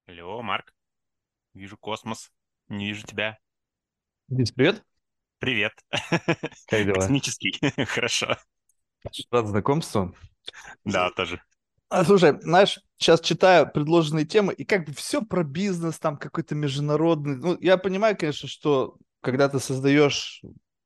Алло, Марк. Вижу космос. Не вижу тебя. Денис, привет. Привет. Как дела? Космический. Хорошо. Рад знакомству. Да, тоже. Слушай, знаешь, сейчас читаю предложенные темы, и как бы все про бизнес, там какой-то международный. Ну, я понимаю, конечно, что когда ты создаешь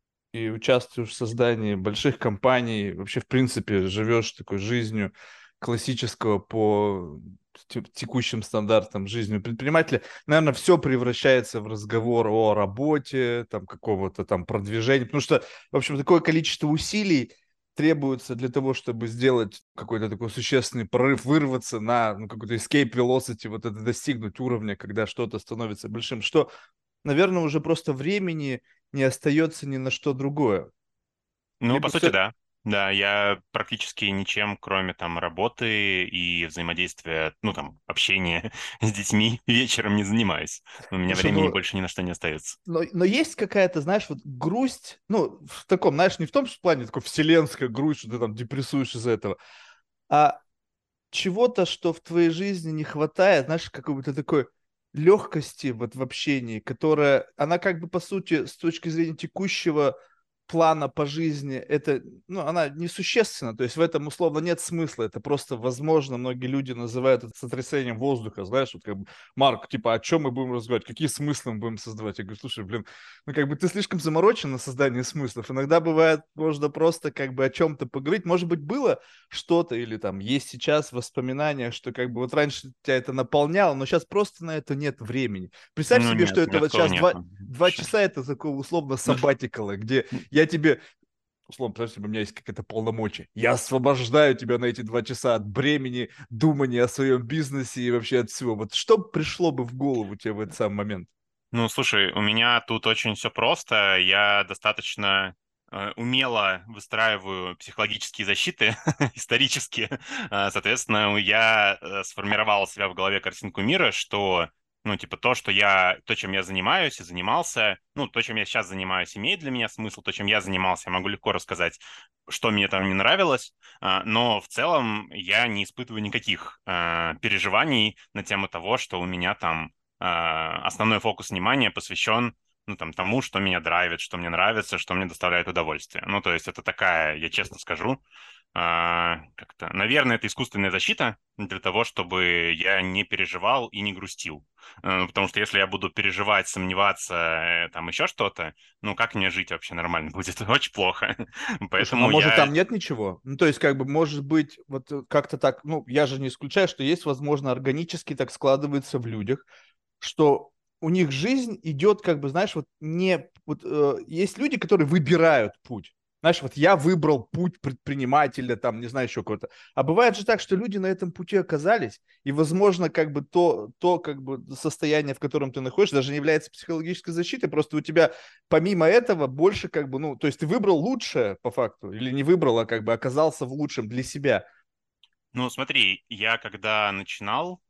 и участвуешь в создании больших компаний, вообще, в принципе, живешь такой жизнью классического по текущим стандартам жизни предпринимателя, наверное, все превращается в разговор о работе, там, какого-то там продвижения, потому что, в общем, такое количество усилий требуется для того, чтобы сделать какой-то такой существенный прорыв, вырваться на какой-то escape velocity, вот это достигнуть уровня, когда что-то становится большим, что, наверное, уже просто времени не остается ни на что другое. Ну, по Либо сути, все... да. Да, я практически ничем, кроме там работы и взаимодействия, ну, там, общения с детьми вечером не занимаюсь. У меня Слушай, времени ну, больше ни на что не остается. но есть какая-то, знаешь, вот грусть, ну, в таком, знаешь, не в том плане такой вселенская грусть, что ты там депрессуешь из-за этого, а чего-то, что в твоей жизни не хватает, знаешь, какой-то такой легкости вот в общении, которая, она как бы по сути с точки зрения текущего плана по жизни, это, ну, она несущественна, то есть в этом условно нет смысла, это просто, возможно, многие люди называют это сотрясением воздуха, знаешь, вот как бы, Марк, типа, о чем мы будем разговаривать, какие смыслы мы будем создавать? Я говорю, слушай, блин, ну, как бы ты слишком заморочен на создание смыслов, иногда бывает, можно просто как бы о чем-то поговорить, может быть, было что-то или там есть сейчас воспоминания, что как бы вот раньше тебя это наполняло, но сейчас просто на это нет времени. Представь Ну, себе, нет, что у это меня вот такого сейчас нету два вообще. часа это такого условно Ну, сабатикала, где я тебе, условно, представь себе, у меня есть какая-то полномочия. Я освобождаю тебя на эти 2 часа от бремени, думания о своем бизнесе и вообще от всего. Вот что пришло бы в голову тебе в этот самый момент? Ну, слушай, у меня тут очень все просто. Я достаточно умело выстраиваю психологические защиты исторические. Соответственно, я сформировал у себя в голове картинку мира, что, ну, типа, то, чем я занимаюсь и занимался, ну, то, чем я сейчас занимаюсь, имеет для меня смысл, то, чем я занимался, я могу легко рассказать, что мне там не нравилось, но в целом я не испытываю никаких переживаний на тему того, что у меня там основной фокус внимания посвящен ну, там, тому, что меня драйвит, что мне нравится, что мне доставляет удовольствие. Ну, то есть это такая, я честно скажу, как-то, наверное, это искусственная защита для того, чтобы я не переживал и не грустил. Потому что если я буду переживать, сомневаться, там еще что-то, ну, как мне жить вообще нормально будет? Очень плохо. Слушай, ну а Поэтому может я там нет ничего? Ну то есть как бы может быть вот как-то так, ну я же не исключаю, что есть, возможно, органически так складывается в людях, что у них жизнь идет как бы, знаешь, вот не... Вот, есть люди, которые выбирают путь. Знаешь, вот я выбрал путь предпринимателя, там, не знаю, еще какой-то. А бывает же так, что люди на этом пути оказались, и, возможно, как бы то как бы состояние, в котором ты находишься, даже не является психологической защитой, просто у тебя помимо этого больше как бы, ну, то есть ты выбрал лучшее по факту, или не выбрал, а как бы оказался в лучшем для себя. Ну, смотри, я когда начинал,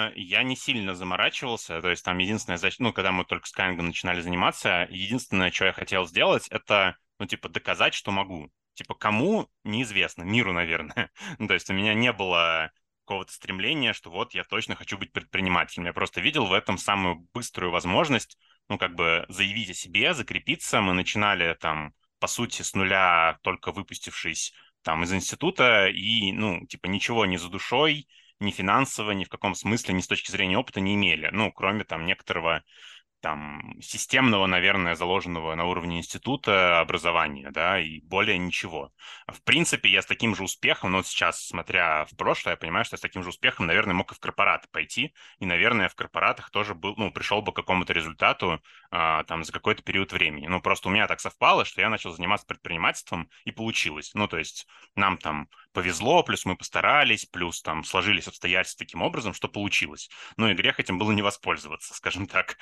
я не сильно заморачивался, то есть там единственное, ну, когда мы только с каингом начинали заниматься, единственное, что я хотел сделать, это, ну, типа, доказать, что могу. Типа, кому, неизвестно, миру, наверное. Ну, то есть у меня не было какого-то стремления, что вот я точно хочу быть предпринимателем. Я просто видел в этом самую быструю возможность, ну, как бы заявить о себе, закрепиться. Мы начинали там, по сути, с нуля, только выпустившись там из института и, ну, типа, ничего ни за душой, ни финансово, ни в каком смысле, ни с точки зрения опыта не имели. Ну, кроме там некоторого там системного, наверное, заложенного на уровне института образования, да, и более ничего. В принципе, я с таким же успехом, но вот сейчас, смотря в прошлое, я понимаю, что я с таким же успехом, наверное, мог и в корпораты пойти, и, наверное, в корпоратах тоже был, ну, пришел бы к какому-то результату там за какой-то период времени. Ну, просто у меня так совпало, что я начал заниматься предпринимательством, и получилось. Ну, то есть нам там повезло, плюс мы постарались, плюс там сложились обстоятельства таким образом, что получилось. Ну, и грех этим было не воспользоваться, скажем так.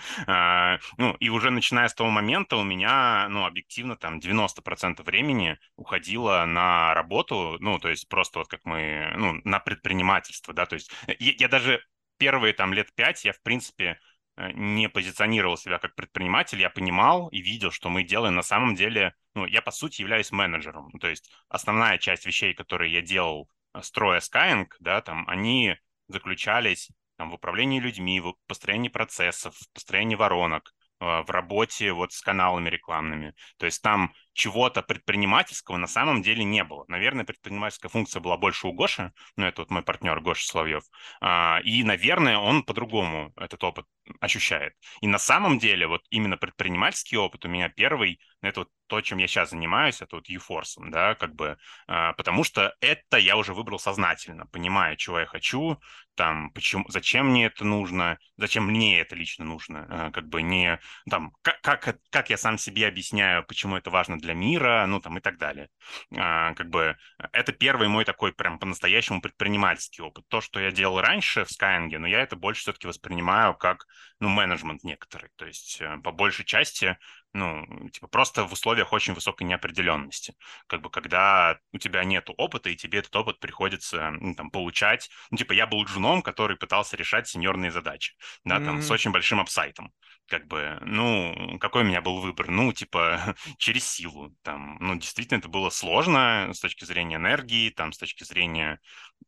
Ну, и уже начиная с того момента у меня, ну, объективно, там 90% времени уходило на работу, ну, то есть просто вот как мы, ну, на предпринимательство, да, то есть я даже первые там лет 5 я, в принципе, не позиционировал себя как предприниматель, я понимал и видел, что мы делаем на самом деле, ну, я, по сути, являюсь менеджером, ну, то есть основная часть вещей, которые я делал, строя Skyeng, да, там, они заключались там, в управлении людьми, в построении процессов, в построении воронок, в работе вот с каналами рекламными. То есть там чего-то предпринимательского на самом деле не было. Наверное, предпринимательская функция была больше у Гоши, ну, это вот мой партнер Гоша Соловьев, и, наверное, он по-другому этот опыт ощущает. И на самом деле вот именно предпринимательский опыт у меня первый, это вот то, чем я сейчас занимаюсь, это вот UForce, да, как бы, потому что это я уже выбрал сознательно, понимая, чего я хочу, там, почему, зачем мне это нужно, зачем мне это лично нужно, как бы не, там, как я сам себе объясняю, почему это важно для мира, ну, там, и так далее. Как бы это первый мой такой прям по-настоящему предпринимательский опыт. То, что я делал раньше в Skyeng, но я это больше все-таки воспринимаю как, ну, менеджмент некоторый, то есть по большей части ну, типа просто в условиях очень высокой неопределенности. Как бы когда у тебя нет опыта, и тебе этот опыт приходится ну, там, получать. Ну, типа я был джуном, который пытался решать сеньорные задачи, да, там, с очень большим апсайтом. Как бы, ну, какой у меня был выбор? Ну, типа, через силу. Там, ну, действительно, это было сложно с точки зрения энергии, там, с точки зрения,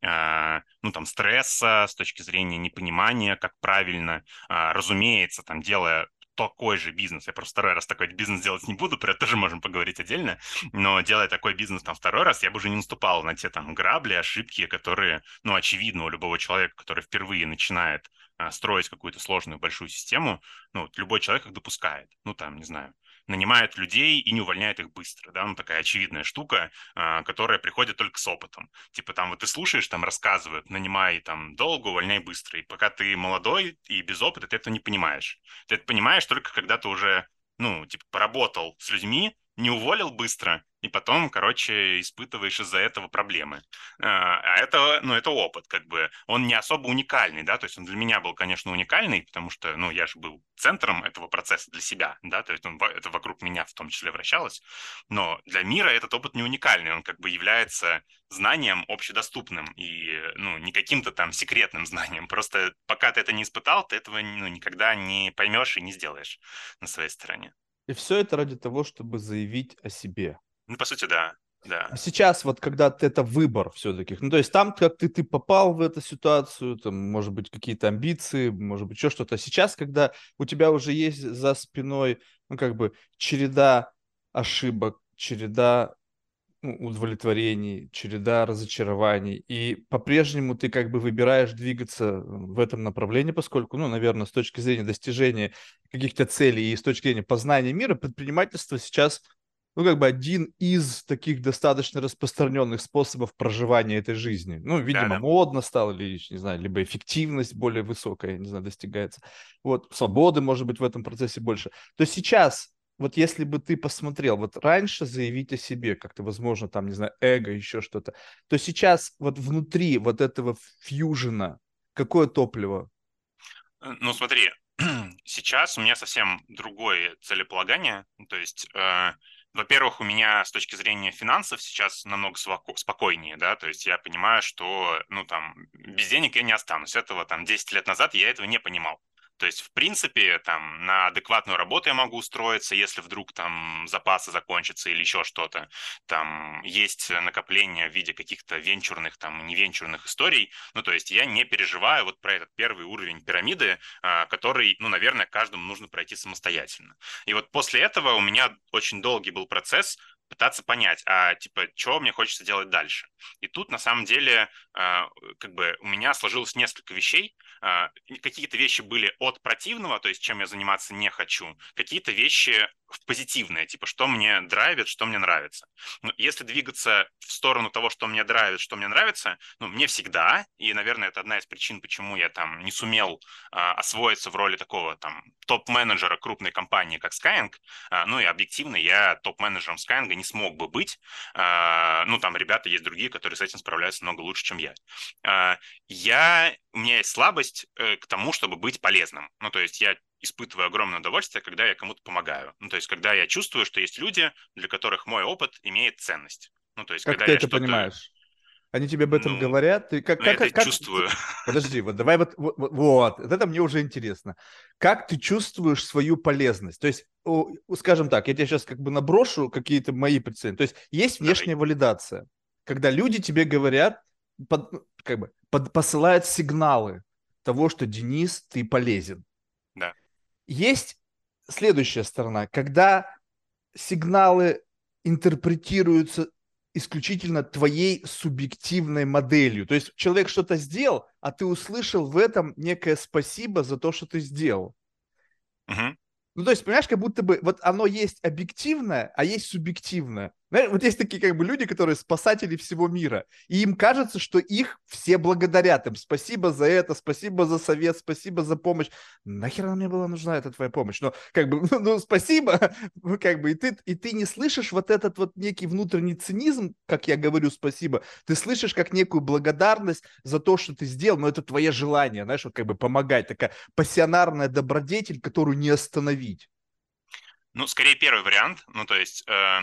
ну, там, стресса, с точки зрения непонимания, как правильно. Разумеется, там, делая такой же бизнес. Я просто второй раз такой бизнес делать не буду, про это тоже можем поговорить отдельно. Но делая такой бизнес там второй раз, я бы уже не наступал на те там грабли, ошибки, которые, ну, очевидно у любого человека, который впервые начинает строить какую-то сложную большую систему, ну, вот любой человек их допускает. Ну, там, не знаю, нанимает людей и не увольняет их быстро, да, ну, такая очевидная штука, которая приходит только с опытом. Типа там вот ты слушаешь, там рассказывают, нанимай там долго, увольняй быстро, и пока ты молодой и без опыта, ты это не понимаешь. Ты это понимаешь только когда ты уже, ну, типа, поработал с людьми, не уволил быстро, и потом, короче, испытываешь из-за этого проблемы. А это, ну, это опыт, как бы, он не особо уникальный, да, то есть он для меня был, конечно, уникальный, потому что, ну, я же был центром этого процесса для себя, да, то есть это вокруг меня в том числе вращалось, но для мира этот опыт не уникальный, он как бы является знанием общедоступным и, ну, не каким-то там секретным знанием, просто пока ты это не испытал, ты этого, ну, никогда не поймешь и не сделаешь на своей стороне. И все это ради того, чтобы заявить о себе. Ну, по сути, да, А да. сейчас вот когда это выбор все-таки, ну то есть там как ты попал в эту ситуацию, там может быть какие-то амбиции, может быть еще что-то. А сейчас, когда у тебя уже есть за спиной, ну как бы череда ошибок, череда ну, удовлетворений, череда разочарований, и по-прежнему ты как бы выбираешь двигаться в этом направлении, поскольку, ну, наверное, с точки зрения достижения каких-то целей и с точки зрения познания мира, предпринимательство сейчас, ну, как бы один из таких достаточно распространенных способов проживания этой жизни. Ну, Да, видимо, да. модно стало, или, не знаю, либо эффективность более высокая, не знаю, достигается. Вот, свободы, может быть, в этом процессе больше. То есть сейчас вот если бы ты посмотрел, вот раньше заявить о себе, как-то, возможно, там, не знаю, эго, еще что-то, то сейчас вот внутри вот этого фьюжена какое топливо? Ну, смотри, сейчас у меня совсем другое целеполагание. Ну, то есть, во-первых, у меня с точки зрения финансов сейчас намного спокойнее, да, то есть я понимаю, что, ну, там, без денег я не останусь. Этого, там, 10 лет назад я этого не понимал. То есть, в принципе, там, на адекватную работу я могу устроиться, если вдруг там запасы закончатся или еще что-то. Там есть накопление в виде каких-то венчурных, там, невенчурных историй. Ну, то есть я не переживаю вот про этот первый уровень пирамиды, который, ну, наверное, каждому нужно пройти самостоятельно. И вот после этого у меня очень долгий был процесс пытаться понять, а типа, что мне хочется делать дальше. И тут, на самом деле, как бы у меня сложилось несколько вещей. Какие-то вещи были от противного, то есть чем я заниматься не хочу. Какие-то вещи в позитивное, типа, что мне драйвит, что мне нравится. Но если двигаться в сторону того, что мне драйвит, что мне нравится, ну, мне всегда, и, наверное, это одна из причин, почему я там не сумел освоиться в роли такого там топ-менеджера крупной компании, как Skyeng, ну и объективно я топ-менеджером Skyeng не смог бы быть, ну там ребята есть другие, которые с этим справляются много лучше, чем я. У меня есть слабость к тому, чтобы быть полезным. Ну то есть я испытываю огромное удовольствие, когда я кому-то помогаю. Ну, то есть, когда я чувствую, что есть люди, для которых мой опыт имеет ценность. Ну, то есть, Как когда ты я это что-то, понимаешь? Они тебе об этом ну, говорят? Ты ну, я это чувствую. Подожди, вот давай вот, это мне уже интересно. Как ты чувствуешь свою полезность? То есть, скажем так, я тебе сейчас как бы наброшу какие-то мои представления. То есть, есть Давай. внешняя когда люди тебе говорят, как бы, посылают сигналы того, что Денис, ты полезен. Да. Есть следующая сторона, когда сигналы интерпретируются исключительно твоей субъективной моделью. То есть человек что-то сделал, а ты услышал в этом некое спасибо за то, что ты сделал. Мгм. Ну, то есть, понимаешь, как будто бы вот оно есть объективное, а есть субъективное. Знаешь, вот есть такие как бы люди, которые спасатели всего мира, и им кажется, что их все благодарят им. Спасибо за это, спасибо за совет, спасибо за помощь. Нахер мне была нужна эта твоя помощь? Но как бы, ну спасибо, ну, как бы, и ты не слышишь вот этот вот некий внутренний цинизм, как я говорю, спасибо. Ты слышишь как некую благодарность за то, что ты сделал, но это твое желание, знаешь, вот как бы помогать, такая пассионарная добродетель, которую не остановить. Ну, скорее первый вариант. Ну, то есть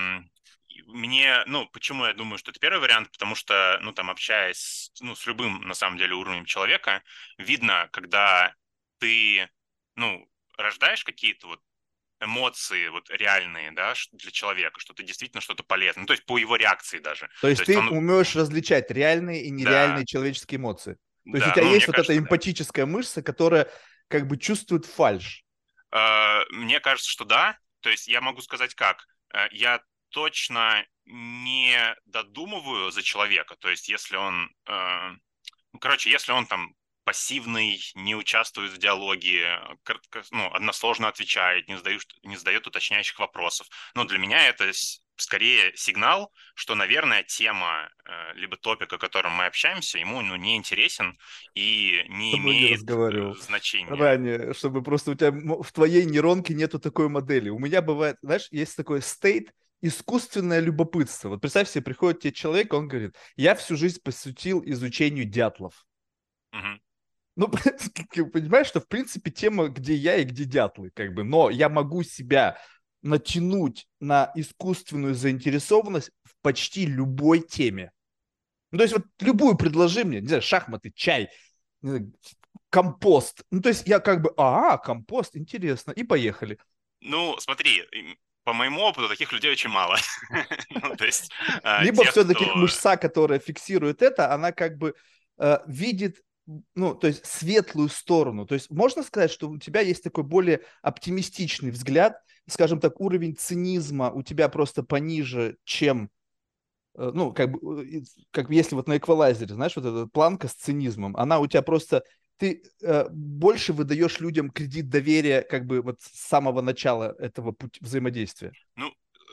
мне, ну, почему я думаю, что это первый вариант, потому что, ну, там, общаясь, ну, с любым, на самом деле, уровнем человека, видно, когда ты, ну, рождаешь какие-то вот эмоции вот реальные, да, для человека, что ты действительно что-то полезное, ну, то есть по его реакции даже. То То есть есть ты он, умеешь различать реальные и да, нереальные человеческие эмоции. То есть у да, тебя ну, есть мне вот эта кажется, да. эмпатическая мышца, которая как бы чувствует фальшь. Мне кажется, что да. То есть я могу сказать как. Я точно не додумываю за человека. То есть если он, ну, короче, если он там пассивный, не участвует в диалоге, ну, односложно отвечает, не задает уточняющих вопросов. Но для меня это скорее сигнал, что, наверное, тема либо топик, о котором мы общаемся, ему ну, не интересен и С не тобой не имеет разговаривал значения. ранее, чтобы просто у тебя в твоей нейронке нету такой модели. У меня бывает, знаешь, есть такой стейт, искусственное любопытство. Вот представь себе, приходит тебе человек, он говорит, я всю жизнь посвятил изучению дятлов. Мгм. Ну, понимаешь, что в принципе тема, где я и где дятлы, как бы, но я могу себя натянуть на искусственную заинтересованность в почти любой теме. Ну, то есть вот любую предложи мне, не знаю, шахматы, чай, не знаю, компост. Ну, то есть я как бы, компост, интересно, и поехали. Ну, смотри, по моему опыту таких людей очень мало. Ну, то есть Либо тех, все-таки кто... мышца, которая фиксирует это, она как бы видит, ну, то есть светлую сторону. То есть можно сказать, что у тебя есть такой более оптимистичный взгляд, скажем так, уровень цинизма у тебя просто пониже, чем ну, как бы если вот на эквалайзере, знаешь, вот эта планка с цинизмом, она у тебя просто, ты больше выдаешь людям кредит доверия как бы вот с самого начала этого взаимодействия. Ну,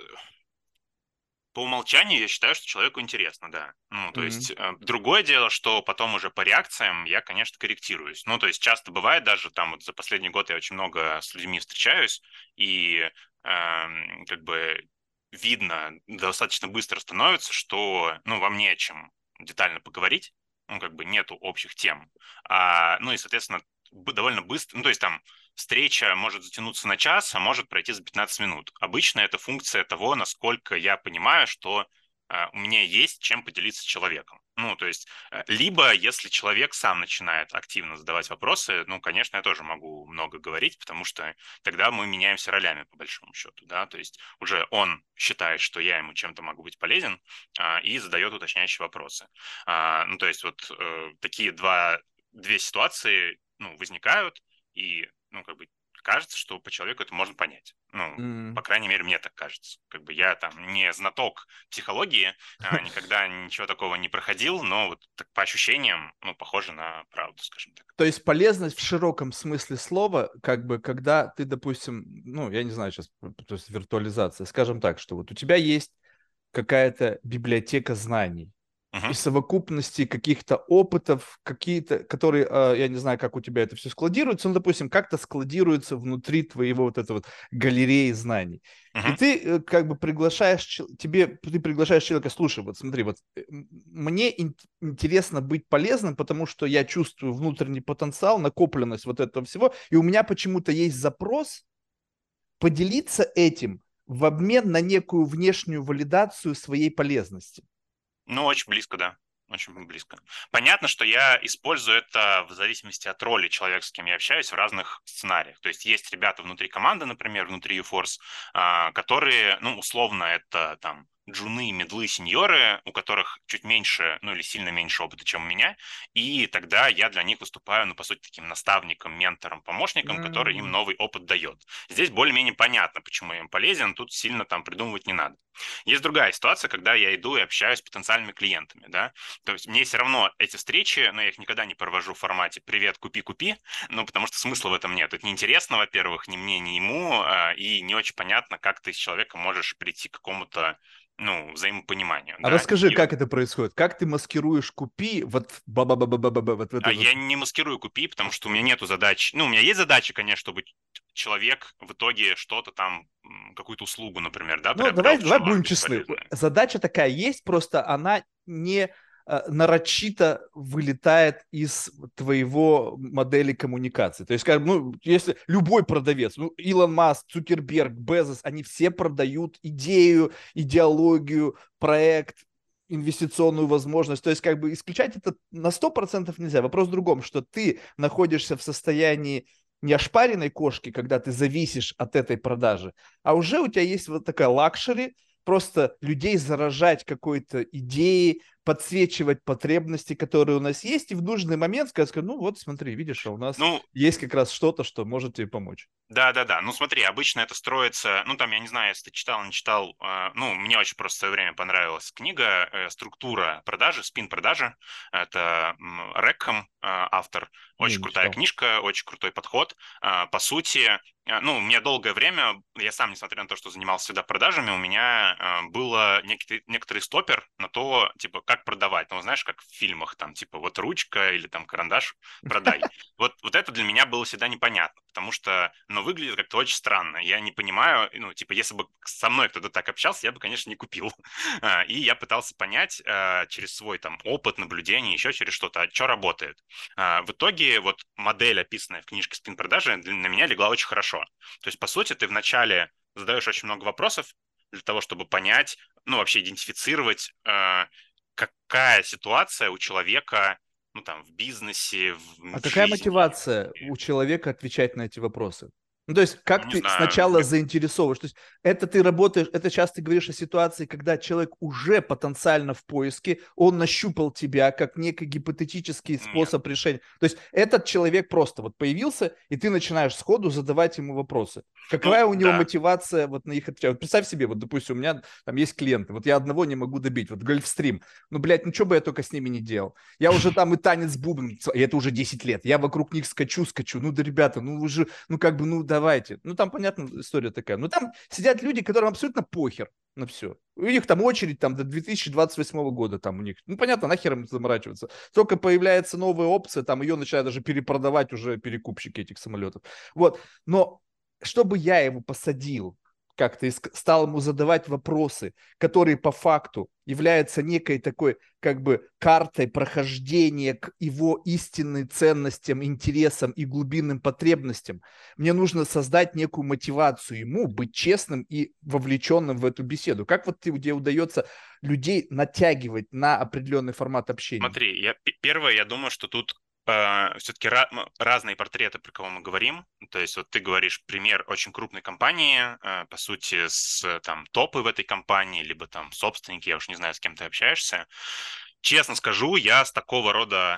по умолчанию я считаю, что человеку интересно, да. Ну, то Мгм. есть другое дело, что потом уже по реакциям я, конечно, корректируюсь. Ну, то есть часто бывает даже там вот за последний год я очень много с людьми встречаюсь, и как бы видно, достаточно быстро становится, что, ну, вам не о чем детально поговорить, ну, как бы нету общих тем. Ну, и, соответственно, довольно быстро, ну, то есть там встреча может затянуться на час, а может пройти за 15 минут. Обычно это функция того, насколько я понимаю, что у меня есть чем поделиться с человеком. Ну, то есть, либо если человек сам начинает активно задавать вопросы, ну, конечно, я тоже могу много говорить, потому что тогда мы меняемся ролями, по большому счету, да, то есть уже он считает, что я ему чем-то могу быть полезен, и задает уточняющие вопросы. Ну, то есть вот такие две ситуации, ну, возникают, и ну, как бы кажется, что по человеку это можно понять. Ну, по М. крайней мере, мне так кажется. Как бы я там не знаток психологии, никогда ничего такого не проходил, но вот так, по ощущениям, ну, похоже на правду, скажем так. То есть полезность в широком смысле слова, как бы, когда ты, допустим, ну, я не знаю сейчас, то есть виртуализация, скажем так, что вот у тебя есть какая-то библиотека знаний, Мгм, из совокупности каких-то опытов, какие-то, которые, я не знаю, как у тебя это все складируется, но, допустим, как-то складируется внутри твоего вот этого вот галереи знаний. И мгм. ты как бы приглашаешь, ты приглашаешь человека, слушай, вот смотри, вот мне интересно быть полезным, потому что я чувствую внутренний потенциал, накопленность вот этого всего, и у меня почему-то есть запрос поделиться этим в обмен на некую внешнюю валидацию своей полезности. Ну, очень близко, да. Очень близко. Понятно, что я использую это в зависимости от роли человека, с кем я общаюсь, в разных сценариях. То есть есть ребята внутри команды, например, внутри UForce, которые, ну, условно, это там джуны, медлы, сеньоры, у которых чуть меньше, ну или сильно меньше опыта, чем у меня, и тогда я для них выступаю, ну, по сути, таким наставником, ментором, помощником, который им М. новый опыт дает. Здесь более-менее понятно, почему я им полезен, тут сильно там придумывать не надо. Есть другая ситуация, когда я иду и общаюсь с потенциальными клиентами, да, то есть мне все равно эти встречи, но я их никогда не провожу в формате «привет, купи, купи», ну, потому что смысла в этом нет. Это неинтересно, во-первых, ни мне, ни ему, и не очень понятно, как ты с человеком можешь прийти к какому-то, ну, взаимопониманию, А да. расскажи, как это происходит? Как ты маскируешь купи вот ба-ба-ба-ба-ба-ба, вот в А этой вот... я не маскирую купи, потому что у меня нету задач. Ну, у меня есть задача, конечно, чтобы человек в итоге что-то там, какую-то услугу, например, да, Ну, приобрел, в давай чем может будем быть честны. полезно. Задача такая есть, просто она не нарочито вылетает из твоего модели коммуникации. То есть, как, ну, если любой продавец, ну, Илон Маск, Цукерберг, Безос, они все продают идею, идеологию, проект, инвестиционную возможность. То есть, как бы исключать это на 100% нельзя. Вопрос в другом, что ты находишься в состоянии не ошпаренной кошки, когда ты зависишь от этой продажи, а уже у тебя есть вот такая лакшери, просто людей заражать какой-то идеей, подсвечивать потребности, которые у нас есть, и в нужный момент сказать, ну вот смотри, видишь, а у нас Ну, есть как раз что-то, что может тебе помочь. да-да-да. Ну, смотри, обычно это строится, ну, там, я не знаю, если ты читал, не читал, ну, мне очень просто в свое время понравилась книга «Структура продажи», «Спин-продажи». Это Рэкхэм, автор. Не, Очень не крутая читал. книжка, очень крутой подход. По сути, ну, у меня долгое время, я сам, несмотря на то, что занимался всегда продажами, у меня было некоторый стопер на то, типа, как продавать. Ну, знаешь, как в фильмах, там, типа, вот ручка или там карандаш, продай. Вот это для меня было всегда непонятно, потому что, ну, выглядит как-то очень странно. Я не понимаю, ну, типа, если бы со мной кто-то так общался, я бы, конечно, не купил. И я пытался понять через свой там опыт, наблюдение, еще через что-то, что работает. В итоге вот модель, описанная в книжке «Спин-продажи», на меня легла очень хорошо. То есть, по сути, ты вначале задаешь очень много вопросов для того, чтобы понять, ну, вообще идентифицировать, какая ситуация у человека, ну, там, в бизнесе, А в какая жизни. мотивация у человека отвечать на эти вопросы? Ну, то есть, Ну, как не ты знаю. сначала заинтересовываешь? То есть, это ты работаешь, это сейчас ты говоришь о ситуации, когда человек уже потенциально в поиске, он нащупал тебя как некий гипотетический Нет. способ решения. То есть, этот человек просто вот появился, и ты начинаешь сходу задавать ему вопросы. Ну, Какая у него да. мотивация вот на их отвечать? Вот представь себе, вот, допустим, у меня там есть клиенты, вот я одного не могу добить, вот Гольфстрим. Ну, блядь, ну что бы я только с ними не делал? Я уже там и танец бубен, и это уже 10 лет. Я вокруг них скачу. Ну да, ребята, ну уже, ну как бы, ну давайте. Ну там, понятно, история такая. Ну там сидят люди, которым абсолютно похер на все. У них там очередь там до 2028 года там у них. Ну понятно, нахер им заморачиваться. Только появляется новая опция, там ее начинают даже перепродавать уже перекупщики этих самолетов. Вот. Но чтобы я его посадил, как-то стал ему задавать вопросы, которые по факту являются некой такой как бы картой прохождения к его истинным ценностям, интересам и глубинным потребностям. Мне нужно создать некую мотивацию ему быть честным и вовлеченным в эту беседу. Как вот тебе удается людей натягивать на определенный формат общения? Смотри, первое, я думаю, что тут все-таки разные портреты, про кого мы говорим. То есть вот ты говоришь пример очень крупной компании, по сути, с там топы в этой компании, либо там собственники, я уж не знаю, с кем ты общаешься. Честно скажу, я с такого рода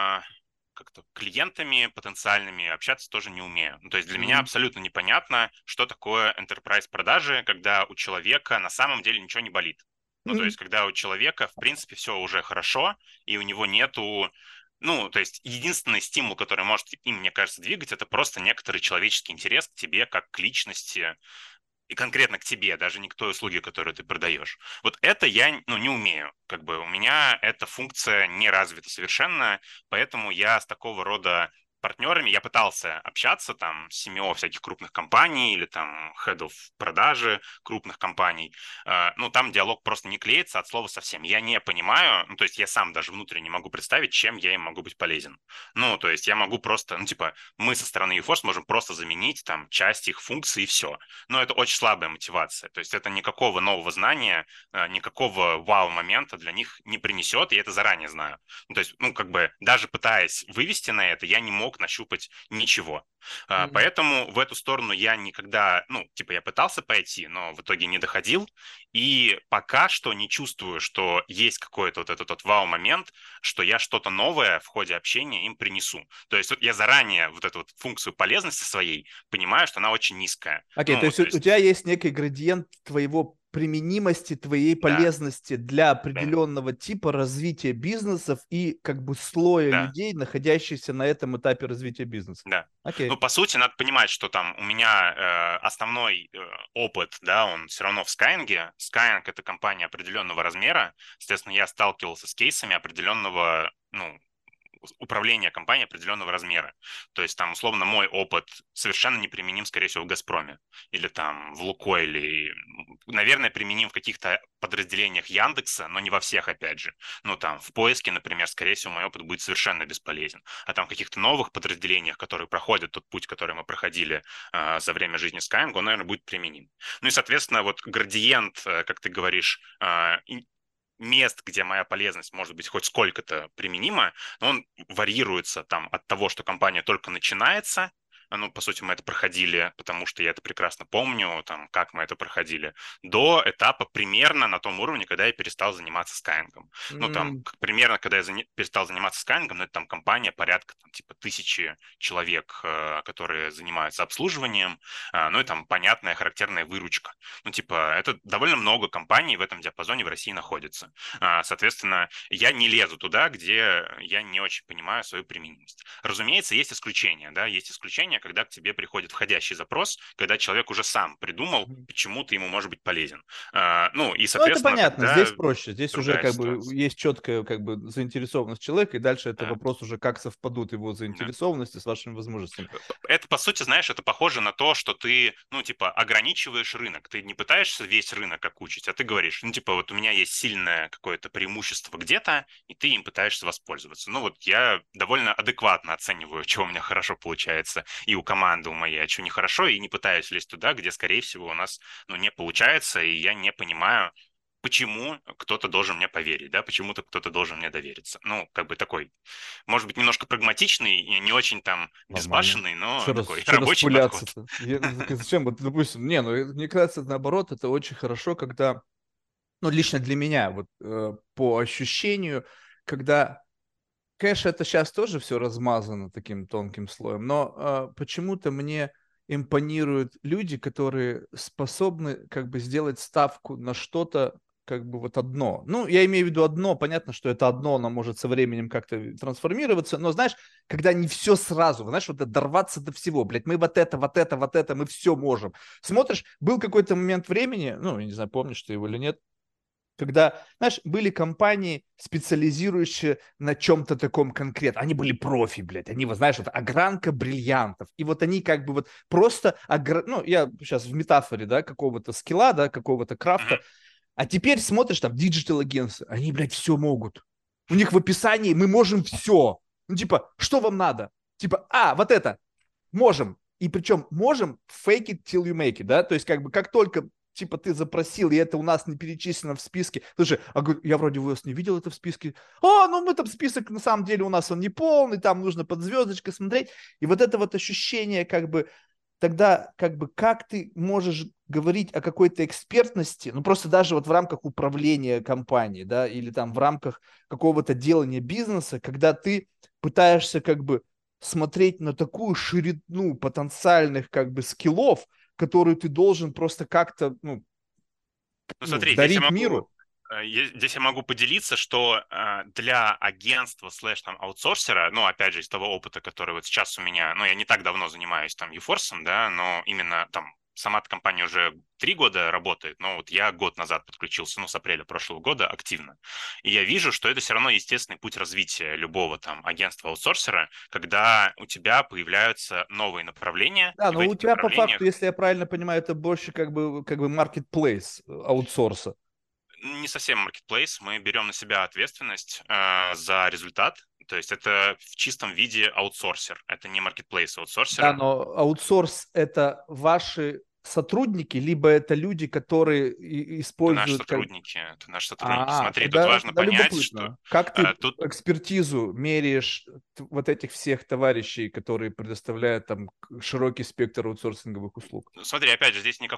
как-то клиентами потенциальными общаться тоже не умею. Ну, то есть для меня абсолютно непонятно, что такое enterprise продажи, когда у человека на самом деле ничего не болит. Ну, то есть, когда у человека, в принципе, все уже хорошо, и у него нету, ну, то есть, единственный стимул, который может им, мне кажется, двигать, это просто некоторый человеческий интерес к тебе, как к личности, и конкретно к тебе, даже не к той услуге, которую ты продаешь. Вот это я, ну, не умею. Как бы у меня эта функция не развита совершенно, поэтому я с такого рода партнерами, я пытался общаться там с CMO всяких крупных компаний или там head of продажи крупных компаний, ну, там диалог просто не клеится от слова совсем. Я не понимаю, ну, то есть я сам даже внутренне не могу представить, чем я им могу быть полезен. Ну, то есть я могу просто, ну, типа, мы со стороны EFORCE можем просто заменить там часть их функций и все. Но это очень слабая мотивация. То есть это никакого нового знания, никакого вау-момента для них не принесет, и я это заранее знаю. Ну, то есть, ну, как бы, даже пытаясь вывести на это, я не смог нащупать ничего. Мгм. Поэтому в эту сторону я никогда, ну, типа, я пытался пойти, но в итоге не доходил. И пока что не чувствую, что есть какой-то вот этот вот вау-момент, что я что-то новое в ходе общения им принесу. То есть вот я заранее вот эту вот функцию полезности своей понимаю, что она очень низкая. Окей, то Ну, есть то у тебя есть, есть некий градиент твоего применимости, твоей да, полезности для да, определенного типа развития бизнесов и как бы слоя да. людей, находящихся на этом этапе развития бизнеса. Да. Ну, Окей. по сути, надо понимать, что там у меня основной опыт, да, он все равно в Skyeng. Skyeng — это компания определенного размера. Соответственно, я сталкивался с кейсами определенного, ну, управления компанией определенного размера. То есть там, условно, мой опыт совершенно неприменим, скорее всего, в «Газпроме» или там в «Лукойле». И, наверное, применим в каких-то подразделениях Яндекса, но не во всех, опять же. Ну, там, в поиске, например, скорее всего, мой опыт будет совершенно бесполезен. А там в каких-то новых подразделениях, которые проходят тот путь, который мы проходили за время жизни Skyeng, он, наверное, будет применим. Ну и, соответственно, вот градиент, как ты говоришь, мест, где моя полезность может быть хоть сколько-то применима, но он варьируется там от того, что компания только начинается, ну, по сути, мы это проходили, потому что я это прекрасно помню, там, как мы это проходили, до этапа примерно на том уровне, когда я перестал заниматься скайингом. Ну, там, примерно, когда я перестал заниматься скайингом, ну, это там компания порядка, там, типа, 1000 человек, которые занимаются обслуживанием, ну, и там понятная характерная выручка. Ну, типа, это довольно много компаний в этом диапазоне в России находится. Соответственно, я не лезу туда, где я не очень понимаю свою применимость. Разумеется, есть исключения, да, есть исключения, когда к тебе приходит входящий запрос, когда человек уже сам придумал, Мгм. почему ты ему может быть полезен. Ну, и, Ну, это соответственно, понятно, здесь тогда проще. Здесь уже другая как бы ситуация. есть четкая как бы заинтересованность человека, и дальше это Да, вопрос уже, как совпадут его да. заинтересованности с вашими возможностями. Это, по сути, знаешь, это похоже на то, что ты, ну, типа, ограничиваешь рынок. Ты не пытаешься весь рынок окучить, а ты говоришь, ну, типа, вот у меня есть сильное какое-то преимущество где-то, и ты им пытаешься воспользоваться. Ну, вот я довольно адекватно оцениваю, что у меня хорошо получается и у команды у моей, а что нехорошо, и не пытаюсь лезть туда, где, скорее всего, у нас, ну, не получается, и я не понимаю, почему кто-то должен мне поверить, да, почему-то кто-то должен мне довериться. Ну, как бы такой, может быть, немножко прагматичный и не очень там Нормально. безбашенный, но Что раз, такой что рабочий подход. распыляться-то? Так зачем? Вот, допустим, не, ну, мне кажется, наоборот, это очень хорошо, когда, ну, лично для меня, вот по ощущению, когда, конечно, это сейчас тоже все размазано таким тонким слоем, но почему-то мне импонируют люди, которые способны как бы сделать ставку на что-то как бы вот одно. Ну, я имею в виду одно, понятно, что это одно, оно может со временем как-то трансформироваться, но знаешь, когда не все сразу, знаешь, вот это дорваться до всего, блядь, мы вот это, вот это, вот это, мы все можем. Смотришь, был какой-то момент времени, ну, я не знаю, помнишь ты его или нет, когда, знаешь, были компании, специализирующие на чем-то таком конкретном. Они были профи, блядь. Они, вот, знаешь, вот огранка бриллиантов. И вот они как бы вот просто, ну, я сейчас в метафоре, да, какого-то скилла, да, какого-то крафта. Мгм. А теперь смотришь там диджитал агентства, они, блядь, все могут. У них в описании мы можем все. Ну, типа, что вам надо? Типа, вот это, можем. И причем можем fake it till you make it, да, то есть как бы как только типа ты запросил, и это у нас не перечислено в списке. Слушай, я вроде вас не видел это в списке. Ну мы там список, на самом деле у нас он не полный, там нужно под звездочкой смотреть. И вот это вот ощущение как бы тогда как бы как ты можешь говорить о какой-то экспертности, ну просто даже вот в рамках управления компанией, да, или там в рамках какого-то делания бизнеса, когда ты пытаешься как бы смотреть на такую ширину потенциальных как бы скиллов, которые ты должен просто как-то, Ну, ну смотри, дарить миру. здесь я могу поделиться, что для агентства слэш там аутсорсера, ну, опять же, из того опыта, который вот сейчас у меня, ну, я не так давно занимаюсь там юфорсом, да, но именно там сама компания уже 3 года работает, но вот я год назад подключился, ну, с апреля прошлого года активно. И я вижу, что это все равно естественный путь развития любого там агентства-аутсорсера, когда у тебя появляются новые направления, Да, и в но у этих тебя по факту, направлениях если я правильно понимаю, это больше как бы marketplace аутсорса. не совсем marketplace, мы берем на себя ответственность за результат, то есть это в чистом виде аутсорсер, это не marketplace Да, аутсорсер. но аутсорс это ваши, сотрудники, либо это люди, которые Это наши используют как... сотрудники, это наши сотрудники. Смотри, тут тогда, важно тогда понять, что любопытно. Как ты тут экспертизу меряешь вот этих всех товарищей, которые предоставляют там широкий спектр аутсорсинговых услуг? ну, смотри, опять же, здесь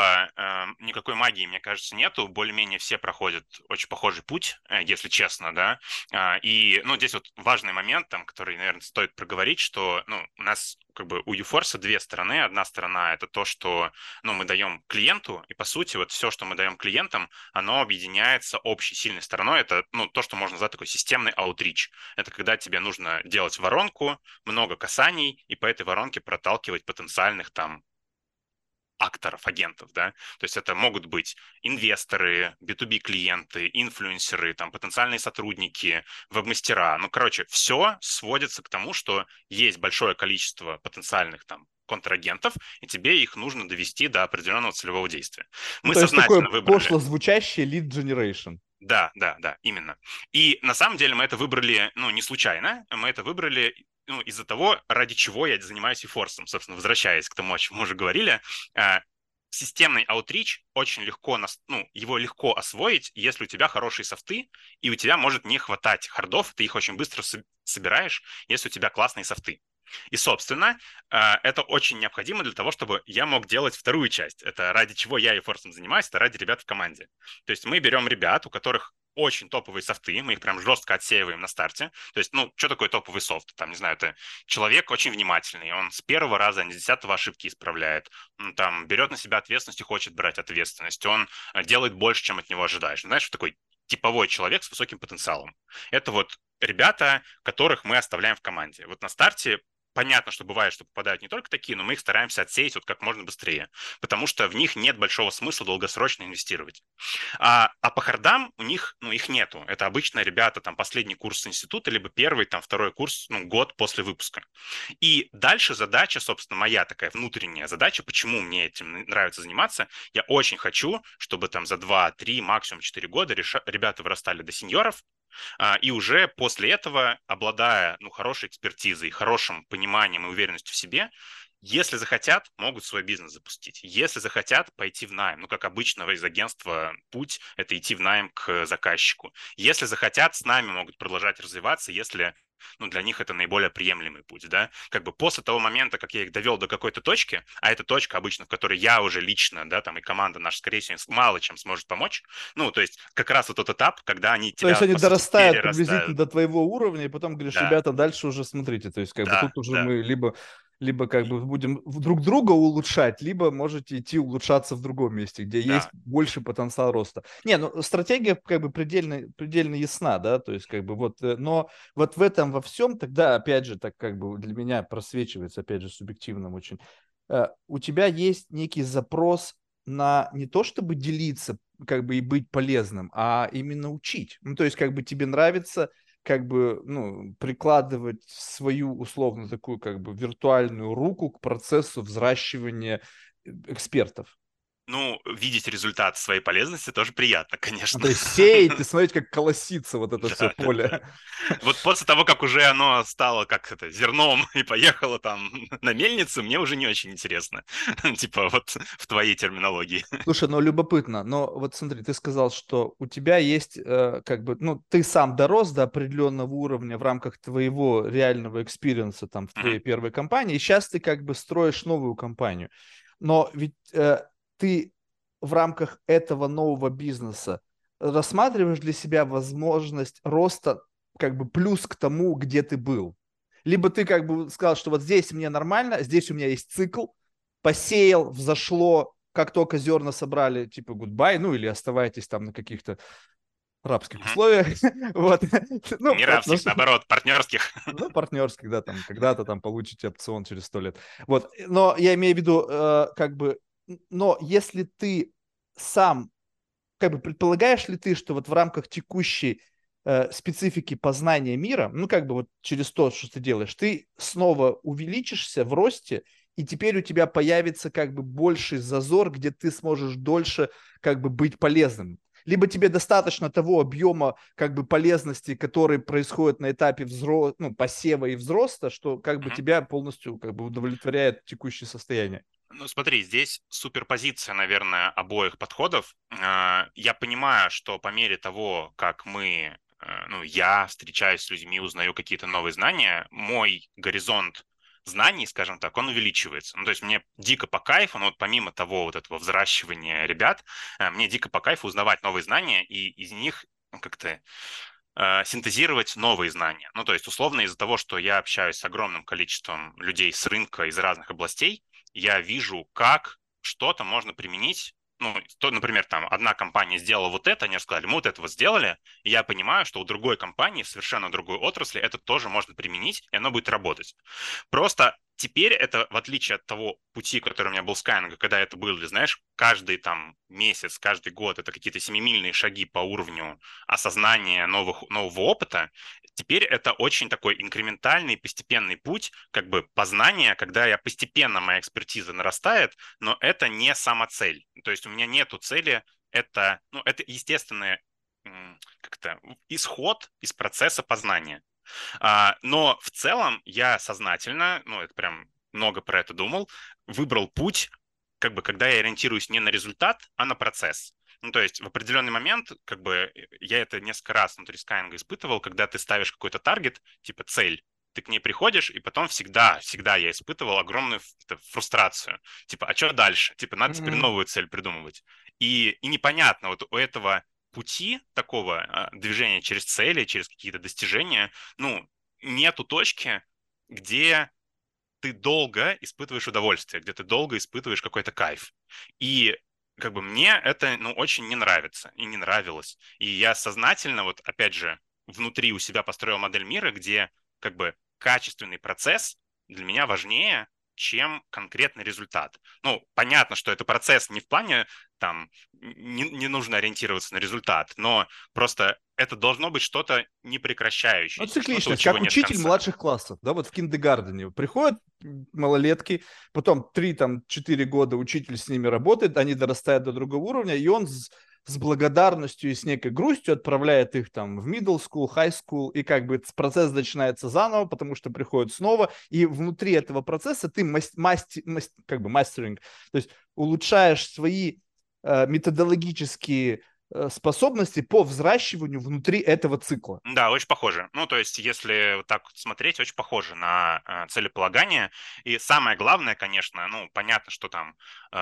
никакой магии, мне кажется, нету. Более-менее все проходят очень похожий путь, если честно, да. И, ну, здесь вот важный момент, там, который, наверное, стоит проговорить, что, ну, у нас как бы у UForce две стороны. Одна сторона — это то, что, ну, мы даем клиенту, и, по сути, вот все, что мы даем клиентам, оно объединяется общей сильной стороной. Это, ну, то, что можно назвать такой системный outreach. Это когда тебе нужно делать воронку, много касаний, и по этой воронке проталкивать потенциальных там акторов, агентов, да, то есть это могут быть инвесторы, B2B клиенты, инфлюенсеры, там, потенциальные сотрудники, веб-мастера, ну, короче, все сводится к тому, что есть большое количество потенциальных там контрагентов, и тебе их нужно довести до определенного целевого действия. Ну, Мы то есть такое сознательно выбрали. пошло звучащее lead generation. Да, да, да, именно. И на самом деле мы это выбрали, ну, не случайно, мы это выбрали, ну, из-за того, ради чего я занимаюсь eForce. Собственно, возвращаясь к тому, о чем мы уже говорили, э, системный outreach очень легко, ну, его легко освоить, если у тебя хорошие софты, и у тебя может не хватать хардов, ты их очень быстро собираешь, если у тебя классные софты. И, собственно, это очень необходимо для того, чтобы я мог делать вторую часть. Это ради чего я и Форсом занимаюсь, это ради ребят в команде. То есть мы берем ребят, у которых очень топовые софты, мы их прям жестко отсеиваем на старте. То есть, ну, что такое топовый софт? Там, не знаю, это человек очень внимательный, он с первого раза, а не с 10-го ошибки исправляет. Он там берет на себя ответственность и хочет брать ответственность. Он делает больше, чем от него ожидаешь. Знаешь, такой типовой человек с высоким потенциалом. Это вот ребята, которых мы оставляем в команде. Вот на старте понятно, что бывает, что попадают не только такие, но мы их стараемся отсеять вот как можно быстрее, потому что в них нет большого смысла долгосрочно инвестировать. А по хардам у них, ну, их нету. Это обычно ребята, там, последний курс института, либо первый, там, второй курс, ну, год после выпуска. И дальше задача, собственно, моя такая внутренняя задача, почему мне этим нравится заниматься, я очень хочу, чтобы там за 2-3, максимум 4 года ребята вырастали до сеньоров, и уже после этого, обладая, ну, хорошей экспертизой, хорошим пониманием и уверенностью в себе, если захотят, могут свой бизнес запустить. Если захотят, пойти в найм. Ну, как обычно из агентства путь — это идти в найм к заказчику. Если захотят, с нами могут продолжать развиваться, если, ну, для них это наиболее приемлемый путь, да. Как бы после того момента, как я их довел до какой-то точки, а эта точка обычно, в которой я уже лично, да, там и команда наша, скорее всего, мало чем сможет помочь, ну, то есть как раз вот тот этап, когда они То есть тебя, они по сути, дорастают приблизительно перерастают. до твоего уровня, и потом говоришь, Да, ребята, дальше уже смотрите. То есть как бы да, тут уже да. мы либо как бы будем друг друга улучшать, либо можете идти улучшаться в другом месте, где есть Да. больше потенциал роста. Не, ну стратегия как бы предельно ясна, да, то есть как бы вот, но вот в этом во всем тогда, опять же, так как бы для меня просвечивается, опять же, субъективным очень, у тебя есть некий запрос на не то чтобы делиться как бы и быть полезным, а именно учить. Ну, то есть, как бы тебе нравится как бы, ну, прикладывать свою условно такую как бы виртуальную руку к процессу взращивания экспертов. Ну, видеть результат своей полезности тоже приятно, Ну, конечно. то есть сеять и смотреть, как колосится вот это все Да, да, да. поле. Вот после того, как уже оно стало как это зерном и поехало там на мельницу, мне уже не очень интересно. Типа вот в твоей терминологии. Слушай, ну любопытно, но вот смотри, ты сказал, что у тебя есть как бы, ну ты сам дорос до определенного уровня в рамках твоего реального экспириенса там в Мгм. твоей первой компании, и сейчас ты как бы строишь новую компанию. Но ведь ты в рамках этого нового бизнеса рассматриваешь для себя возможность роста как бы плюс к тому, где ты был. Либо ты как бы сказал, что вот здесь мне нормально, здесь у меня есть цикл, посеял, взошло, как только зерна собрали, типа goodbye, ну или оставайтесь там на каких-то рабских Мгм. условиях, вот, ну, Не рабских, наоборот, партнерских. ну, партнерских, да, там, когда-то там получите опцион через 100 лет, вот, но я имею в виду, как бы, но если ты сам, как бы, предполагаешь ли ты, что вот в рамках текущей специфики познания мира, ну, как бы вот через то, что ты делаешь, ты снова увеличишься в росте, и теперь у тебя появится как бы больший зазор, где ты сможешь дольше как бы быть полезным. Либо тебе достаточно того объема как бы полезности, который происходит на этапе ну, посева и взроста, что как бы Мгм. тебя полностью как бы удовлетворяет текущее состояние. Ну, смотри, здесь суперпозиция, наверное, обоих подходов. Я понимаю, что по мере того, как ну, я встречаюсь с людьми, узнаю какие-то новые знания, мой горизонт знаний, скажем так, он увеличивается. Ну, то есть мне дико по кайфу, но вот помимо того вот этого взращивания ребят, мне дико по кайфу узнавать новые знания и из них как-то синтезировать новые знания. Ну, то есть, условно, из-за того, что я общаюсь с огромным количеством людей с рынка из разных областей, я вижу, как что-то можно применить. Ну, то, например, там одна компания сделала вот это, они рассказали, мы вот этого сделали, и я понимаю, что у другой компании в совершенно другой отрасли это тоже можно применить, и оно будет работать. Просто теперь это, в отличие от того пути, который у меня был с Skyeng, когда это были, знаешь, каждый там месяц, каждый год, это какие-то семимильные шаги по уровню осознания нового опыта, теперь это очень такой инкрементальный, постепенный путь, как бы познания, когда постепенно моя экспертиза нарастает, но это не самоцель. То есть у меня нету цели, ну, это естественный как-то исход из процесса познания. Но в целом я сознательно, ну, это прям много про это думал, выбрал путь, как бы, когда я ориентируюсь не на результат, а на процесс. Ну, то есть в определенный момент, как бы, я это несколько раз внутри Skyeng испытывал, когда ты ставишь какой-то таргет, типа цель, ты к ней приходишь, и потом всегда я испытывал огромную фрустрацию. Типа, а что дальше? Типа, надо теперь Мгм. новую цель придумывать. И непонятно, вот у этого пути такого движения через цели, через какие-то достижения, ну, нету точки, где ты долго испытываешь удовольствие, где ты долго испытываешь какой-то кайф. И как бы мне это, ну, очень не нравится и не нравилось. И я сознательно, вот опять же, внутри у себя построил модель мира, где как бы качественный процесс для меня важнее, чем конкретный результат. Ну, понятно, что это процесс не в плане, там, не нужно ориентироваться на результат, но просто это должно быть что-то Ну, непрекращающееся, что-то, у цикличность, чего как нет учитель конца. младших классов, да, вот в киндергардене. Приходят малолетки, потом 3-4 года учитель с ними работает, они дорастают до другого уровня, и он с благодарностью и с некой грустью отправляет их там в middle school, high school, и как бы процесс начинается заново, потому что приходит снова, и внутри этого процесса ты как бы мастеринг, то есть улучшаешь свои методологические способности по взращиванию внутри этого цикла. Да, очень похоже. Ну, то есть, если вот так вот смотреть, очень похоже на целеполагание. И самое главное, конечно, ну, понятно, что там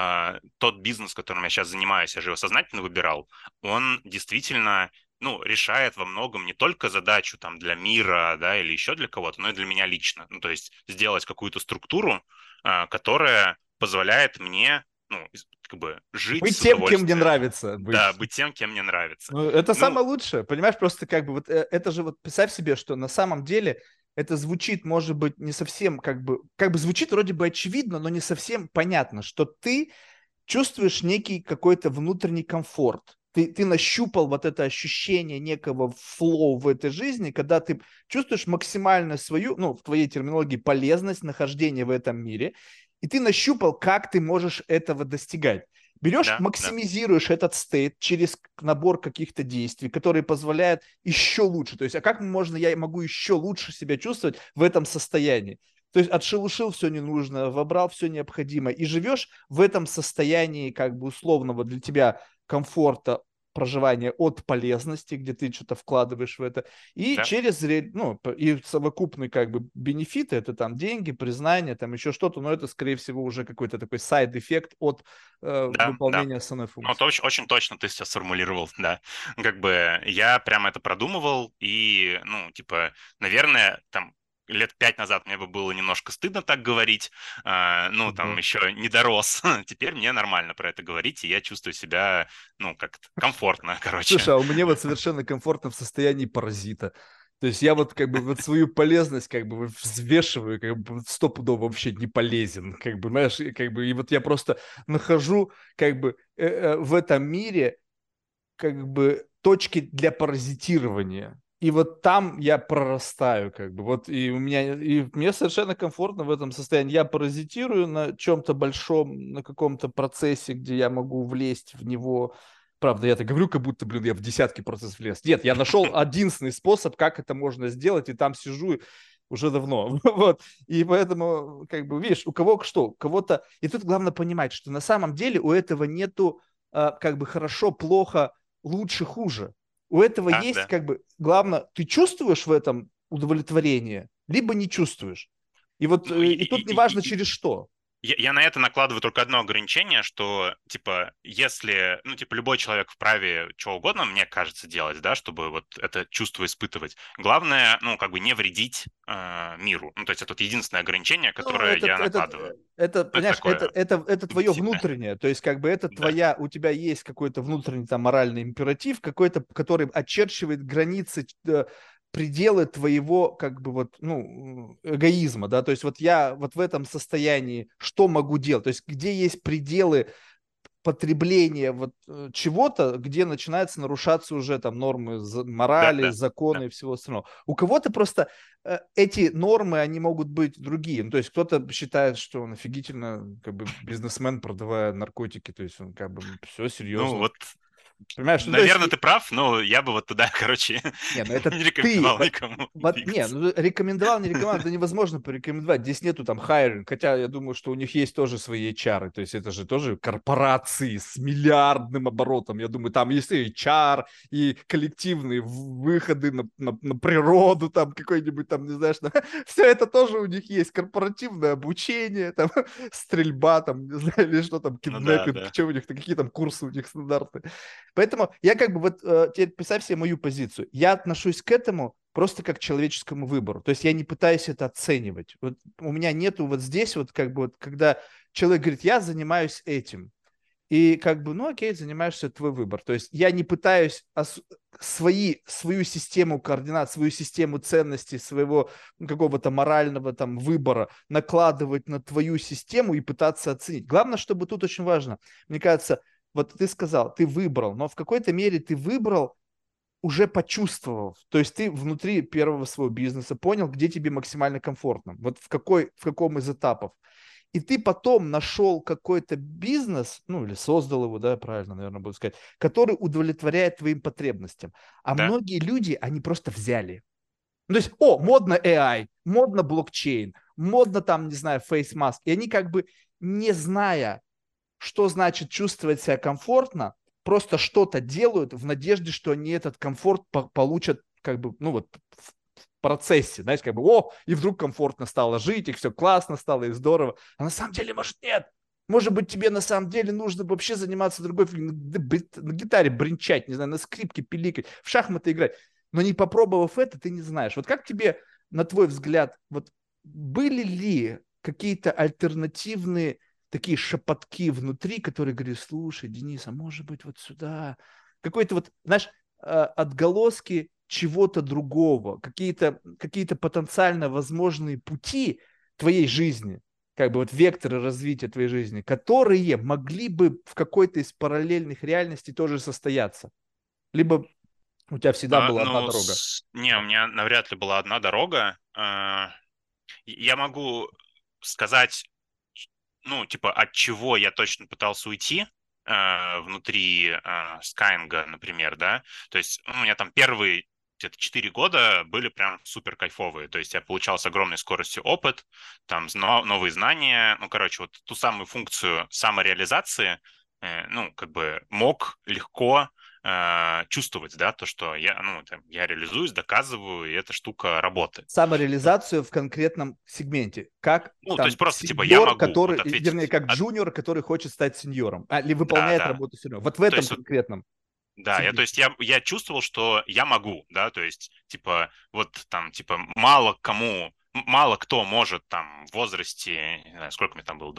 тот бизнес, которым я сейчас занимаюсь, я же его сознательно выбирал, он действительно, ну, решает во многом не только задачу там для мира, да, или еще для кого-то, но и для меня лично. Ну, то есть, сделать какую-то структуру, которая позволяет мне, ну, как бы жить Быть с тем, кем мне удовольствием. нравится Да, быть. быть тем, кем мне нравится. Ну, это Ну, самое лучшее, понимаешь, просто как бы вот это же вот представь себе, что на самом деле это звучит, может быть, не совсем как бы звучит вроде бы очевидно, но не совсем понятно, что ты чувствуешь некий какой-то внутренний комфорт. Ты нащупал вот это ощущение некого флоу в этой жизни, когда ты чувствуешь максимально свою, ну, в твоей терминологии, полезность нахождения в этом мире, и ты нащупал, как ты можешь этого достигать. Берешь, да, да. максимизируешь этот стейт через набор каких-то действий, которые позволяют еще лучше. То есть, а как можно, я могу еще лучше себя чувствовать в этом состоянии? То есть отшелушил все ненужное, вобрал все необходимое и живешь в этом состоянии как бы условного для тебя комфорта проживания от полезности, где ты что-то вкладываешь в это, и Да. через, ну, и совокупный как бы бенефиты, это там деньги, признание, там еще что-то, но это, скорее всего, уже какой-то такой сайд-эффект от Да, да. выполнения основной Ну, вот функции. очень точно ты сейчас сформулировал, да. Как бы я прям это продумывал, и, ну, типа, наверное, там, лет 5 назад мне бы было немножко стыдно так говорить, ну, там, Ого. еще не дорос. Теперь мне нормально про это говорить, и я чувствую себя, ну, как-то комфортно, короче. Слушай, а у меня вот совершенно комфортно в состоянии паразита. То есть я вот как бы вот свою полезность как бы взвешиваю, как бы вот стопудово вообще не полезен, как бы, знаешь, и как бы, и вот я просто нахожу как бы в этом мире как бы точки для паразитирования. И вот там я прорастаю, как бы, вот, и мне совершенно комфортно в этом состоянии. Я паразитирую на чем-то большом, на каком-то процессе, где я могу влезть в него. Правда, я так говорю, как будто, блин, я в десятки процессов влез. Нет, я нашел единственный способ, как это можно сделать, и там сижу, уже давно. Вот. И поэтому, как бы, видишь, у кого что, у кого-то... И тут главное понимать, что на самом деле у этого нету как бы хорошо, плохо, лучше, хуже. У этого Да, есть, да. как бы, главное, ты чувствуешь в этом удовлетворение, либо не чувствуешь. И вот Ну, и тут неважно через что. я на это накладываю только одно ограничение, что, типа, если, ну, типа, любой человек вправе чего угодно, мне кажется, делать, да, чтобы вот это чувство испытывать. Главное, ну, как бы не вредить миру. Ну, то есть это вот единственное ограничение, Ну, которое я накладываю. это, Это понимаешь, такое это твое субъективное. внутреннее, то есть как бы это Да, твоя, у тебя есть какой-то внутренний там моральный императив, какой-то, который очерчивает границы, пределы твоего как бы вот, ну, эгоизма, да, то есть вот я вот в этом состоянии что могу делать, то есть где есть пределы потребление вот чего-то, где начинается нарушаться уже там нормы да, морали, да, да. законы и всего остального. У кого-то просто эти нормы, они могут быть другие. Ну, то есть кто-то считает, что он офигительно как бы бизнесмен, продавая наркотики, то есть он как бы все Ну, серьезно. вот, Понимаешь, ну то есть наверное, ты прав, но я бы вот туда, короче, не, ну это не ты. рекомендовал никому Вот, не, двигаться. ну рекомендовал, не рекомендовал, это невозможно порекомендовать. Здесь нету там хайринг, хотя я думаю, что у них есть тоже свои HR, то есть это же тоже корпорации с миллиардным оборотом. Я думаю, там есть и HR, и коллективные выходы на природу, там какой-нибудь там, не знаешь, все это тоже у них есть. Корпоративное обучение, там стрельба, там, не знаю, или что там, Ну да, киднеппинг, да. что у них, какие там курсы у них стандартные. Поэтому я как бы вот теперь представь себе мою позицию. Я отношусь к этому просто как к человеческому выбору. То есть я не пытаюсь это оценивать. Вот у меня нету вот здесь вот как бы вот, когда человек говорит, я занимаюсь этим. И как бы, ну окей, занимаешься, это твой выбор. То есть я не пытаюсь свою систему координат, свою систему ценностей, своего какого-то морального там выбора накладывать на твою систему и пытаться оценить. Главное, чтобы тут очень важно, мне кажется, вот ты сказал, ты выбрал, но в какой-то мере ты выбрал, уже почувствовав. То есть ты внутри первого своего бизнеса понял, где тебе максимально комфортно. Вот в каком из этапов. И ты потом нашел какой-то бизнес, ну или создал его, да, правильно, наверное, буду сказать, который удовлетворяет твоим потребностям. А Да. многие люди, они просто взяли. Ну, то есть, о, модно AI, модно блокчейн, модно там, не знаю, face mask. И они как бы, не зная, что значит чувствовать себя комфортно, просто что-то делают в надежде, что они этот комфорт получат как бы, ну вот, в процессе, знаете, как бы, о, и вдруг комфортно стало жить, и все классно стало, и здорово. А на самом деле, может, нет. Может быть, тебе на самом деле нужно вообще заниматься другой на гитаре бренчать, не знаю, на скрипке пиликать, в шахматы играть. Но не попробовав это, ты не знаешь. Вот как тебе, на твой взгляд, вот были ли какие-то альтернативные такие шепотки внутри, которые говорят, слушай, Денис, а может быть вот сюда? Какой-то вот, знаешь, отголоски чего-то другого, какие потенциально возможные пути твоей жизни, как бы вот векторы развития твоей жизни, которые могли бы в какой-то из параллельных реальностей тоже состояться. Либо у тебя всегда была одна Ну, дорога. не, у меня навряд ли была одна дорога. Я могу сказать, ну, типа, от чего я точно пытался уйти внутри Skyeng, например, да. То есть у меня там первые где-то 4 года были прям супер кайфовые. То есть я получал с огромной скоростью опыт, там новые знания. Ну, короче, вот ту самую функцию самореализации, ну, как бы мог легко чувствовать, да, то, что я, ну, там, я реализуюсь, доказываю, и эта штука работает. Самореализацию в конкретном сегменте. Как Ну, то есть там просто, типа, я сеньор, могу который, вот вернее, ответить. как джуниор, который хочет стать сеньором, или Да, выполняет да. работу сеньора. Вот в То этом есть вот конкретном да, то есть сегменте. я чувствовал, что я могу, да, то есть, типа, вот там, типа, мало кто может там в возрасте, не знаю, сколько мне там было,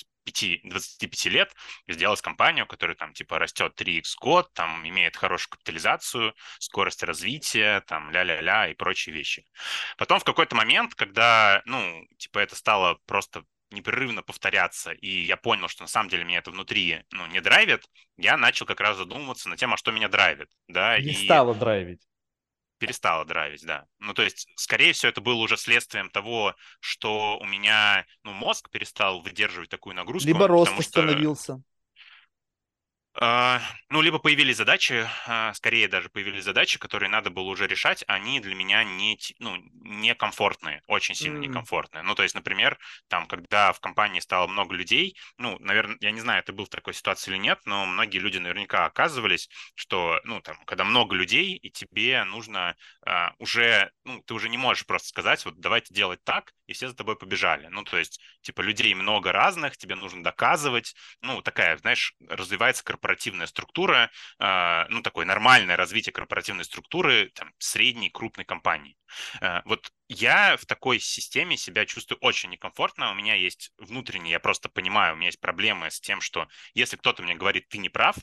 25 лет, сделать компанию, которая там, типа, растет 3х год, там, имеет хорошую капитализацию, скорость развития, там, ля-ля-ля и прочие вещи. Потом в какой-то момент, когда, ну, типа, это стало просто непрерывно повторяться, и я понял, что на самом деле меня это внутри, ну, не драйвит, я начал как раз задумываться на тему, а что меня драйвит, да, Не и стало драйвить. перестало драйвить, да. Ну, то есть, скорее всего, это было уже следствием того, что у меня, ну, мозг перестал выдерживать такую нагрузку, Либо рост потому что остановился. Ну, либо появились задачи, скорее даже появились задачи, которые надо было уже решать, они для меня ну, некомфортные, очень сильно М. некомфортные. Ну, то есть, например, там, когда в компании стало много людей, ну, наверное, я не знаю, ты был в такой ситуации или нет, но многие люди наверняка оказывались, что, ну, там, когда много людей, и тебе нужно уже, ну, ты уже не можешь просто сказать, вот давайте делать так, и все за тобой побежали. Ну, то есть, типа, людей много разных, тебе нужно доказывать, ну, такая, знаешь, развивается корпоративная структура, ну, такое нормальное развитие корпоративной структуры там, средней, крупной компании. Вот я в такой системе себя чувствую очень некомфортно. У меня есть внутренние, я просто понимаю, у меня есть проблемы с тем, что если кто-то мне говорит, ты не прав,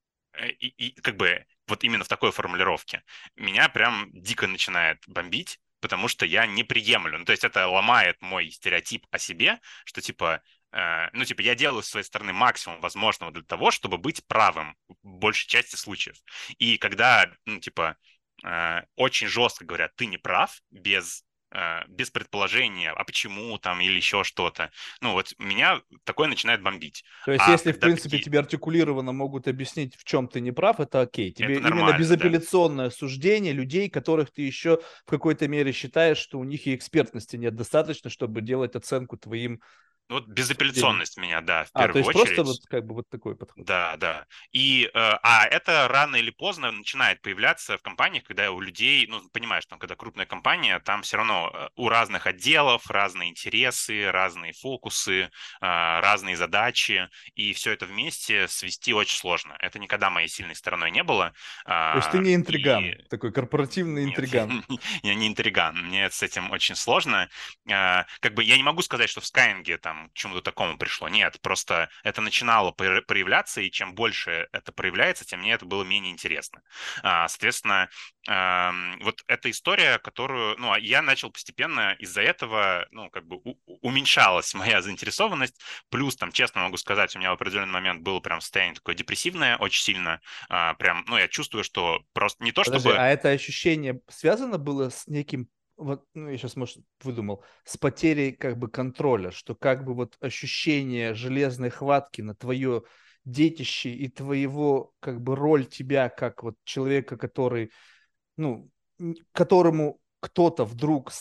и как бы вот именно в такой формулировке меня прям дико начинает бомбить, потому что я не приемлю. Ну, то есть это ломает мой стереотип о себе, что типа, ну, типа, я делаю с своей стороны максимум возможного для того, чтобы быть правым в большей части случаев. И когда, ну, типа, очень жестко говорят, ты не прав, без предположения, а почему там или еще что-то. Ну, вот меня такое начинает бомбить. То есть, А если, в когда принципе, такие... тебе артикулированно могут объяснить, в чем ты не прав, это окей. Тебе Это именно нормально, да. безапелляционное суждение людей, которых ты еще в какой-то мере считаешь, что у них и экспертности нет достаточно, чтобы делать оценку твоим Ну, вот суждениям. безапелляционность меня, да, в То первую есть просто очередь. вот как бы вот такой подход. Да, да. А это рано или поздно начинает появляться в компаниях, когда у людей, ну, понимаешь, там, когда крупная компания, там все равно у разных отделов разные интересы, разные фокусы, разные задачи, и все это вместе свести очень сложно. Это никогда моей сильной стороной не было. То есть ты не интриган, И такой корпоративный нет, интриган. я не интриган, мне с этим очень сложно. Как бы я не могу сказать, что в Skyeng там к чему-то такому пришло. Нет, просто это начинало проявляться, и чем больше это проявляется, тем мне это было менее интересно. Соответственно, вот эта история, которую, ну, я начал постепенно из-за этого, ну, как бы уменьшалась моя заинтересованность. Плюс, там, честно могу сказать, у меня в определенный момент было прям состояние такое депрессивное, очень сильно. Прям, ну, я чувствую, что просто не то Подожди, чтобы... а это ощущение связано было с неким, вот, ну, я сейчас, может, выдумал, с потерей как бы контроля, что как бы вот ощущение железной хватки на твое детище и твоего, как бы, роль тебя как вот человека, который, ну, которому кто-то вдруг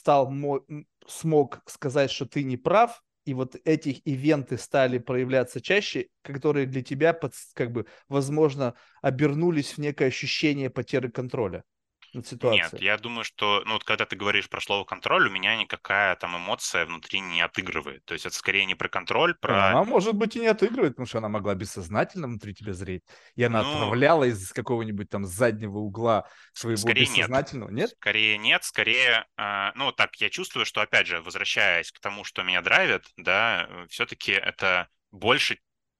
смог сказать, что ты не прав, и вот этих ивенты стали проявляться чаще, которые для тебя, как бы, возможно, обернулись в некое ощущение потери контроля над Нет, ситуацией. я думаю, что, ну вот когда ты говоришь про слово контроль, у меня никакая там эмоция внутри не отыгрывает. То есть это скорее не про контроль, про, Она, может быть, и не отыгрывает, потому что она могла бессознательно внутри тебя зреть, и она ну, отправляла из какого-нибудь там заднего угла твоего скорее нет. бессознательного, нет? Скорее нет, скорее, ну вот так, я чувствую, что, опять же, возвращаясь к тому, что меня драйвит, да, все-таки это больше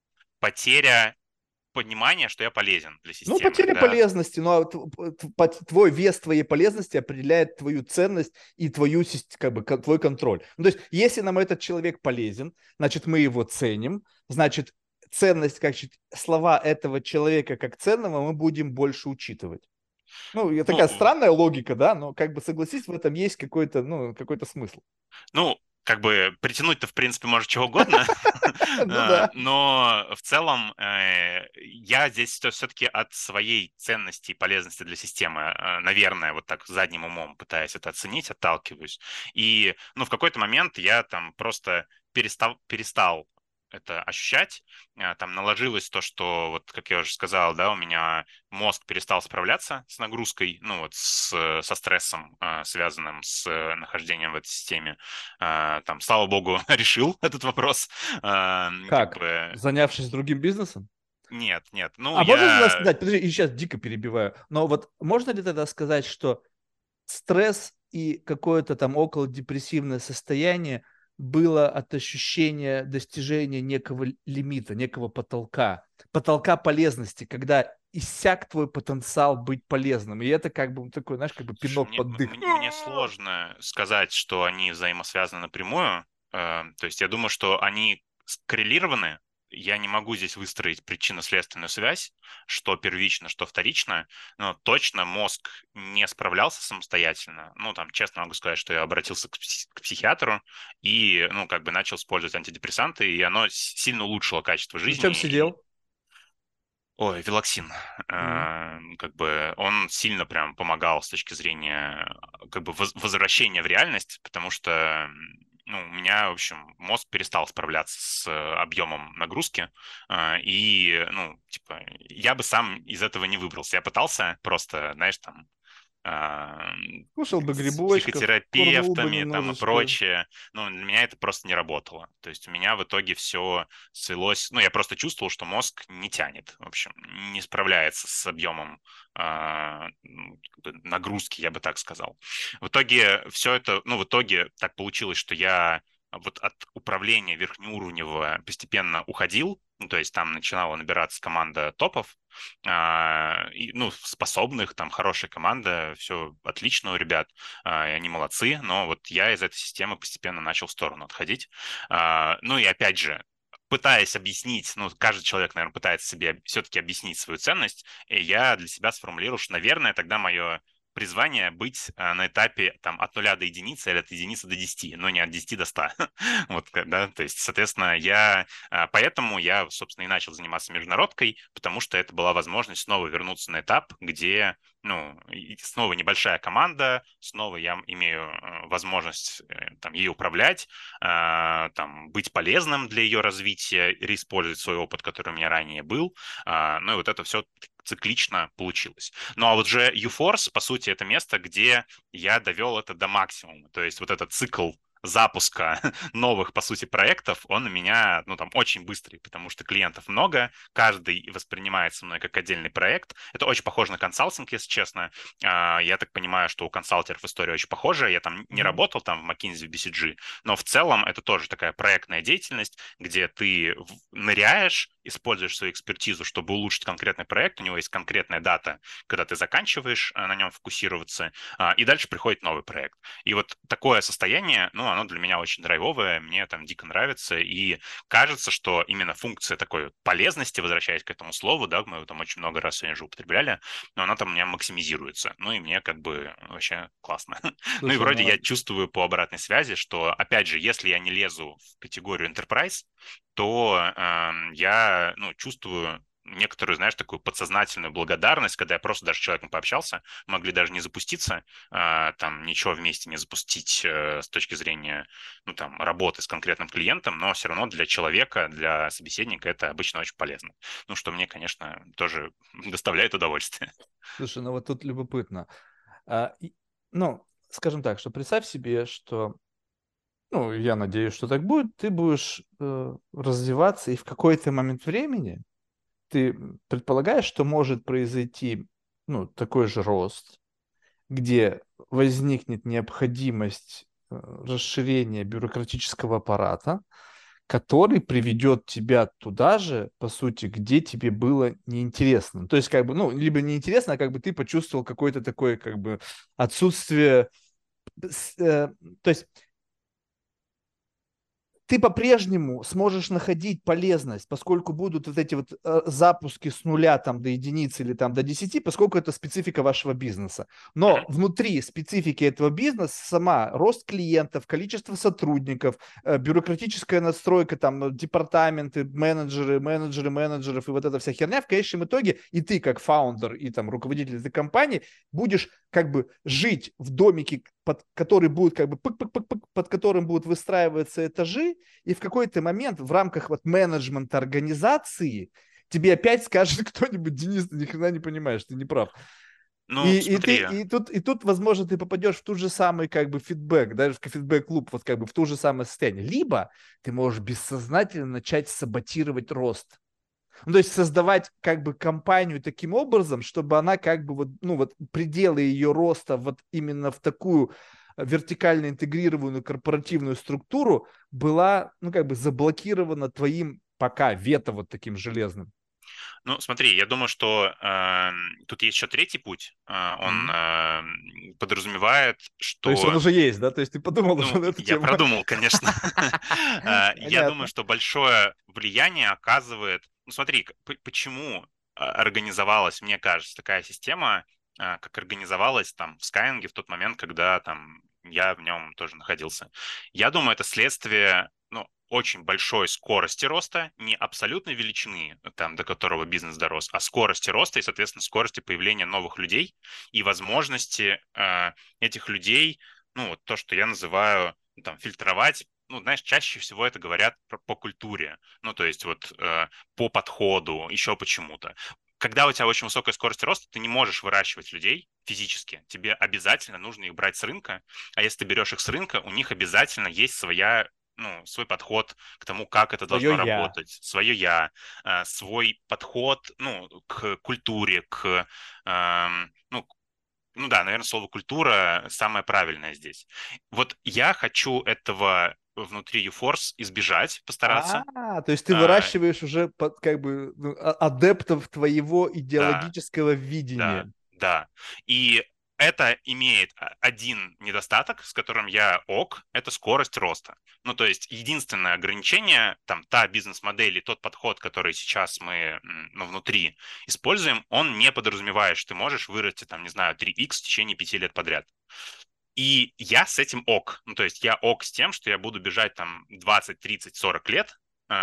потеря понимания, что я полезен для Ну, системы, потеря да. полезности, но твой вес твоей полезности определяет твою ценность и как бы, твой контроль. Ну, то есть, если нам этот человек полезен, значит, мы его ценим, значит, ценность, слова этого человека как ценного мы будем больше учитывать. Ну, Ну, такая странная логика, да, но как бы согласись, в этом есть какой-то, ну, какой-то смысл. Ну, как бы притянуть-то, в принципе, может чего угодно, Ну да. но в целом я здесь все-таки от своей ценности и полезности для системы, наверное, вот так задним умом пытаясь это оценить, отталкиваюсь. И, ну, в какой-то момент я там просто перестал это ощущать, там наложилось то, что, вот как я уже сказал, да, у меня мозг перестал справляться с нагрузкой, ну вот со стрессом, связанным с нахождением в этой системе. Там, слава богу, решил этот вопрос. Как Как? бы Занявшись другим бизнесом? нет, нет. Ну, А можно тогда я... сказать, подожди, и сейчас дико перебиваю, но вот можно ли тогда сказать, что стресс и какое-то там около депрессивное состояние было от ощущения достижения некого лимита, некого потолка полезности, когда иссяк твой потенциал быть полезным. И это как бы такой, знаешь, как бы Слушай, пинок под дых. мне сложно сказать, что они взаимосвязаны напрямую. То есть я думаю, что они скоррелированы. Я не могу здесь выстроить причинно-следственную связь, что первично, что вторично, но точно мозг не справлялся самостоятельно. Ну, там, честно могу сказать, что я обратился к психиатру и, ну, как бы начал использовать антидепрессанты, и оно сильно улучшило качество На чем жизни. И сидел? Ой, Велоксин. М. Как бы он сильно прям помогал с точки зрения как бы возвращения в реальность, потому что ну, у меня, в общем, мозг перестал справляться с объемом нагрузки, ну, типа, я бы сам из этого не выбрался. Я пытался просто, знаешь, там, а, Кушал бы с грибочков, курнул бы психотерапевтами там и немножечко. прочее. Но для меня это просто не работало. То есть у меня в итоге все свелось... Ну, я просто чувствовал, что мозг не тянет, в общем, не справляется с объемом как бы нагрузки, я бы так сказал. В итоге все это... Ну, в итоге так получилось, что я вот от управления верхнеуровневого постепенно уходил, ну, то есть там начинала набираться команда топов, ну, способных, там хорошая команда, все отлично у ребят, и они молодцы, но вот я из этой системы постепенно начал в сторону отходить. Ну и опять же, пытаясь объяснить, ну, каждый человек, наверное, пытается себе все-таки объяснить свою ценность, и я для себя сформулировал, что, наверное, тогда мое призвание быть на этапе там от 0 до 1 или от 1 до 10, но не от 10 до 100. Вот, да, то есть, соответственно, поэтому я, собственно, и начал заниматься международкой, потому что это была возможность снова вернуться на этап, где, ну, и снова небольшая команда, снова я имею возможность там ей управлять, там, быть полезным для ее развития, реиспользовать свой опыт, который у меня ранее был. Ну и вот это все циклично получилось. Ну а вот же UForce, по сути, это место, где я довел это до максимума. То есть вот этот цикл запуска новых, по сути, проектов, он у меня, ну, там, очень быстрый, потому что клиентов много, каждый воспринимается мной как отдельный проект. Это очень похоже на консалтинг, если честно. Я так понимаю, что у консалтеров история очень похожая. Я там не Мгм. работал, там, в McKinsey, в BCG, но в целом это тоже такая проектная деятельность, где ты ныряешь, используешь свою экспертизу, чтобы улучшить конкретный проект. У него есть конкретная дата, когда ты заканчиваешь на нем фокусироваться, и дальше приходит новый проект. И вот такое состояние, ну, оно для меня очень драйвовое, мне там дико нравится, и кажется, что именно функция такой вот полезности, возвращаясь к этому слову, да, мы его там очень много раз сегодня уже употребляли, но она там у меня максимизируется. Ну, и мне как бы вообще классно. Ну, и Слушай, вроде я ну, чувствую по обратной связи, что, опять же, если я не лезу в категорию enterprise, то я, ну, чувствую некоторую, знаешь, такую подсознательную благодарность, когда я просто даже с человеком пообщался, могли даже не запуститься, там ничего вместе не запустить с точки зрения, ну, там, работы с конкретным клиентом, но все равно для человека, для собеседника это обычно очень полезно. Ну, что мне, конечно, тоже доставляет удовольствие. слушай, ну вот тут любопытно. Ну, скажем так, что представь себе, что, ну, я надеюсь, что так будет, ты будешь развиваться, и в какой-то момент времени ты предполагаешь, что может произойти, ну, такой же рост, где возникнет необходимость расширения бюрократического аппарата, который приведет тебя туда же, по сути, где тебе было неинтересно. То есть, как бы, ну, либо неинтересно, а как бы ты почувствовал какое-то такое, как бы, отсутствие, с- э, то есть ты по-прежнему сможешь находить полезность, поскольку будут вот эти вот запуски с нуля там до единицы или там до 10, поскольку это специфика вашего бизнеса. Мгм. Но внутри специфики этого бизнеса сама рост клиентов, количество сотрудников, бюрократическая настройка, там департаменты, менеджеров и вот эта вся херня, в конечном итоге и ты как фаундер и там руководитель этой компании будешь как бы жить в домике, под который будет как бы пык-пык-пык-пык, под которым будут выстраиваться этажи, и в какой-то момент в рамках вот менеджмента организации тебе опять скажет кто-нибудь: Денис, ты ни хрена не понимаешь, ты не прав. Ну, смотри, И тут, возможно, ты попадешь в тот же самый как бы фидбэк, даже в фидбэк-клуб, вот как бы в то же самое состояние. Либо ты можешь бессознательно начать саботировать рост. Ну, то есть создавать как бы компанию таким образом, чтобы она как бы вот, ну вот пределы ее роста вот именно в такую вертикально интегрированную корпоративную структуру была, ну, как бы заблокирована твоим пока вето вот таким железным. ну, смотри, я думаю, что тут есть еще третий путь. Он Мгм. подразумевает, То есть он что уже есть, да? То есть ты подумал уже ну, на эту я тему. продумал, конечно. Я думаю, Понятно. что большое влияние оказывает... Ну, смотри, почему организовалась, мне кажется, такая система, как организовалась там в Skyeng в тот момент, когда там я в нем тоже находился. Я думаю, это следствие, ну, очень большой скорости роста, не абсолютной величины, там, до которого бизнес дорос, а скорости роста и, соответственно, скорости появления новых людей и возможности этих людей, ну, вот то, что я называю, ну, там, фильтровать. Ну, знаешь, чаще всего это говорят по культуре, ну, то есть вот по подходу, еще почему-то. Когда у тебя очень высокая скорость роста, ты не можешь выращивать людей физически. Тебе обязательно нужно их брать с рынка, а если ты берешь их с рынка, у них обязательно есть своя, ну, свой подход к тому, как это Твое должно я. работать, свое я, свой подход, ну, к культуре, к, ну да, наверное, слово культура самое правильное здесь. Вот я хочу этого внутри UForce избежать, постараться. То есть ты А, выращиваешь уже как бы ну, адептов твоего Да, идеологического да, видения. да. И это имеет один недостаток, с которым я ок, это скорость роста. Ну, то есть единственное ограничение, там, та бизнес-модель и тот подход, который сейчас мы ну, внутри используем, он не подразумевает, что ты можешь вырасти, там, не знаю, 3x в течение 5 лет подряд. И я с этим ок. Ну, то есть я ок с тем, что я буду бежать там 20, 30, 40 лет,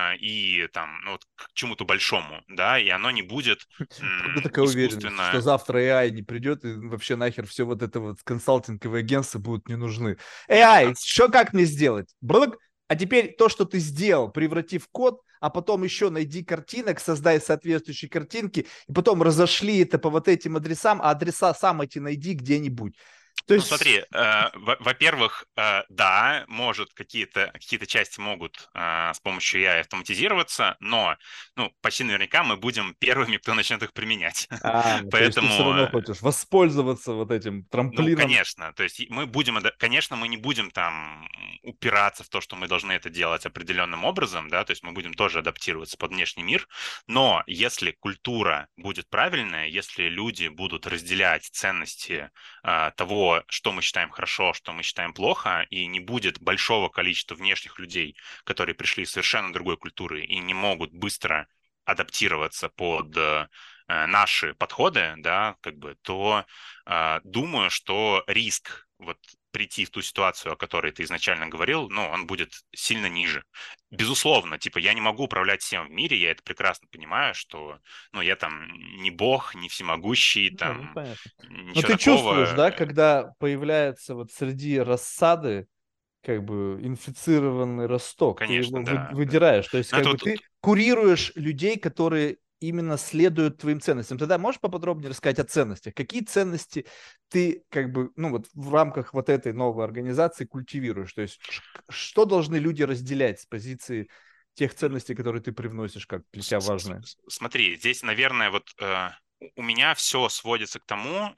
и там, ну, вот к чему-то большому, да, и оно не будет Откуда такая уверенность, что искусственно. завтра AI не придет и вообще нахер все вот это вот консалтинговые агентства будут не нужны. Не, ну, AI, что как мне сделать? Брык. А теперь то, что ты сделал, преврати в код, а потом еще найди картинок, создай соответствующие картинки, и потом разошли это по вот этим адресам, а адреса сам эти найди где-нибудь. То Ну, есть смотри, во-первых, да, может, какие-то части могут с помощью AI автоматизироваться, но, ну, почти наверняка мы будем первыми, кто начнет их применять. То есть ты все Поэтому равно хочешь воспользоваться вот этим ну, трамплином. конечно, то есть мы будем, конечно, мы не будем там упираться в то, что мы должны это делать определенным образом, да, то есть мы будем тоже адаптироваться под внешний мир, но если культура будет правильная, если люди будут разделять ценности того, что мы считаем хорошо, что мы считаем плохо, и не будет большого количества внешних людей, которые пришли из совершенно другой культуры и не могут быстро адаптироваться под наши подходы, да, как бы, то думаю, что риск вот прийти в ту ситуацию, о которой ты изначально говорил, ну, он будет сильно ниже. Безусловно, типа, я не могу управлять всем в мире, я это прекрасно понимаю, что, ну, я там не бог, не всемогущий, Не, ну там, понятно. Но ничего ты чувствуешь, такого. да, когда появляется вот среди рассады как бы инфицированный росток, ты его Конечно, да, да. выдираешь. То есть Но как это бы вот ты курируешь людей, которые именно следуют твоим ценностям. Тогда можешь поподробнее рассказать о ценностях? Какие ценности ты как бы, ну вот в рамках вот этой новой организации культивируешь? То есть что должны люди разделять с позиции тех ценностей, которые ты привносишь как для тебя важные? смотри, здесь, наверное, вот у меня все сводится к тому,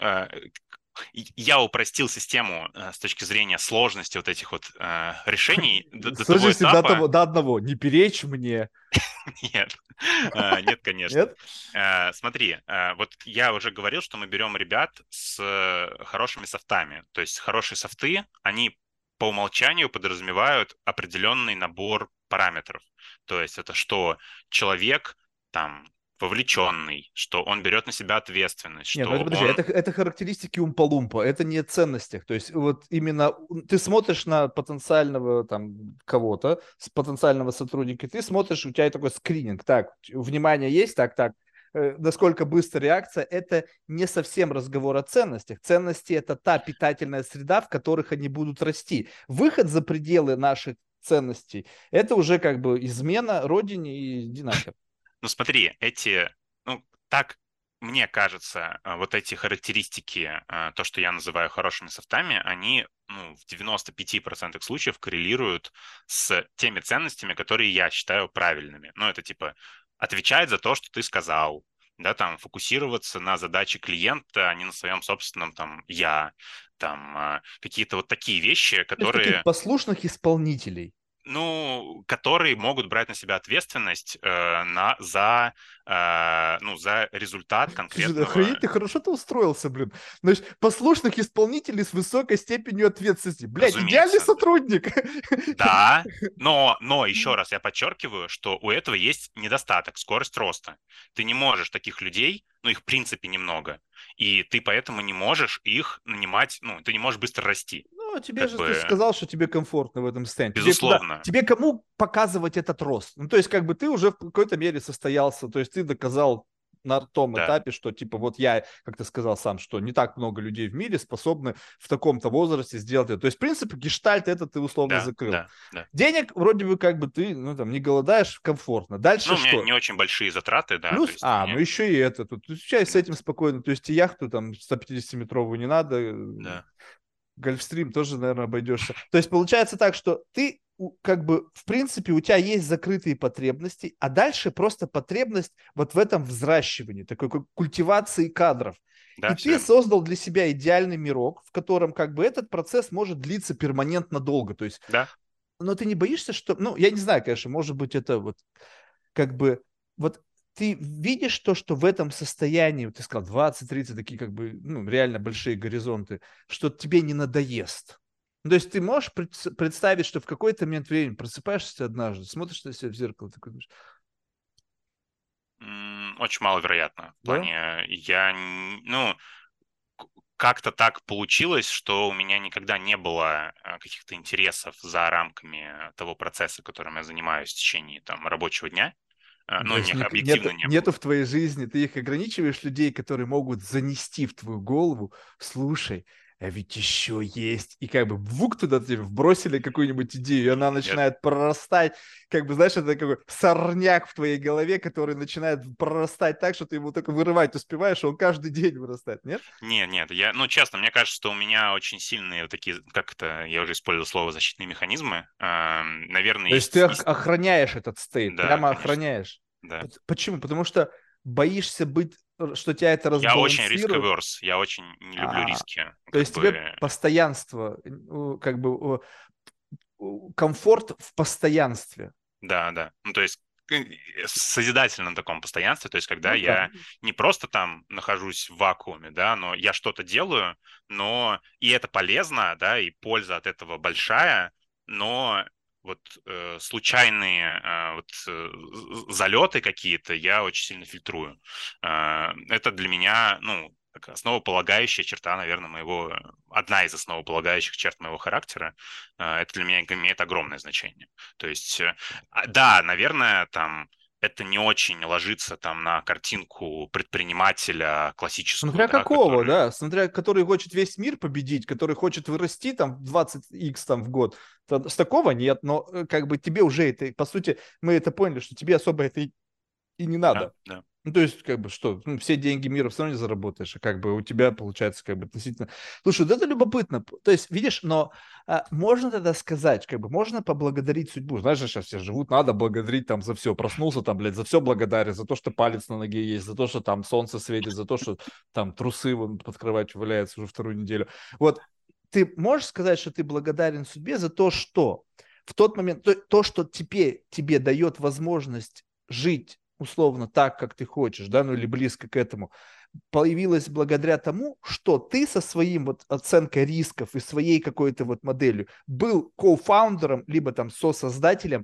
я упростил систему с точки зрения сложности вот этих вот решений до того Сложности до этапа. того, до одного. Не перечь мне. Нет, нет, конечно. Нет? Смотри, вот я уже говорил, что мы берем ребят с хорошими софтами. То есть хорошие софты, они по умолчанию подразумевают определенный набор параметров. То есть это что человек там вовлеченный, что он берет на себя ответственность, Нет, ну это что подожди, он это характеристики Умпа-Лумпа, это не ценностях. То есть вот именно ты смотришь на потенциального там кого-то, с потенциального сотрудника, и ты смотришь, у тебя такой скрининг. Так, внимание есть, так. Насколько быстрая реакция, это не совсем разговор о ценностях. Ценности это та питательная среда, в которых они будут расти. Выход за пределы наших ценностей, это уже как бы измена родине и иди нахер. ну, смотри, ну, так мне кажется, вот эти характеристики, то, что я называю хорошими софтами, они, ну, в 95% случаев коррелируют с теми ценностями, которые я считаю правильными. Ну, это типа отвечать за то, что ты сказал, да, там, фокусироваться на задаче клиента, а не на своем собственном, там, я, там, какие-то вот такие вещи, То есть таких которые послушных исполнителей. ну, которые могут брать на себя ответственность ну, за результат Слушай, конкретного. охренеть, ты хорошо ты устроился, блин. Значит, послушных исполнителей с высокой степенью ответственности. Блядь, идеальный Разумеется, сотрудник. да, но еще раз я подчеркиваю, что у этого есть недостаток, скорость роста. Ты не можешь таких людей, ну, их в принципе немного, и ты поэтому не можешь их нанимать, ну, ты не можешь быстро расти. Ну, тебе Как же ты бы, сказал, что тебе комфортно в этом состоянии. Тебе куда? безусловно, Тебе кому показывать этот рост? Ну, то есть, как бы ты уже в какой-то мере состоялся, то есть ты доказал на том да, этапе, что типа вот я, как ты сказал сам, что не так много людей в мире способны в таком-то возрасте сделать это. То есть, в принципе, гештальт это ты условно да, закрыл. да, да. Денег вроде бы как бы ты, ну, там, не голодаешь, комфортно. Дальше Ну, у меня что? не очень большие затраты, да, то Плюс, есть у ну меня, еще и это, тут чай с да, этим спокойно, то есть и яхту там 150-метровую не надо, да. Гольфстрим тоже, наверное, обойдешься. То есть получается так, что ты как бы, в принципе, у тебя есть закрытые потребности, а дальше просто потребность вот в этом взращивании, такой как культивации кадров. И Да, все ты верно. создал для себя идеальный мирок, в котором как бы этот процесс может длиться перманентно долго. То есть, Да. но ты не боишься, что, ну, я не знаю, конечно, может быть, это вот как бы, вот ты видишь то, что в этом состоянии, вот ты сказал, 20-30 такие как бы, ну, реально большие горизонты, что тебе не надоест. Ну, то есть ты можешь представить, что в какой-то момент времени просыпаешься однажды, смотришь на себя в зеркало, такой думаешь, Очень маловероятно. В да? плане, ну, к- как-то так получилось, что у меня никогда не было каких-то интересов за рамками того процесса, которым я занимаюсь в течение там рабочего дня. Ну, то Ну, у есть них объективно не нету было. в твоей жизни, ты их ограничиваешь, людей, которые могут занести в твою голову, слушай, а ведь еще есть. И как бы вук туда тебе вбросили какую-нибудь идею, и она Нет, начинает прорастать. Как бы, знаешь, это такой сорняк в твоей голове, который начинает прорастать так, что ты его только вырывать успеваешь, и он каждый день вырастает, нет? нет, ну, честно, мне кажется, что у меня очень сильные вот такие, как это, я уже использовал слово защитные механизмы. Наверное, То есть ты охраняешь этот стейт, да, прямо конечно, охраняешь. да. Почему? Потому что боишься быть, что тебя это Я очень разбалансирует. риск-аверс, я очень не люблю А, риски. то Как есть тебе бы, постоянство, как бы комфорт в постоянстве. да. Ну, то есть в созидательном таком постоянстве, то есть когда Ну да. я не просто там нахожусь в вакууме, да, но я что-то делаю, но и это полезно, да, и польза от этого большая, но вот случайные залеты какие-то я очень сильно фильтрую. Это для меня, ну, такая основополагающая черта, наверное, одна из основополагающих черт моего характера. Это для меня имеет огромное значение. То есть да, наверное, там это не очень ложится там на картинку предпринимателя классическую, Смотря да, какого, который... да, смотря который хочет весь мир победить, который хочет вырасти там 20x там в год. С такого нет, но как бы тебе уже это, по сути, мы это поняли, что тебе особо это и не Да, надо. да. Ну, то есть, как бы, что, ну, все деньги мира все равно не заработаешь, а как бы у тебя получается, как бы, относительно... Слушай, вот это любопытно. То есть, видишь, но можно тогда сказать, как бы, можно поблагодарить судьбу. Знаешь, сейчас все живут, надо благодарить там за все. Проснулся там, блядь, за все благодарен, за то, что палец на ноге есть, за то, что там солнце светит, за то, что там трусы вон под кроватью валяются уже вторую неделю. Вот ты можешь сказать, что ты благодарен судьбе за то, что в тот момент, что тебе дает возможность жить условно так, как ты хочешь, да, ну или близко к этому, появилось благодаря тому, что ты со своим вот оценкой рисков и своей какой-то вот моделью был кофаундером, либо там сосоздателем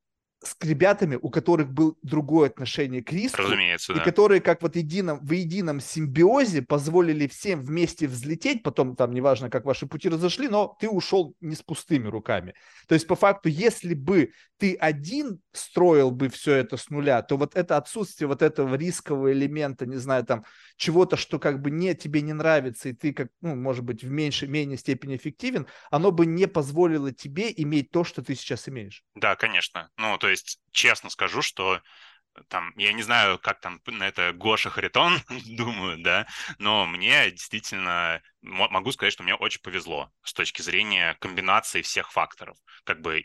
с ребятами, у которых был другое отношение к риску, Разумеется, и да. которые как вот в едином симбиозе позволили всем вместе взлететь, потом там неважно, как ваши пути разошли, но ты ушел не с пустыми руками. То есть по факту, если бы ты один строил бы все это с нуля, то вот это отсутствие вот этого рискового элемента, не знаю, там чего-то, что как бы тебе не нравится, и ты как, ну, может быть, в менее степени эффективен, оно бы не позволило тебе иметь то, что ты сейчас имеешь. Да, конечно. Ну, то есть, честно скажу, что там, я не знаю, как там на это Гоша Харитон думают, да, но мне действительно, могу сказать, что мне очень повезло с точки зрения комбинации всех факторов. Как бы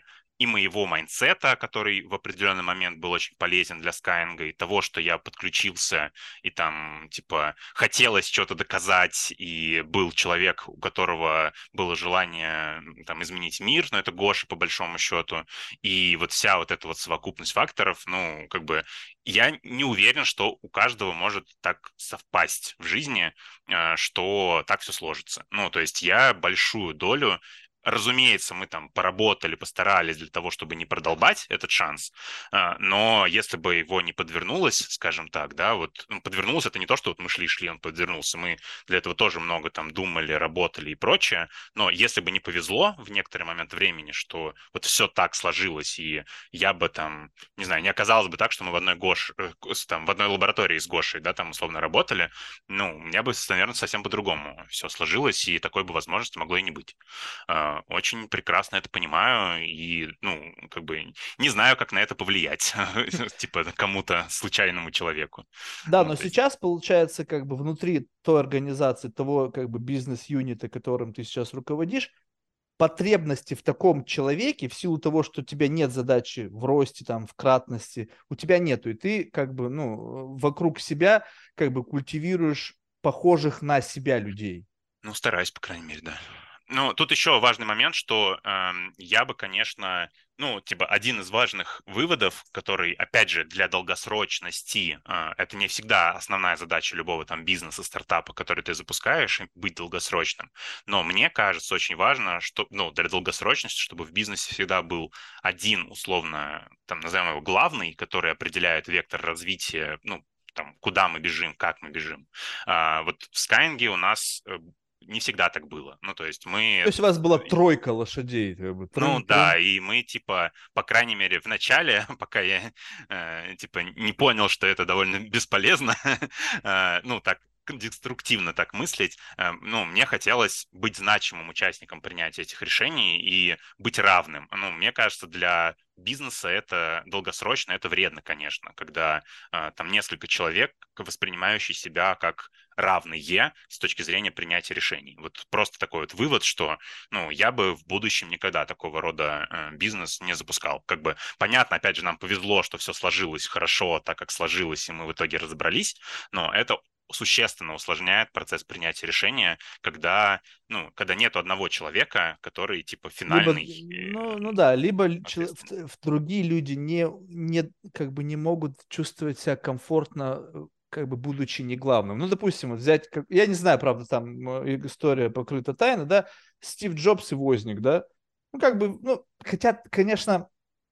и моего майндсета, который в определенный момент был очень полезен для Skyeng, и того, что я подключился, и там, типа, хотелось что-то доказать, и был человек, у которого было желание там изменить мир, но это Гоша по большому счету, и вот вся вот эта вот совокупность факторов, ну, как бы, я не уверен, что у каждого может так совпасть в жизни, что так все сложится. Ну, то есть я большую долю разумеется, мы там поработали, постарались для того, чтобы не продолбать этот шанс, но если бы его не подвернулось, скажем так, да, вот подвернулось, это не то, что вот мы шли-шли, он подвернулся, мы для этого тоже много там думали, работали и прочее, но если бы не повезло в некоторый момент времени, что вот все так сложилось, и я бы там, не знаю, не оказалось бы так, что мы в одной там, в одной лаборатории с Гошей, да, там условно работали, ну, у меня бы, наверное, совсем по-другому все сложилось, и такой бы возможности могло и не быть. Очень прекрасно это понимаю и, ну, как бы не знаю, как на это повлиять, типа кому-то, случайному человеку. Да, Вот, но то есть, сейчас получается как бы внутри той организации, того как бы бизнес-юнита, которым ты сейчас руководишь, потребности в таком человеке в силу того, что у тебя нет задачи в росте, там, в кратности, у тебя нету, и ты как бы, ну, вокруг себя как бы культивируешь похожих на себя людей. ну, стараюсь, по крайней мере, да. Ну, тут еще важный момент, что я бы, конечно, ну, типа, один из важных выводов, который, опять же, для долгосрочности, это не всегда основная задача любого там бизнеса, стартапа, который ты запускаешь, быть долгосрочным. Но мне кажется, очень важно, что, ну, для долгосрочности, чтобы в бизнесе всегда был один, условно, там, назовем его главный, который определяет вектор развития, ну, там, куда мы бежим, как мы бежим. Вот в Skyeng у нас не всегда так было. Ну, то есть То есть у вас была тройка лошадей, как бы, ну трын-трын. да, и мы, типа, по крайней мере, в начале, пока я, типа, не понял, что это довольно бесполезно, ну, так, деструктивно так мыслить, ну, мне хотелось быть значимым участником принятия этих решений и быть равным. Ну, мне кажется, для бизнеса это долгосрочно, это вредно, конечно, когда там несколько человек, воспринимающие себя как равные с точки зрения принятия решений. Вот просто такой вот вывод, что ну, я бы в будущем никогда такого рода бизнес не запускал. Как бы понятно, опять же, нам повезло, что все сложилось хорошо, так как сложилось, и мы в итоге разобрались, но это существенно усложняет процесс принятия решения, когда, ну, когда нету одного человека, который, типа, Либо, финальный ну да, либо ответственный. другие люди не, как бы не могут чувствовать себя комфортно, как бы будучи не главным. Ну, допустим, вот взять, я не знаю, правда, там история покрыта тайной, да, Стив Джобс и Возник, да, ну, как бы, ну, хотя, конечно,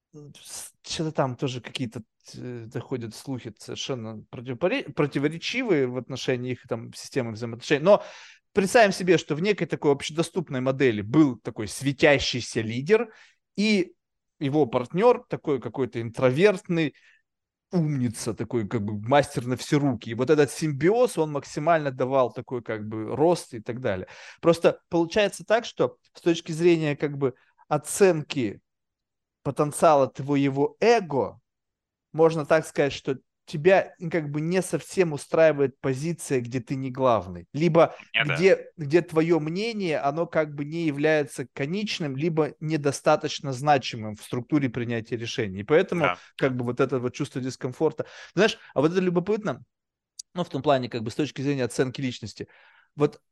что-то там тоже какие-то доходят слухи совершенно противоречивые в отношении их там системы взаимоотношений. Но представим себе, что в некой такой общедоступной модели был такой светящийся лидер и его партнер, такой какой-то интровертный, умница, такой как бы мастер на все руки. И вот этот симбиоз, он максимально давал такой как бы рост и так далее. Просто получается так, что с точки зрения как бы оценки потенциала твоего эго, можно так сказать, что тебя как бы не совсем устраивает позиция, где ты не главный, либо Не, да, где твое мнение, оно как бы не является конечным, либо недостаточно значимым в структуре принятия решений. И поэтому да, как да. бы вот это вот чувство дискомфорта. Знаешь, а вот это любопытно, ну, в том плане, как бы с точки зрения оценки личности. Вот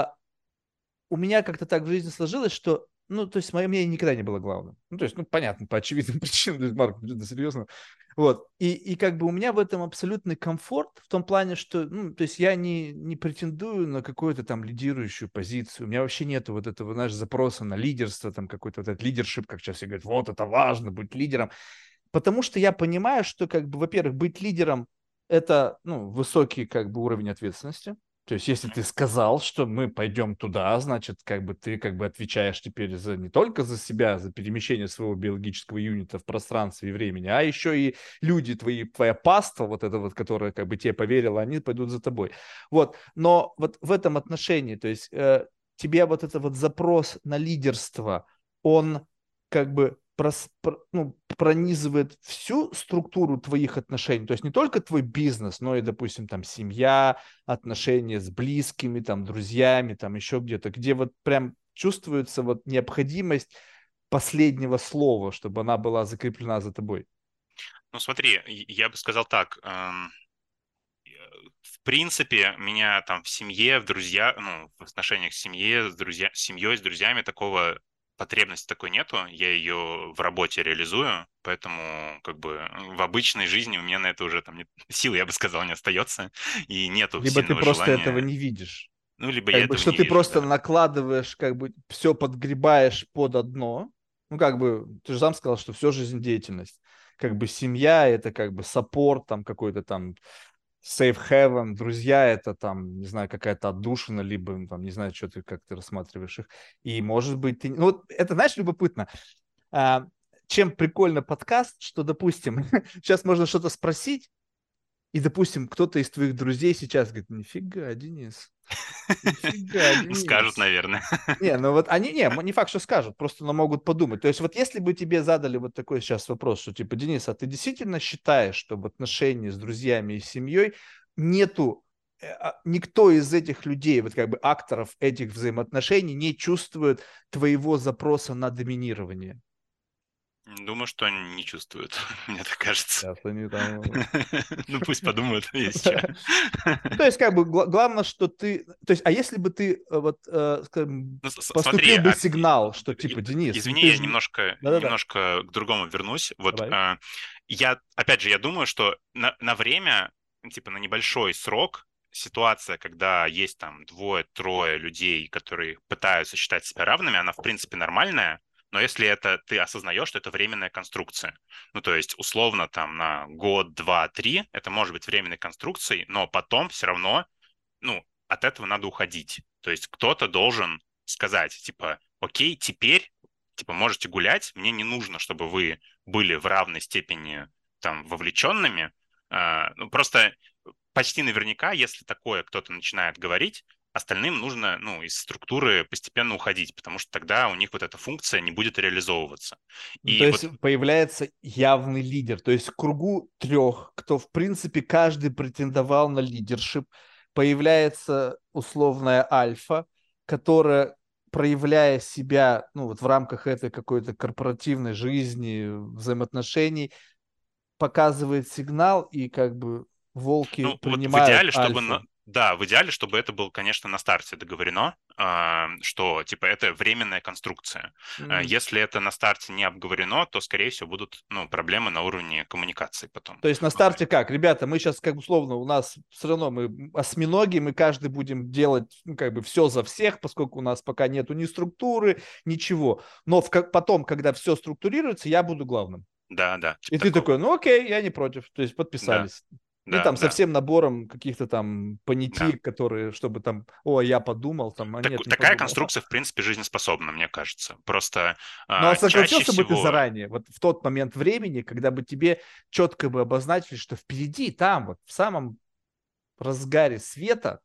у меня как-то так в жизни сложилось, что, ну, то есть мое мнение никогда не было главным. Ну, то есть, ну, понятно, по очевидным причинам, то есть, Марк, да, серьезно. Вот. И как бы у меня в этом абсолютный комфорт в том плане, что, ну, то есть я не претендую на какую-то там лидирующую позицию. У меня вообще нету вот этого, знаешь, запроса на лидерство, там какой-то вот этот лидершип, как сейчас все говорят, вот это важно, быть лидером. Потому что я понимаю, что, как бы, во-первых, быть лидером – это, ну, высокий, как бы, уровень ответственности. То есть, если ты сказал, что мы пойдем туда, значит, как бы ты как бы отвечаешь теперь за не только за себя, за перемещение своего биологического юнита в пространстве и времени, а еще и люди твои, твоя паства, вот эта вот, которая как бы тебе поверила, они пойдут за тобой. Вот. Но вот в этом отношении, то есть тебе вот этот вот запрос на лидерство, он как бы ну, пронизывает всю структуру твоих отношений. То есть не только твой бизнес, но и, допустим, там семья, отношения с близкими, там, друзьями, там еще где-то, где вот прям чувствуется вот необходимость последнего слова, чтобы она была закреплена за тобой. Ну, смотри, я бы сказал так, в принципе, меня там в семье, в друзья, ну, в отношениях с семьей, с семьей, с друзьями такого потребности такой нету. Я ее в работе реализую, поэтому как бы в обычной жизни у меня на это уже там нет сил, я бы сказал, не остается, и нету Либо ты сильного просто этого желания. не видишь. Ну, либо я Как бы, этого что не ты вижу, просто да. накладываешь, как бы, все подгребаешь под одно. Ну, как бы, ты же сам сказал, что все жизнедеятельность. Как бы семья — это как бы саппорт, там какой-то там safe haven, друзья — это там, не знаю, какая-то отдушина, либо, ну, там, не знаю, что ты, как ты рассматриваешь их. И, может быть, ты... Ну, вот это, знаешь, любопытно. А, чем прикольно подкаст, что, допустим, сейчас можно что-то спросить, и, допустим, кто-то из твоих друзей сейчас говорит: нифига, Денис, нифига, Ну, скажут, Денис. наверное. Не, ну вот они, не факт, что скажут, просто но могут подумать. То есть вот если бы тебе задали вот такой сейчас вопрос, что типа: Денис, а ты действительно считаешь, что в отношении с друзьями и семьей нету, никто из этих людей, вот как бы акторов этих взаимоотношений не чувствует твоего запроса на доминирование? Думаю, что они не чувствуют, мне так кажется. Сейчас они там... Ну, пусть подумают, есть что. Ну, то есть, как бы, главное, что ты... То есть, а если бы ты, скажем, Ну, смотри, поступил бы сигнал, что, типа: Денис, ну извини, ты я же... немножко, Да-да-да, к другому вернусь. Вот давай. я, опять же, я думаю, что на время, типа на небольшой срок, ситуация, когда есть там двое-трое людей, которые пытаются считать себя равными, она в принципе нормальная. Но если это ты осознаешь, что это временная конструкция, ну то есть условно там на год, два, три, это может быть временной конструкцией, но потом все равно, ну, от этого надо уходить. То есть кто-то должен сказать, типа, окей, теперь, типа, можете гулять, мне не нужно, чтобы вы были в равной степени там вовлеченными. Ну, просто почти наверняка, если такое кто-то начинает говорить, остальным нужно, ну, из структуры постепенно уходить, потому что тогда у них вот эта функция не будет реализовываться. Ну, то И есть вот, появляется явный лидер. То есть в кругу трех, кто, в принципе, каждый претендовал на лидершип, появляется условная альфа, которая, проявляя себя, ну, вот в рамках этой какой-то корпоративной жизни, взаимоотношений, показывает сигнал, и как бы волки ну, вот в принимают идеале, чтобы, альфу. да, в идеале, чтобы это было, конечно, на старте договорено, что, типа, это временная конструкция. Если это на старте не обговорено, то, скорее всего, будут, ну, проблемы на уровне коммуникации потом. То есть на старте как? Ребята, мы сейчас, как условно, у нас все равно мы осьминоги, мы каждый будем делать, ну, как бы все за всех, поскольку у нас пока нету ни структуры, ничего. Но потом, когда все структурируется, я буду главным. Да, да, И типа ты такой: такого. ну окей, я не против. То есть Да, подписались. И да, там со да, всем набором каких-то там да. понятий, которые, чтобы там: о, я подумал, там, а нет, не Такая подумал. конструкция, в принципе, жизнеспособна, мне кажется. Просто Ну, а чаще согласился бы ты всего, заранее, вот в тот момент времени, когда бы тебе четко бы обозначили, что впереди, там, вот в самом разгаре света...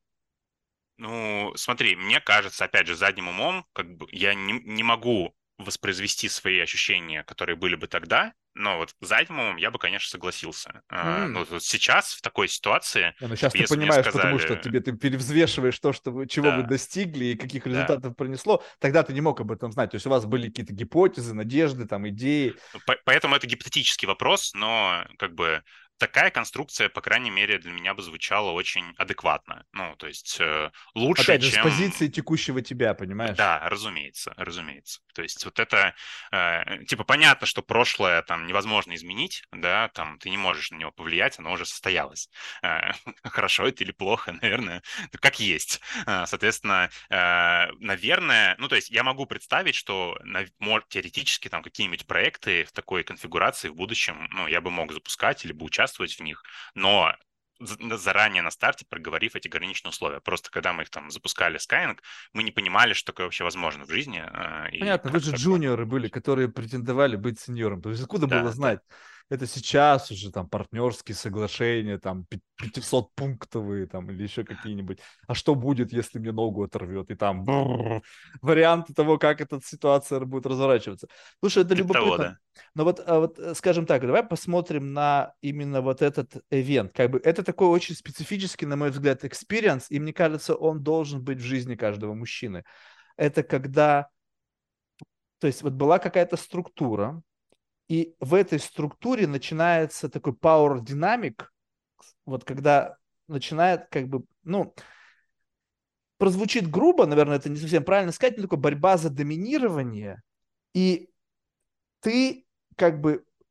ну, смотри, мне кажется, опять же, задним умом, как бы я не могу воспроизвести свои ощущения, которые были бы тогда, но вот задним умом я бы, конечно, согласился. М. Ну, вот сейчас в такой ситуации, Не, ну сейчас типа, ты если бы мне понимаешь, потому что сказали, тебе ты перевзвешиваешь то, что чего вы да, достигли и каких да, результатов принесло, тогда ты не мог об этом знать. То есть у вас были какие-то гипотезы, надежды, там, идеи. ну, поэтому это гипотетический вопрос, но как бы такая конструкция, по крайней мере, для меня бы звучала очень адекватно. Ну, то есть лучше, Опять же, с чем... позиции текущего тебя, понимаешь? Да, разумеется, разумеется. То есть вот это, типа, понятно, что прошлое там невозможно изменить, да, там ты не можешь на него повлиять, оно уже состоялось. Хорошо это или плохо, наверное, как есть. Соответственно, наверное, ну, то есть я могу представить, что теоретически там какие-нибудь проекты в такой конфигурации в будущем, ну, я бы мог запускать или бы участвовать в них, но заранее на старте проговорив эти граничные условия. Просто когда мы их там запускали в Skyeng, мы не понимали, что такое вообще возможно в жизни и Понятно, тут как же такое джуниоры были, будет. которые претендовали быть сеньором. То есть откуда было Да, знать? да. Это сейчас уже там партнерские соглашения, там 500-пунктовые там или еще какие-нибудь. А что будет, если мне ногу оторвет? И там варианты того, как эта ситуация будет разворачиваться. Слушай, это Типа того, любопытно. да. Но вот, скажем так, давай посмотрим на именно вот этот ивент. Как бы это такой очень специфический, на мой взгляд, экспириенс, и мне кажется, он должен быть в жизни каждого мужчины. Это когда, то есть вот была какая-то структура, и в этой структуре начинается такой power dynamic, вот когда начинает как бы, ну, прозвучит грубо, наверное, это не совсем правильно сказать, но такая борьба за доминирование, и ты как бы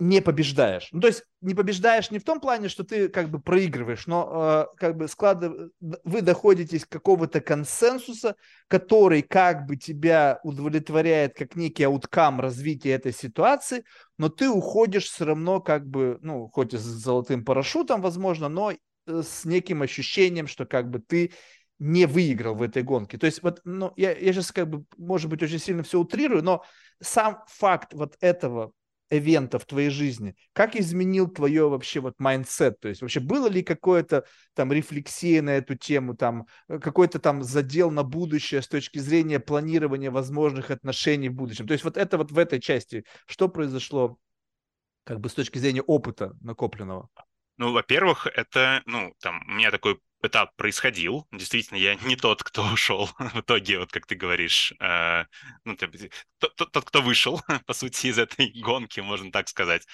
не побеждаешь. Ну, то есть не побеждаешь не в том плане, что ты как бы проигрываешь, но как бы вы доходитесь к какого-то консенсуса, который как бы тебя удовлетворяет как некий ауткам развития этой ситуации, но ты уходишь все равно как бы, ну, хоть и с золотым парашютом, возможно, но с неким ощущением, что как бы ты не выиграл в этой гонке. То есть вот, ну, я сейчас как бы, может быть, очень сильно все утрирую, но сам факт вот этого эвента в твоей жизни, как изменил твое вообще вот майндсет? То есть вообще было ли какое-то там рефлексия на эту тему, там какой-то там задел на будущее с точки зрения планирования возможных отношений в будущем? То есть вот это вот в этой части, что произошло как бы с точки зрения опыта накопленного? Ну, во-первых, это, ну, там, у меня такой этап происходил. Действительно, я не тот, кто ушел в итоге, вот как ты говоришь. Ну, тот, кто вышел, по сути, из этой гонки, можно так сказать.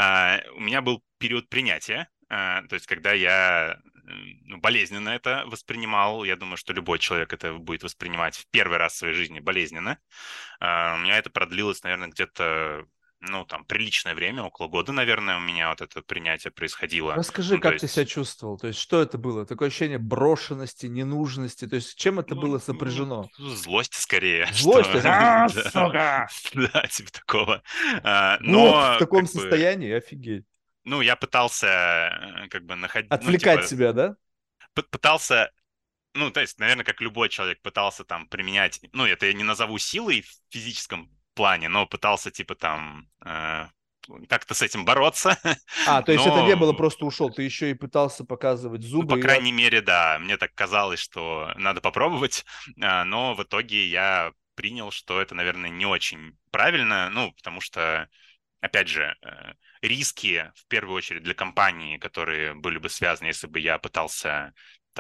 У меня был период принятия. То есть, когда я ну, болезненно это воспринимал, я думаю, что любой человек это будет воспринимать в первый раз в своей жизни болезненно. У меня это продлилось, наверное, где-то ну, там, приличное время, около года, наверное, у меня вот это принятие происходило. Расскажи, Ну, то как ты себя есть, чувствовал? То есть что это было? Такое ощущение брошенности, ненужности? То есть с чем это было ну, сопряжено? злость скорее, Злость? То что, есть, а, да, сука! да, типа такого. Год в Но, таком как бы, состоянии? Офигеть. ну, я пытался, как бы, находить, ну, Отвлекать типа, себя, да? пытался. Ну, то есть, наверное, как любой человек пытался там применять, ну, это я не назову силой в физическом плане, но пытался, типа, там, как-то с этим бороться, А, то есть это не было но, просто ушел, ты еще и пытался показывать ну, по зубы и крайней мере, да, мне так казалось, что надо попробовать, но в итоге я принял, что это, наверное, не очень правильно, ну, потому что опять же, риски, в первую очередь, для компании, которые были бы связаны, если бы я пытался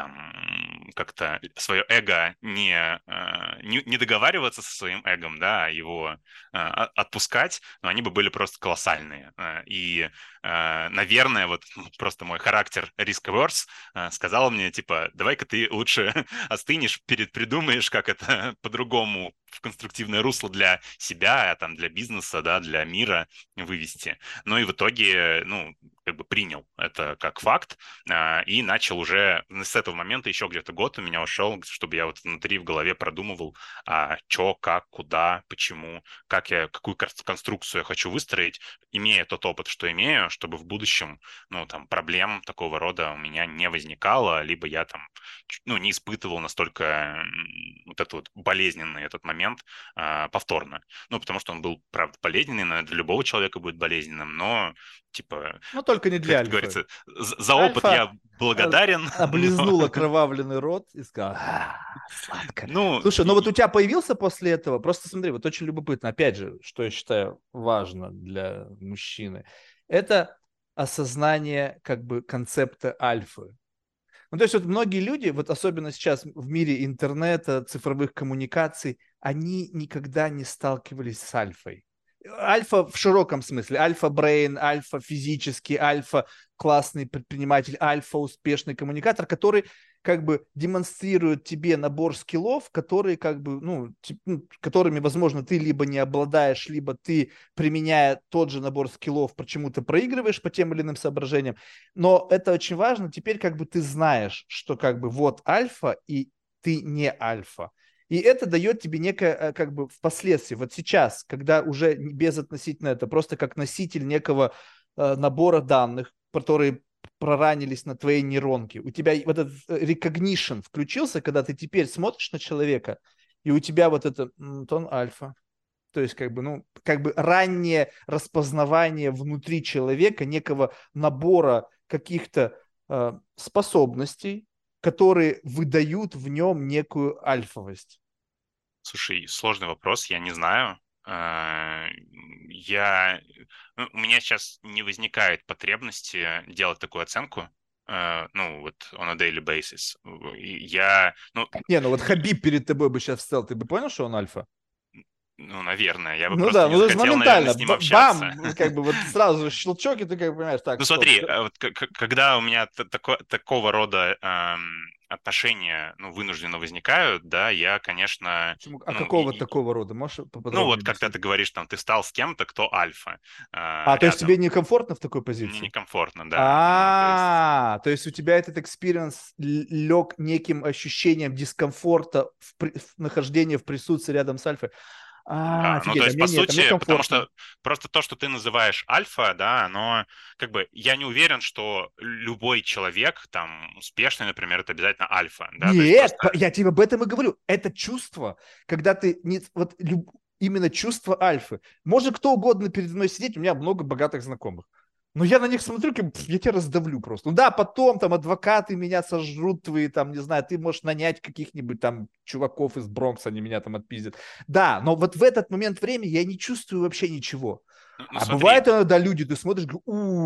там как-то свое эго не договариваться со своим эгом, да, а его отпускать, но они бы были просто колоссальные. И, наверное, вот просто мой характер risk-averse сказал мне, типа, давай-ка ты лучше остынешь, придумаешь, как это по-другому в конструктивное русло для себя, там, для бизнеса, да, для мира вывести. Ну и в итоге, ну, как бы принял это как факт и начал уже с этого момента еще где-то год у меня ушел, чтобы я вот внутри в голове продумывал, что, как, куда, почему, как я, какую конструкцию я хочу выстроить, имея тот опыт, что имею, чтобы в будущем, ну, там, проблем такого рода у меня не возникало, либо я там, ну, не испытывал настолько вот этот вот болезненный этот момент повторно. Ну, потому что он был, правда, болезненный, наверное, для любого человека будет болезненным, но, типа, но только не для как это Альфы. говорится, за опыт Альфа я благодарен, но, облизнул окровавленный рот и сказал, сладко. ну, Слушай, ну вот у тебя появился после этого, просто смотри, вот очень любопытно, опять же, что я считаю важно для мужчины, это осознание как бы концепта альфы. Ну, то есть вот многие люди, вот особенно сейчас в мире интернета, цифровых коммуникаций, они никогда не сталкивались с альфой. Альфа в широком смысле. Альфа-брейн, альфа-физический, альфа-классный предприниматель, альфа-успешный коммуникатор, который как бы демонстрирует тебе набор скиллов, которые как бы, которыми, возможно, ты либо не обладаешь, либо ты, применяя тот же набор скиллов, почему-то проигрываешь по тем или иным соображениям. Но это очень важно. Теперь как бы ты знаешь, что как бы вот альфа, и ты не альфа. И это дает тебе некое, как бы впоследствии, вот сейчас, когда уже без относительно это, просто как носитель некого набора данных, которые проранились на твоей нейронке. У тебя вот этот recognition включился, когда ты теперь смотришь на человека, и у тебя вот это, он альфа. То есть, как бы, как бы раннее распознавание внутри человека некого набора каких-то способностей, которые выдают в нем некую альфовость. слушай, сложный вопрос, я не знаю. Я, ну, у меня сейчас не возникает потребности делать такую оценку, ну, вот on a daily basis. Я, ну, Не, ну вот Хабиб перед тобой бы сейчас встал, ты бы понял, что он альфа? ну, наверное, я бы Ну просто да, не ну то есть захотел, наверное, моментально, с ним общаться. бам, как бы вот сразу же щелчок, и ты как бы понимаешь, так, Ну стоп. смотри, вот когда у меня такого рода отношения, ну, вынужденно возникают, да, я, конечно, Почему? А ну, какого такого рода? Можешь ну, поподробнее вот когда объяснить? ты говоришь, там, ты стал с кем-то, кто альфа, А, то есть тебе рядом, некомфортно в такой мне позиции? некомфортно, да, ну, то есть, То есть у тебя этот экспириенс лег неким ощущением дискомфорта в нахождении в присутствии рядом с альфой. да, ну, то Офигеть, есть, по нет, а мне сути, потому комфортно. что просто то, что ты называешь альфа, да, оно, как бы, я не уверен, что любой человек, там, успешный, например, это обязательно альфа, да, то есть Нет, просто, я тебе об этом и говорю. Это чувство, когда ты не вот именно чувство альфы. Может кто угодно передо мной сидеть, у меня много богатых знакомых. Но я на них смотрю, как, я тебя раздавлю просто. Ну да, потом там адвокаты меня сожрут твои, там, не знаю, ты можешь нанять каких-нибудь там чуваков из Бронкса, они меня там отпиздят. Да, но вот в этот момент времени я не чувствую вообще ничего. ну, А смотри, бывает иногда люди, ты смотришь, говорю,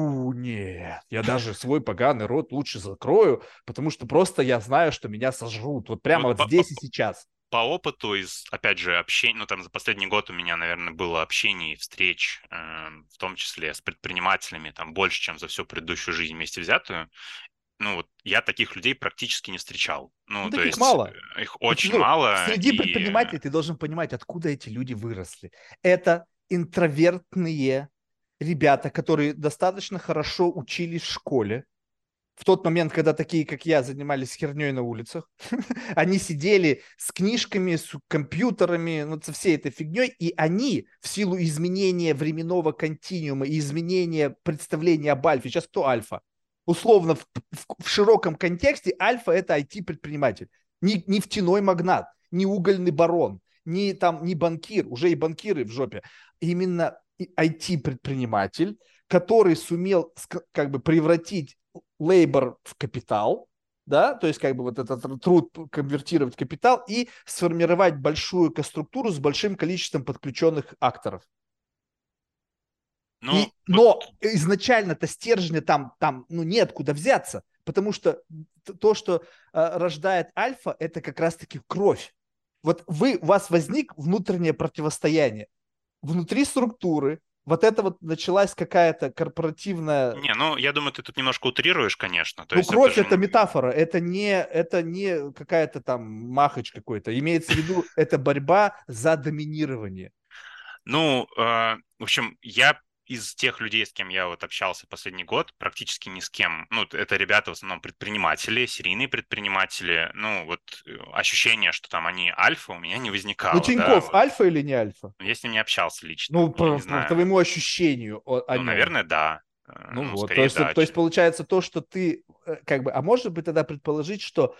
нет, я даже свой поганый рот лучше закрою, потому что просто я знаю, что меня сожрут. Вот прямо вот вот здесь и сейчас. по опыту из, опять же, общения, ну, там, за последний год у меня, наверное, было общений, встреч, в том числе с предпринимателями, там, больше, чем за всю предыдущую жизнь вместе взятую. Ну, вот я таких людей практически не встречал. Ну, Ну, то таких есть мало. их Вот, очень ну, мало, среди и предпринимателей ты должен понимать, откуда эти люди выросли. Это интровертные ребята, которые достаточно хорошо учились в школе, в тот момент, когда такие, как я, занимались херней на улицах, они сидели с книжками, с компьютерами, ну, со всей этой фигней, и они в силу изменения временного континуума и изменения представления об альфе, сейчас кто альфа? Условно, в широком контексте альфа – это IT-предприниматель. Не нефтяной магнат, не угольный барон, не, там, не банкир, уже и банкиры в жопе. Именно IT-предприниматель, который сумел как бы превратить лейбор в капитал, да, то есть как бы вот этот труд конвертировать в капитал и сформировать большую структуру с большим количеством подключенных акторов. ну, вот, Но изначально-то стержня там ну, нет куда взяться, потому что то, что рождает альфа, это как раз-таки кровь. Вот у вас возник внутреннее противостояние. Внутри структуры вот это вот началась какая-то корпоративная. не, ну, я думаю, ты тут немножко утрируешь, конечно, то Ну, есть это кровь – же, это метафора, это не какая-то там махач какой-то. Имеется в виду, это борьба за доминирование. ну, в общем, я из тех людей, с кем я вот общался последний год, практически ни с кем. Ну, это ребята в основном предприниматели, серийные предприниматели. Ну, вот ощущение, что там они альфа, у меня не Ну, возникало, да. Тиньков Вот. альфа или не альфа? Я с ним не общался лично, Ну, я не по знаю. твоему ощущению о Ну, нем. наверное, да. Ну Ну, вот, скорее, да. то есть получается то, что ты как бы, а может быть тогда предположить, что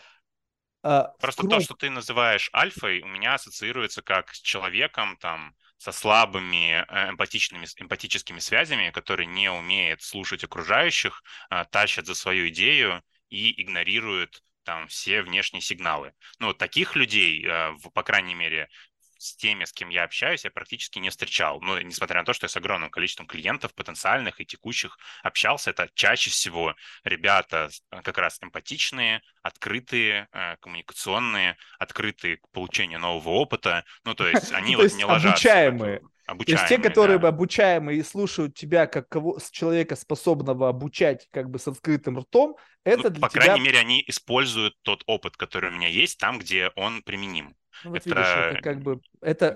в Просто то, что круг, ты называешь альфой, у меня ассоциируется как с человеком, там, со слабыми эмпатическими связями, который не умеет слушать окружающих, тащит за свою идею и игнорирует там все внешние сигналы. Ну, вот таких людей, по крайней мере, с теми, с кем я общаюсь, я практически не встречал. Ну, несмотря на то, что я с огромным количеством клиентов, потенциальных и текущих, общался, это чаще всего ребята как раз эмпатичные, открытые, коммуникационные, открытые к получению нового опыта. Ну, то есть ну, они то вот есть не ложатся в эту обучаемые. То есть те, обучаемые, которые да. бы обучаемые и слушают тебя как с человека, способного обучать как бы с открытым ртом, Ну, это для по крайней тебя. мере, они используют тот опыт, который у меня есть, там, где он применим. Ну вот видишь, это Это как бы,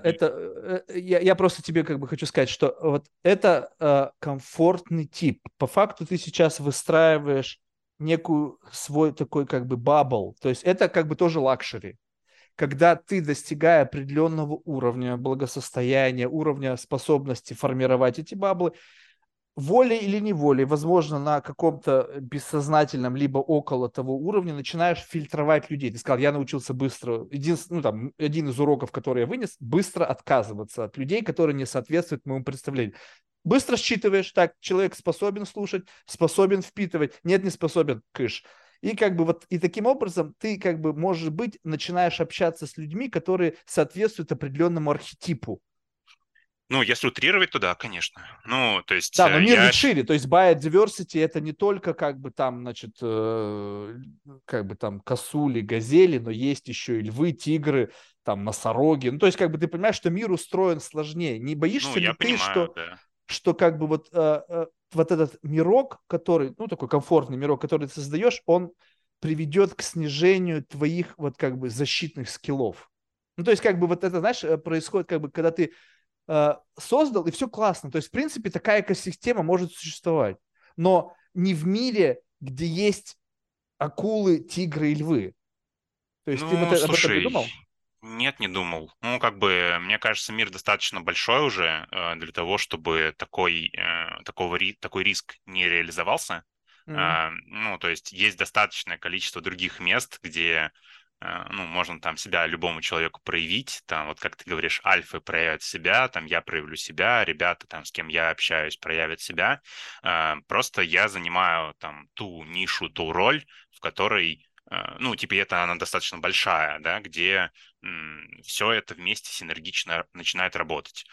я просто тебе как бы хочу сказать, что вот это комфортный тип. По факту ты сейчас выстраиваешь некую свой такой как бы бабл, то есть это как бы тоже лакшери. Когда ты, достигая определенного уровня благосостояния, уровня способности формировать эти баблы, волей или неволей, возможно, на каком-то бессознательном, либо около того уровня начинаешь фильтровать людей. Ты сказал, я научился быстро, ну, там, один из уроков, который я вынес, быстро отказываться от людей, которые не соответствуют моему представлению. Быстро считываешь, так, человек способен слушать, способен впитывать, нет, не способен, кыш. И как бы вот, и таким образом ты как бы, может быть, начинаешь общаться с людьми, которые соответствуют определенному архетипу. ну, если утрировать, то да, конечно. Ну, то есть Да, но мир я... ведь шире, то есть biodiversity это не только как бы там, значит, как бы там косули, газели, но есть еще и львы, тигры, там носороги. Ну, то есть как бы ты понимаешь, что мир устроен сложнее. Не Ну, боишься ли я ты, понимаю, что, да. как бы вот этот мирок, который, ну, такой комфортный мирок, который ты создаешь, он приведет к снижению твоих вот как бы защитных скиллов. Ну, то есть как бы вот это, знаешь, происходит как бы, когда ты создал, и все классно. То есть, в принципе, такая экосистема может существовать. Но не в мире, где есть акулы, тигры и львы. То есть ты вот Ну, об этом не слушай, думал? нет, не думал. Ну, как бы, мне кажется, мир достаточно большой уже для того, чтобы такой риск не реализовался. М. Ну, то есть есть достаточное количество других мест, где, ну, можно там себя любому человеку проявить. Там, вот как ты говоришь, альфы проявят себя, там я проявлю себя, ребята, там, с кем я общаюсь, проявят себя. Просто я занимаю там ту нишу, ту роль, в которой ну, типа, это она достаточно большая, да, где все это вместе синергично начинает работать.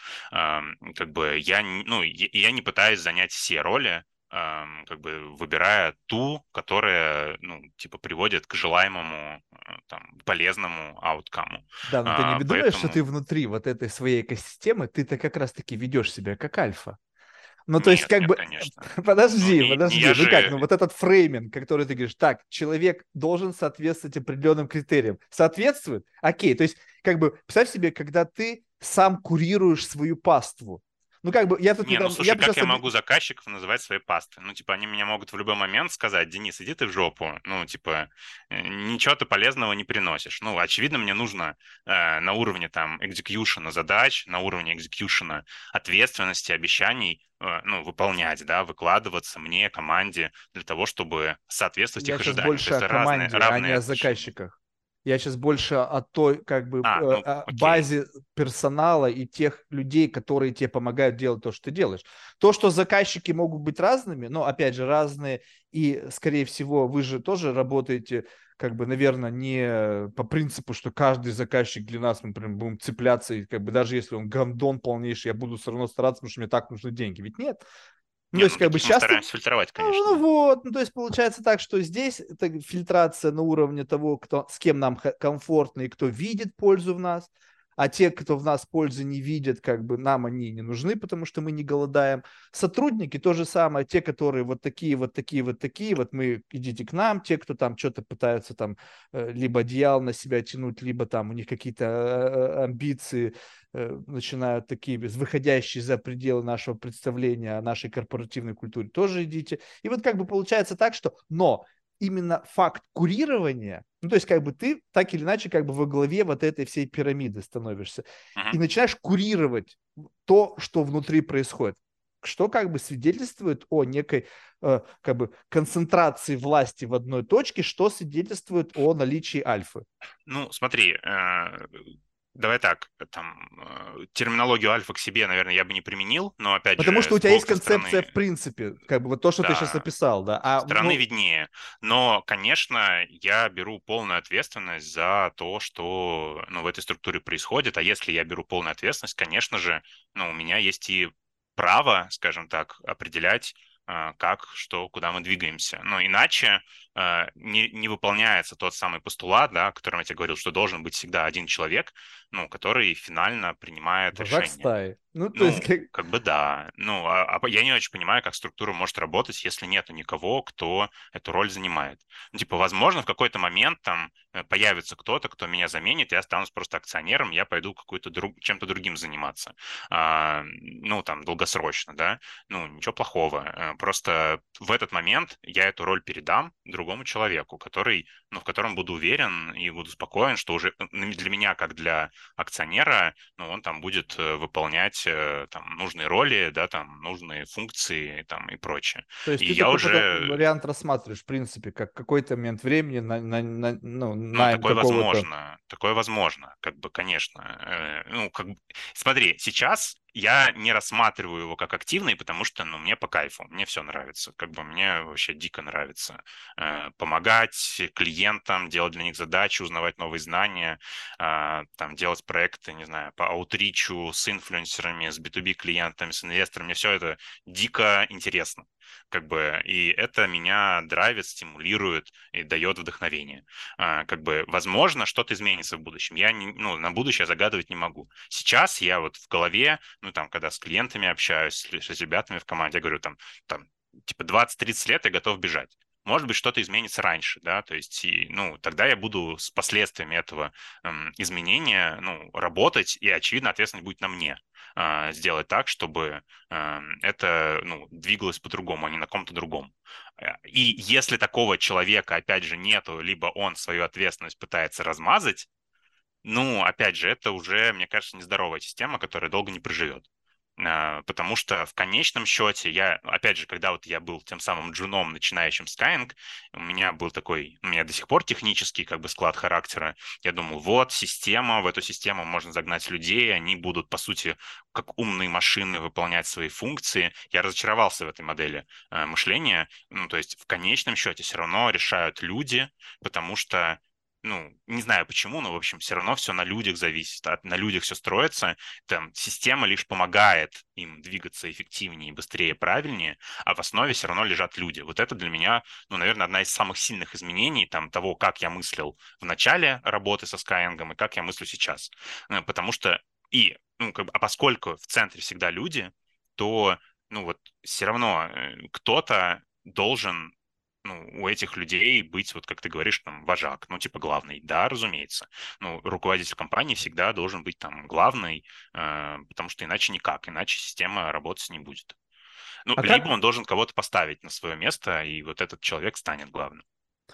Как бы ну, я не пытаюсь занять все роли, как бы выбирая ту, которая, ну, типа, приводит к желаемому, там, полезному ауткаму. Да, но ты не думаешь, что Поэтому ты внутри вот этой своей экосистемы, ты-то как раз-таки ведешь себя как альфа? Ну, то есть, нет, как нет, бы, конечно. Ну, не подожди, я ну как, же. ну вот этот фрейминг, который ты говоришь, так, человек должен соответствовать определенным критериям. Соответствует? Окей, то есть, как бы, представь себе, когда ты сам курируешь свою паству. Ну, как бы, я тут Не, ну недавно, я слушай, бы как сейчас... я могу заказчиков называть своей пастой? Ну, типа, они меня могут в любой момент сказать: Денис, иди ты в жопу. Ну, типа, ничего ты полезного не приносишь. Ну, очевидно, мне нужно на уровне там экзекьюшена задач, на уровне экзекьюшена ответственности, обещаний, ну, выполнять, да, выкладываться мне, команде, для того, чтобы соответствовать Я их сейчас ожиданиям. То больше есть о разные, команде, а не равные о отношения. заказчиках. Я сейчас больше о той, как бы, Ну, о окей. базе персонала и тех людей, которые тебе помогают делать то, что ты делаешь. То, что заказчики могут быть разными, но, опять же, разные, и, скорее всего, вы же тоже работаете, как бы, наверное, не по принципу, что каждый заказчик для нас, мы прям будем цепляться, и, как бы, даже если он гандон полнейший, я буду все равно стараться, потому что мне так нужны деньги. Ведь нет. Ну, то Не, есть, ну как бы, таких мы часто стараемся фильтровать, ну конечно. вот, ну то есть получается так, что здесь это фильтрация на уровне того, кто, с кем нам комфортно и кто видит пользу в нас, а те, кто в нас пользы не видят, как бы нам они не нужны, потому что мы не голодаем. Сотрудники то же самое, те, которые вот такие, вот такие, вот такие, вот мы идите к нам, те, кто там что-то пытаются там либо одеял на себя тянуть, либо там у них какие-то амбиции, начинают такие, выходящие за пределы нашего представления о нашей корпоративной культуре, тоже идите. И вот как бы получается так, что, но именно факт курирования, ну, то есть как бы ты так или иначе как бы во главе вот этой всей пирамиды становишься Мгм. и начинаешь курировать то, что внутри происходит, что как бы свидетельствует о некой как бы концентрации власти в одной точке, что свидетельствует о наличии альфы. Ну, смотри, давай так, там, терминологию альфа к себе, наверное, я бы не применил, но, опять Потому же, что у тебя есть со концепция стороны, в принципе, как бы вот то, что ты сейчас да, описал, да. со А, стороны ну, виднее. Но, конечно, я беру полную ответственность за то, что, ну, в этой структуре происходит, а если я беру полную ответственность, конечно же, ну, у меня есть и право, скажем так, определять, как, что, куда мы двигаемся. Но иначе не выполняется тот самый постулат, да, о котором я тебе говорил, что должен быть всегда один человек, ну, который финально принимает вожак решение. стаи. Ну, то есть, Ну, как, как бы да. Ну, я не очень понимаю, как структура может работать, если нету никого, кто эту роль занимает. Ну, типа, возможно, в какой-то момент там появится кто-то, кто меня заменит, я останусь просто акционером, я пойду чем-то другим заниматься. Ну, там, долгосрочно, да. Ну, ничего плохого. Просто в этот момент я эту роль передам другому человеку, который, ну, в котором буду уверен и буду спокоен, что уже для меня, как для акционера, ну, он там будет выполнять там нужные роли, да, там нужные функции там и прочее. то есть И ты я такой потом уже, вариант рассматриваешь, в принципе, как какой-то момент времени ну, ну, найм какого-то. такое возможно, как бы, конечно. Ну, как бы, смотри, сейчас я не рассматриваю его как активный, потому что, ну, мне по кайфу, мне все нравится, как бы мне вообще дико нравится помогать клиентам, делать для них задачи, узнавать новые знания, там, делать проекты, не знаю, по аутричу с инфлюенсерами, с B2B клиентами, с инвесторами, мне все это дико интересно, как бы, и это меня драйвит, стимулирует и дает вдохновение. Как бы, возможно, что-то изменится в будущем. Я не, ну, на будущее загадывать не могу. Сейчас я вот в голове, ну, там, когда с клиентами общаюсь, с ребятами в команде, я говорю, там, типа 20-30 лет я готов бежать. может быть, что-то изменится раньше, да, то есть, ну, тогда я буду с последствиями этого изменения, ну, работать, и, очевидно, ответственность будет на мне сделать так, чтобы это, ну, двигалось по-другому, а не на ком-то другом. И если такого человека, опять же, нету, либо он свою ответственность пытается размазать, ну, опять же, это уже, мне кажется, нездоровая система, которая долго не проживет. Потому что в конечном счете я, опять же, когда вот я был тем самым джуном, начинающим Skyeng, у меня был такой, у меня до сих пор технический как бы склад характера. Я думал, вот система, в эту систему можно загнать людей, они будут, по сути, как умные машины выполнять свои функции. Я разочаровался в этой модели мышления. Ну, то есть в конечном счете все равно решают люди, потому что ну, не знаю почему, но, в общем, все равно все на людях зависит, на людях все строится, там, система лишь помогает им двигаться эффективнее, быстрее, правильнее, а в основе все равно лежат люди. Вот это для меня, ну, наверное, одна из самых сильных изменений там, того, как я мыслил в начале работы со Skyeng и как я мыслю сейчас. Потому что ну, как бы, а поскольку в центре всегда люди, то, ну, вот все равно кто-то должен ну, у этих людей быть, вот как ты говоришь, там, вожак, ну, типа главный. Да, разумеется. Ну, руководитель компании всегда должен быть там главный, потому что иначе никак, иначе система работать не будет. Ну, А либо как, он должен кого-то поставить на свое место, и вот этот человек станет главным.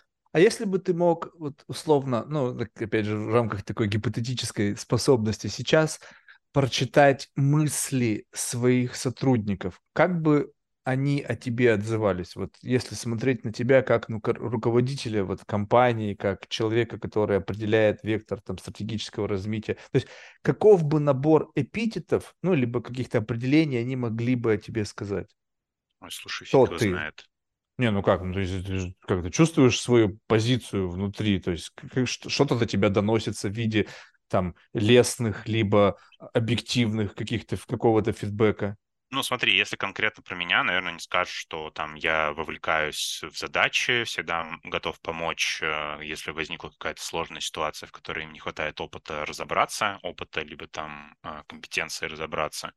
а если бы ты мог, вот условно, ну, так, опять же, в рамках такой гипотетической способности сейчас прочитать мысли своих сотрудников, как бы они о тебе отзывались? Вот если смотреть на тебя как ну, руководителя вот, компании, как человека, который определяет вектор там, стратегического развития, то есть каков бы набор эпитетов, ну, либо каких-то определений они могли бы о тебе сказать? Ой, слушай, Кто фиг его ты? знает. Не, ну как, ну, то есть ты как ты чувствуешь свою позицию внутри, то есть что-то до тебя доносится в виде там лестных, либо объективных каких-то какого-то фидбэка. Ну, смотри, если конкретно про меня, наверное, не скажешь, что там я вовлекаюсь в задачи, всегда готов помочь, если возникла какая-то сложная ситуация, в которой им не хватает опыта разобраться, опыта либо там компетенции разобраться.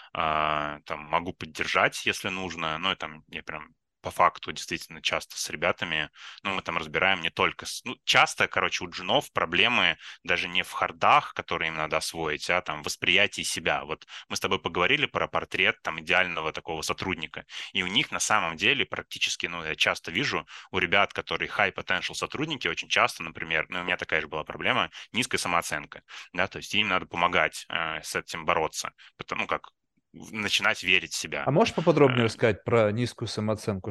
Там могу поддержать, если нужно, ну, и там я прям по факту действительно часто с ребятами, ну, мы там разбираем не только... Ну, часто, короче, у джунов проблемы даже не в хардах, которые им надо освоить, а там в восприятии себя. Вот мы с тобой поговорили про портрет там идеального такого сотрудника, и у них на самом деле практически, ну, я часто вижу у ребят, которые high potential сотрудники, очень часто, например, ну, у меня такая же была проблема, низкая самооценка, да, то есть им надо помогать с этим бороться, потому как начинать верить в себя. А можешь поподробнее рассказать про низкую самооценку?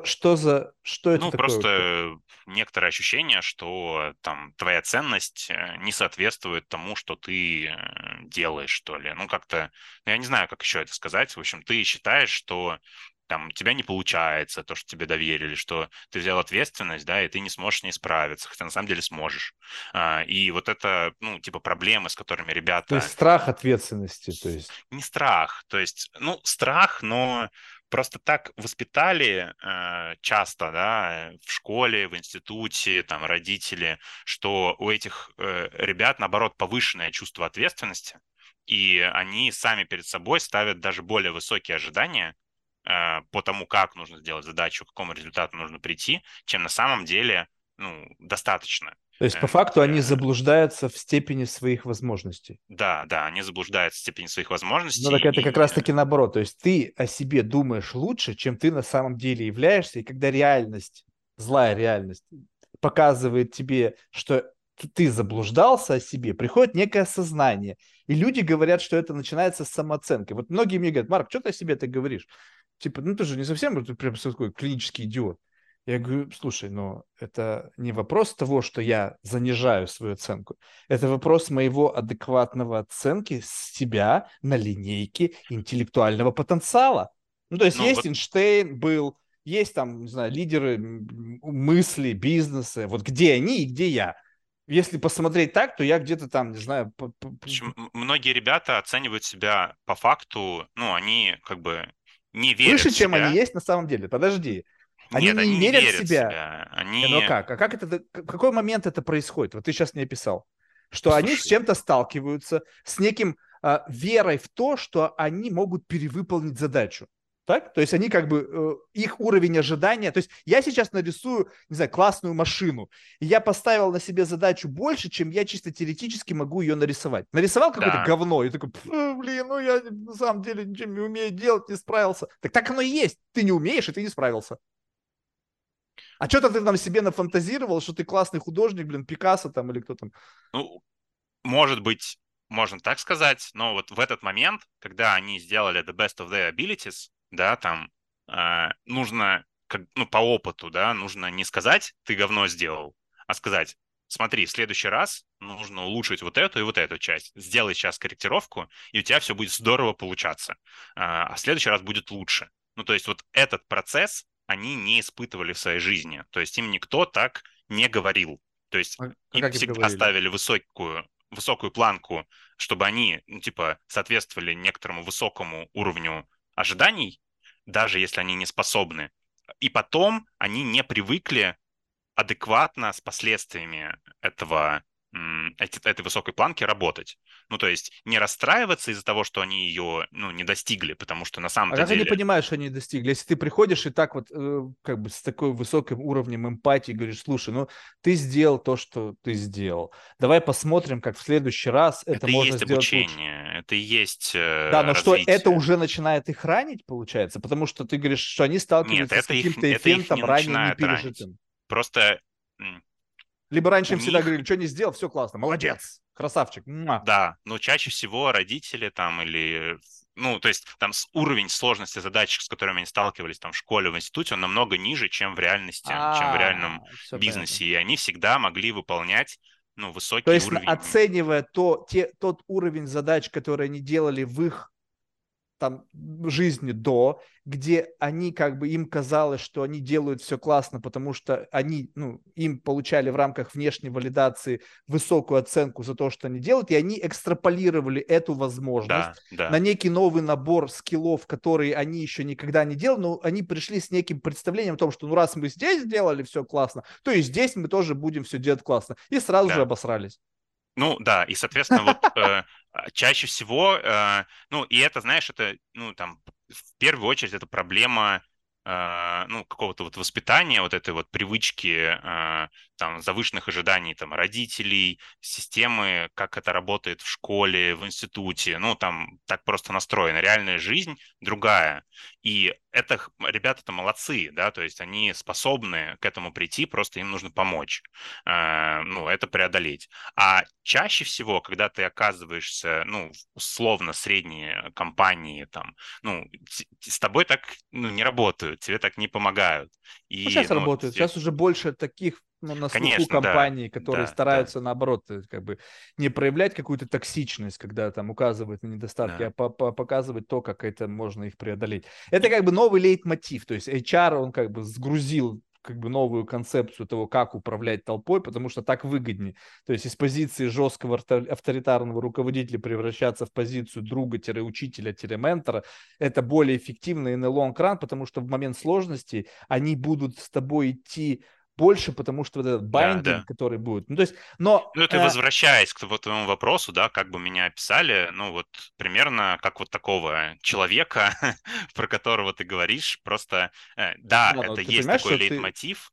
Что это Ну, такое? просто некоторое ощущение, что там твоя ценность не соответствует тому, что ты делаешь, что ли. Ну, как-то, ну, я не знаю, как еще это сказать. В общем, ты считаешь, что там у тебя не получается то, что тебе доверили, что ты взял ответственность, да, и ты не сможешь с ней справиться, хотя на самом деле сможешь. И вот это, ну, типа проблемы, с которыми То есть ребята страх ответственности, то есть. не страх, то есть, ну, страх, но просто так воспитали часто, да, в школе, в институте, там, родители, что у этих ребят, наоборот, повышенное чувство ответственности, и они сами перед собой ставят даже более высокие ожидания по тому, как нужно сделать задачу, к какому результату нужно прийти, чем на самом деле, ну, достаточно. То есть по факту они заблуждаются в степени своих возможностей. Да, да, они заблуждаются в степени своих возможностей, Ну так это как и раз-таки наоборот. То есть ты о себе думаешь лучше, чем ты на самом деле являешься. И когда реальность, злая реальность, показывает тебе, что ты заблуждался о себе, приходит некое осознание. И люди говорят, что это начинается с самооценки. Вот многие мне говорят: Марк, что ты о себе так говоришь? Типа, ну ты же не совсем ты прям такой клинический идиот. Я говорю: слушай, но это не вопрос того, что я занижаю свою оценку. Это вопрос моего адекватного оценки себя на линейке интеллектуального потенциала. Ну, то есть ну есть вот Эйнштейн был, есть там, не знаю, лидеры мысли, бизнеса. Вот где они и где я? Если посмотреть так, то я где-то там, не знаю, в общем, многие ребята оценивают себя по факту, ну, они как бы не верят выше, в чем они себя. есть на самом деле. Подожди. Они Нет, не они не верят в верят в себя. себя. Не, ну а Они, как? А как это, в какой момент это происходит? Вот ты сейчас мне описал, что они с слушай, чем-то сталкиваются, с неким верой в то, что они могут перевыполнить задачу. Так? То есть они как бы, их уровень ожидания, то есть я сейчас нарисую, не знаю, классную машину, и я поставил на себе задачу больше, чем я чисто теоретически могу ее нарисовать. Нарисовал какое-то Да. говно, и такой, блин, ну я на самом деле ничего не умею делать, не справился. Так оно и есть. Ты не умеешь, и ты не справился. А что-то ты там себе нафантазировал, что ты классный художник, блин, Пикассо там или кто там. Ну, может быть, можно так сказать, но вот в этот момент, когда они сделали the best of their abilities, да, там нужно, ну, по опыту, да, нужно не сказать «ты говно сделал», а сказать «смотри, в следующий раз нужно улучшить вот эту и вот эту часть, сделай сейчас корректировку, и у тебя все будет здорово получаться, а в следующий раз будет лучше». Ну, то есть вот этот процесс они не испытывали в своей жизни, то есть им никто так не говорил. То есть А им как им всегда говорили? ставили высокую планку, чтобы они, ну, типа, соответствовали некоторому высокому уровню ожиданий, даже если они не способны. И потом они не привыкли адекватно с последствиями этой высокой планки работать. Ну, то есть не расстраиваться из-за того, что они ее, ну, не достигли, потому что на А самом-то как они деле понимают, что они достигли? Если ты приходишь и так вот, как бы с такой высоким уровнем эмпатии говоришь, слушай, ну ты сделал то, что ты сделал. Давай посмотрим, как в следующий раз это это и можно есть сделать лучше. обучение, это и есть Да, но что это развитие. уже начинает их ранить, получается? Потому что ты говоришь, что они Нет, сталкиваются с каким-то это их не эффектом ранее не начинает ранить. пережитым. Просто Либо раньше у им всегда них, говорили, что не сделал, все классно, молодец, красавчик. Муа. да, но чаще всего родители там или, ну, то есть там уровень сложности задач, с которыми они сталкивались там в школе, в институте, он намного ниже, чем в реальности, чем в реальном Все понятно. бизнесе. И они всегда могли выполнять, ну, То высокий есть, уровень. оценивая тот уровень задач, которые они делали в их там жизни до, где они как бы им казалось, что они делают все классно, потому что они, ну, им получали в рамках внешней валидации высокую оценку за то, что они делают, и они экстраполировали эту возможность Да, на да, некий новый набор скиллов, которые они еще никогда не делали, но они пришли с неким представлением о том, что ну раз мы здесь сделали все классно, то и здесь мы тоже будем все делать классно. И сразу же да. обосрались. Ну да, и, соответственно, вот чаще всего, ну, и это, знаешь, это, ну, там, в первую очередь, это проблема, ну, какого-то вот воспитания, вот этой вот привычки, там, завышенных ожиданий, там, родителей, системы, как это работает в школе, в институте, ну, там, так просто настроена. Реальная жизнь другая. И это, ребята-то молодцы, да, то есть они способны к этому прийти, просто им нужно помочь, ну, это преодолеть. А чаще всего, когда ты оказываешься, ну, в условно средние компании, там, ну, с тобой так, ну, не работают, тебе так не помогают. Ну, И, сейчас ну, работают. Сейчас уже больше таких, ну, на слуху конечно, да, компаний, которые да, да, стараются, наоборот, как бы не проявлять какую-то токсичность, когда там указывают на недостатки, а да. показывать то, как это можно их преодолеть. Это как бы новый лейтмотив. То есть HR, он как бы сгрузил как бы новую концепцию того, как управлять толпой, потому что так выгоднее. То есть из позиции жесткого авторитарного руководителя превращаться в позицию друга-учителя-ментора, это более эффективно и на long run, потому что в момент сложности они будут с тобой идти больше, потому что вот этот Да, байдинг, да. который будет. Ну, то есть, но Ну, это возвращаясь к вот твоему вопросу, да, как бы меня описали, ну, вот примерно как вот такого человека, про которого ты говоришь, просто, да, да, но это ты есть понимаешь, такой что ты лейтмотив,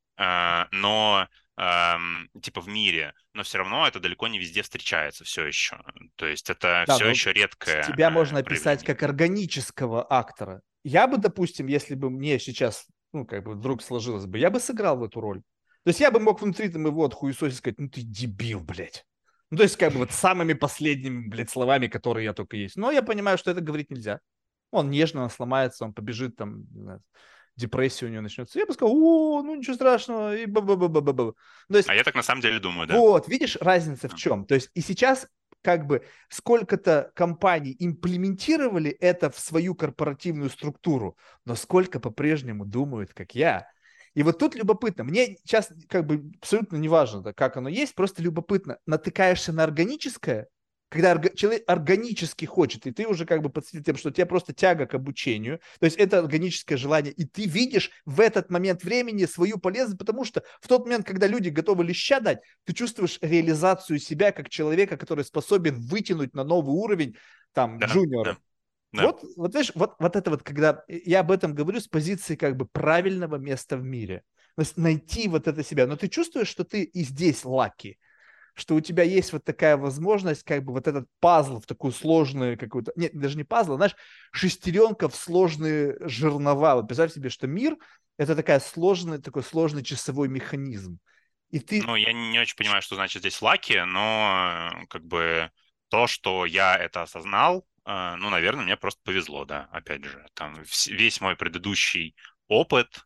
но, типа, в мире, но все равно это далеко не везде встречается все еще. То есть это да, все но еще редкое тебя можно описать проявление. как органического актора. Я бы, допустим, если бы мне сейчас, ну, как бы вдруг сложилось бы, я бы сыграл в эту роль. То есть я бы мог внутри там его отхуесосить и сказать, ну ты дебил, блядь. Ну, то есть, как бы вот самыми последними, блядь, словами, которые я только есть. Но я понимаю, что это говорить нельзя. Он нежно, он сломается, он побежит, там, не знаю, депрессия у него начнется. Я бы сказал, о, ну ничего страшного, и ба-ба-ба-ба-ба. То есть А я так на самом деле думаю, да. вот, видишь, разница в чем? То есть и сейчас как бы сколько-то компаний имплементировали это в свою корпоративную структуру, но сколько по-прежнему думают, как я. И вот тут любопытно. Мне сейчас как бы абсолютно не важно, да, как оно есть, просто любопытно. Натыкаешься на органическое, когда человек органически хочет, и ты уже как бы подсветил тем, что у тебя просто тяга к обучению, то есть это органическое желание, и ты видишь в этот момент времени свою полезность, потому что в тот момент, когда люди готовы леща дать, ты чувствуешь реализацию себя как человека, который способен вытянуть на новый уровень там Да, джуниора. да. Да. Вот видишь, вот это вот, когда я об этом говорю с позиции как бы правильного места в мире. То есть найти вот это себя. Но ты чувствуешь, что ты и здесь лаки, что у тебя есть вот такая возможность, как бы вот этот пазл в такую сложную какую-то, нет, даже не пазл, а, знаешь, шестеренка в сложные жернова. Вот представь себе, что мир — это такой сложный часовой механизм. И ты, Ну, я не очень понимаю, что значит здесь лаки, но как бы то, что я это осознал, ну, наверное, мне просто повезло, да, опять же. Там весь мой предыдущий опыт,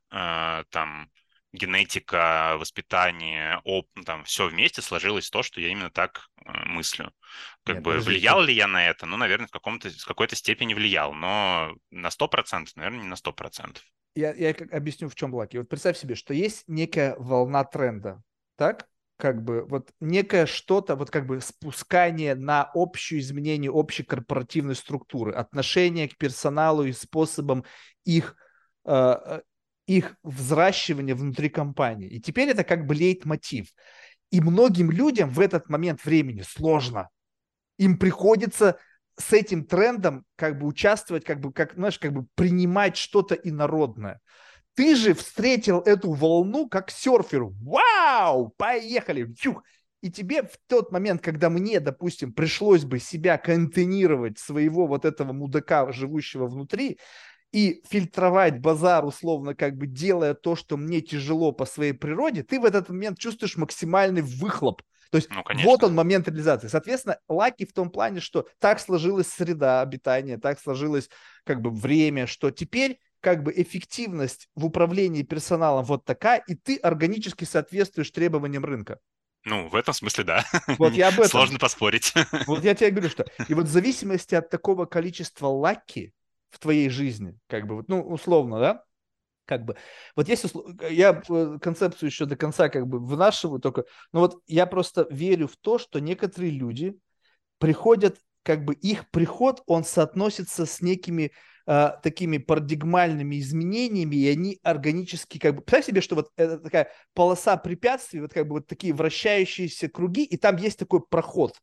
там генетика, воспитание, ну, там все вместе сложилось в то, что я именно так мыслю. Как нет, бы подожди, влиял ли я на это? Ну, наверное, в какой-то степени влиял, но на 100%, наверное, не на 100%. я объясню, в чем лаки. Вот представь себе, что есть некая волна тренда, так? Как бы вот некое что-то, вот как бы спускание на общее изменение общей корпоративной структуры, отношение к персоналу и способом их, э, э, их взращивания внутри компании. И теперь это как бы лейтмотив. И многим людям в этот момент времени сложно. Им приходится с этим трендом как бы участвовать, как бы, как, знаешь, как бы принимать что-то инородное. Ты же встретил эту волну как серфер. Вау! Поехали! Фью! И тебе в тот момент, когда мне, допустим, пришлось бы себя контейнировать, своего вот этого мудака, живущего внутри, и фильтровать базар, условно, как бы делая то, что мне тяжело по своей природе, ты в этот момент чувствуешь максимальный выхлоп. То есть Ну, вот он конечно. момент реализации. Соответственно, лаки в том плане, что так сложилась среда обитания, так сложилось как бы время, что теперь как бы эффективность в управлении персоналом вот такая, и ты органически соответствуешь требованиям рынка. Ну, в этом смысле, да. Вот я об этом. Сложно поспорить. Вот я тебе говорю, что и вот в зависимости от такого количества лаки в твоей жизни, как бы, вот, ну, условно, да, как бы, вот есть, я концепцию еще до конца как бы вынашиваю, только, ну вот я просто верю в то, что некоторые люди приходят, как бы их приход, он соотносится с некими такими парадигмальными изменениями, и они органически, как бы, представь себе, что вот это такая полоса препятствий, вот как бы вот такие вращающиеся круги, и там есть такой проход.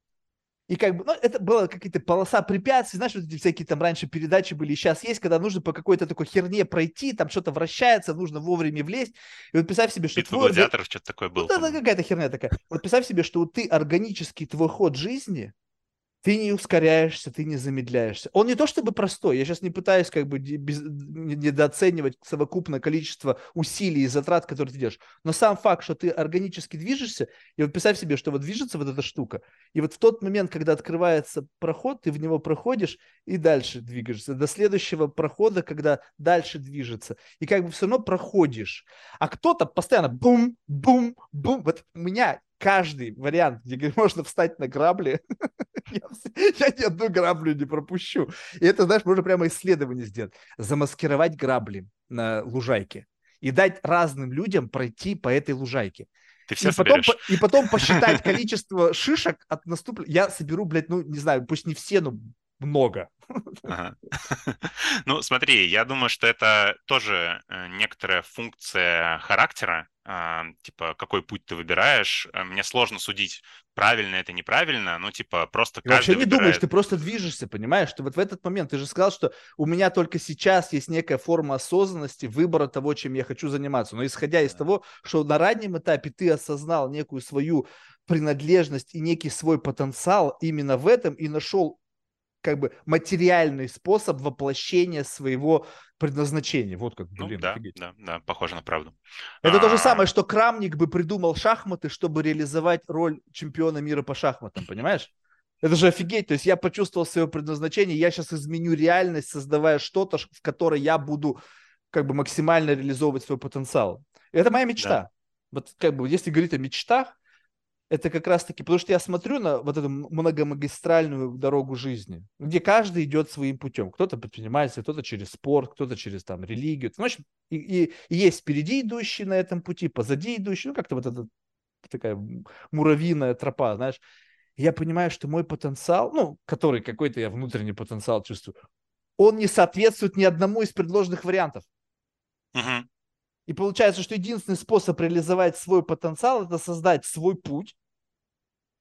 И как бы, ну, это была какая-то полоса препятствий, знаешь, вот эти всякие там раньше передачи были, и сейчас есть, когда нужно по какой-то такой херне пройти, там что-то вращается, нужно вовремя влезть. И вот представь себе, что Битва твой гладиаторов, что-то такое ну было, да, да, по-моему. какая-то херня такая. Вот представь себе, что вот ты органический твой ход жизни, ты не ускоряешься, ты не замедляешься. Он не то чтобы простой, я сейчас не пытаюсь как бы недооценивать совокупное количество усилий и затрат, которые ты делаешь, но сам факт, что ты органически движешься, и вот представь себе, что вот движется вот эта штука, и вот в тот момент, когда открывается проход, ты в него проходишь и дальше двигаешься, до следующего прохода, когда дальше движется, и как бы все равно проходишь. А кто-то постоянно бум, бум, бум. Вот у меня каждый вариант, где можно встать на грабли, я ни одну граблю не пропущу. И это, знаешь, можно прямо исследование сделать. Замаскировать грабли на лужайке и дать разным людям пройти по этой лужайке. Ты все соберешь. И потом посчитать количество шишек от наступления. Я соберу, блядь, ну, не знаю, пусть не все, но много. Ага. Ну, смотри, я думаю, что это тоже некоторая функция характера, типа, какой путь ты выбираешь. Мне сложно судить, правильно это, неправильно, но, типа, просто Ты вообще каждый не думаешь, выбирает. ты просто движешься, понимаешь? Ты вот в этот момент, ты же сказал, что у меня только сейчас есть некая форма осознанности выбора того, чем я хочу заниматься. Но исходя из Да. того, что на раннем этапе ты осознал некую свою принадлежность и некий свой потенциал именно в этом и нашел как бы материальный способ воплощения своего предназначения. Вот как, Ну, блин, да, офигеть. да, да, похоже на правду. Это то же самое, А, что Крамник бы придумал шахматы, чтобы реализовать роль чемпиона мира по шахматам, понимаешь? Это же офигеть. То есть я почувствовал свое предназначение, я сейчас изменю реальность, создавая что-то, в которой я буду как бы максимально реализовывать свой потенциал. И это моя да. мечта. Вот как бы, если говорить о мечтах, это как раз-таки, потому что я смотрю на вот эту многомагистральную дорогу жизни, где каждый идет своим путем. Кто-то предприниматель, кто-то через спорт, кто-то через там религию. Значит, и есть впереди идущие на этом пути, позади идущие, ну как-то вот эта такая муравьиная тропа, знаешь. И я понимаю, что мой потенциал, ну, который какой-то я внутренний потенциал чувствую, он не соответствует ни одному из предложенных вариантов. Мгм. И получается, что единственный способ реализовать свой потенциал — это создать свой путь,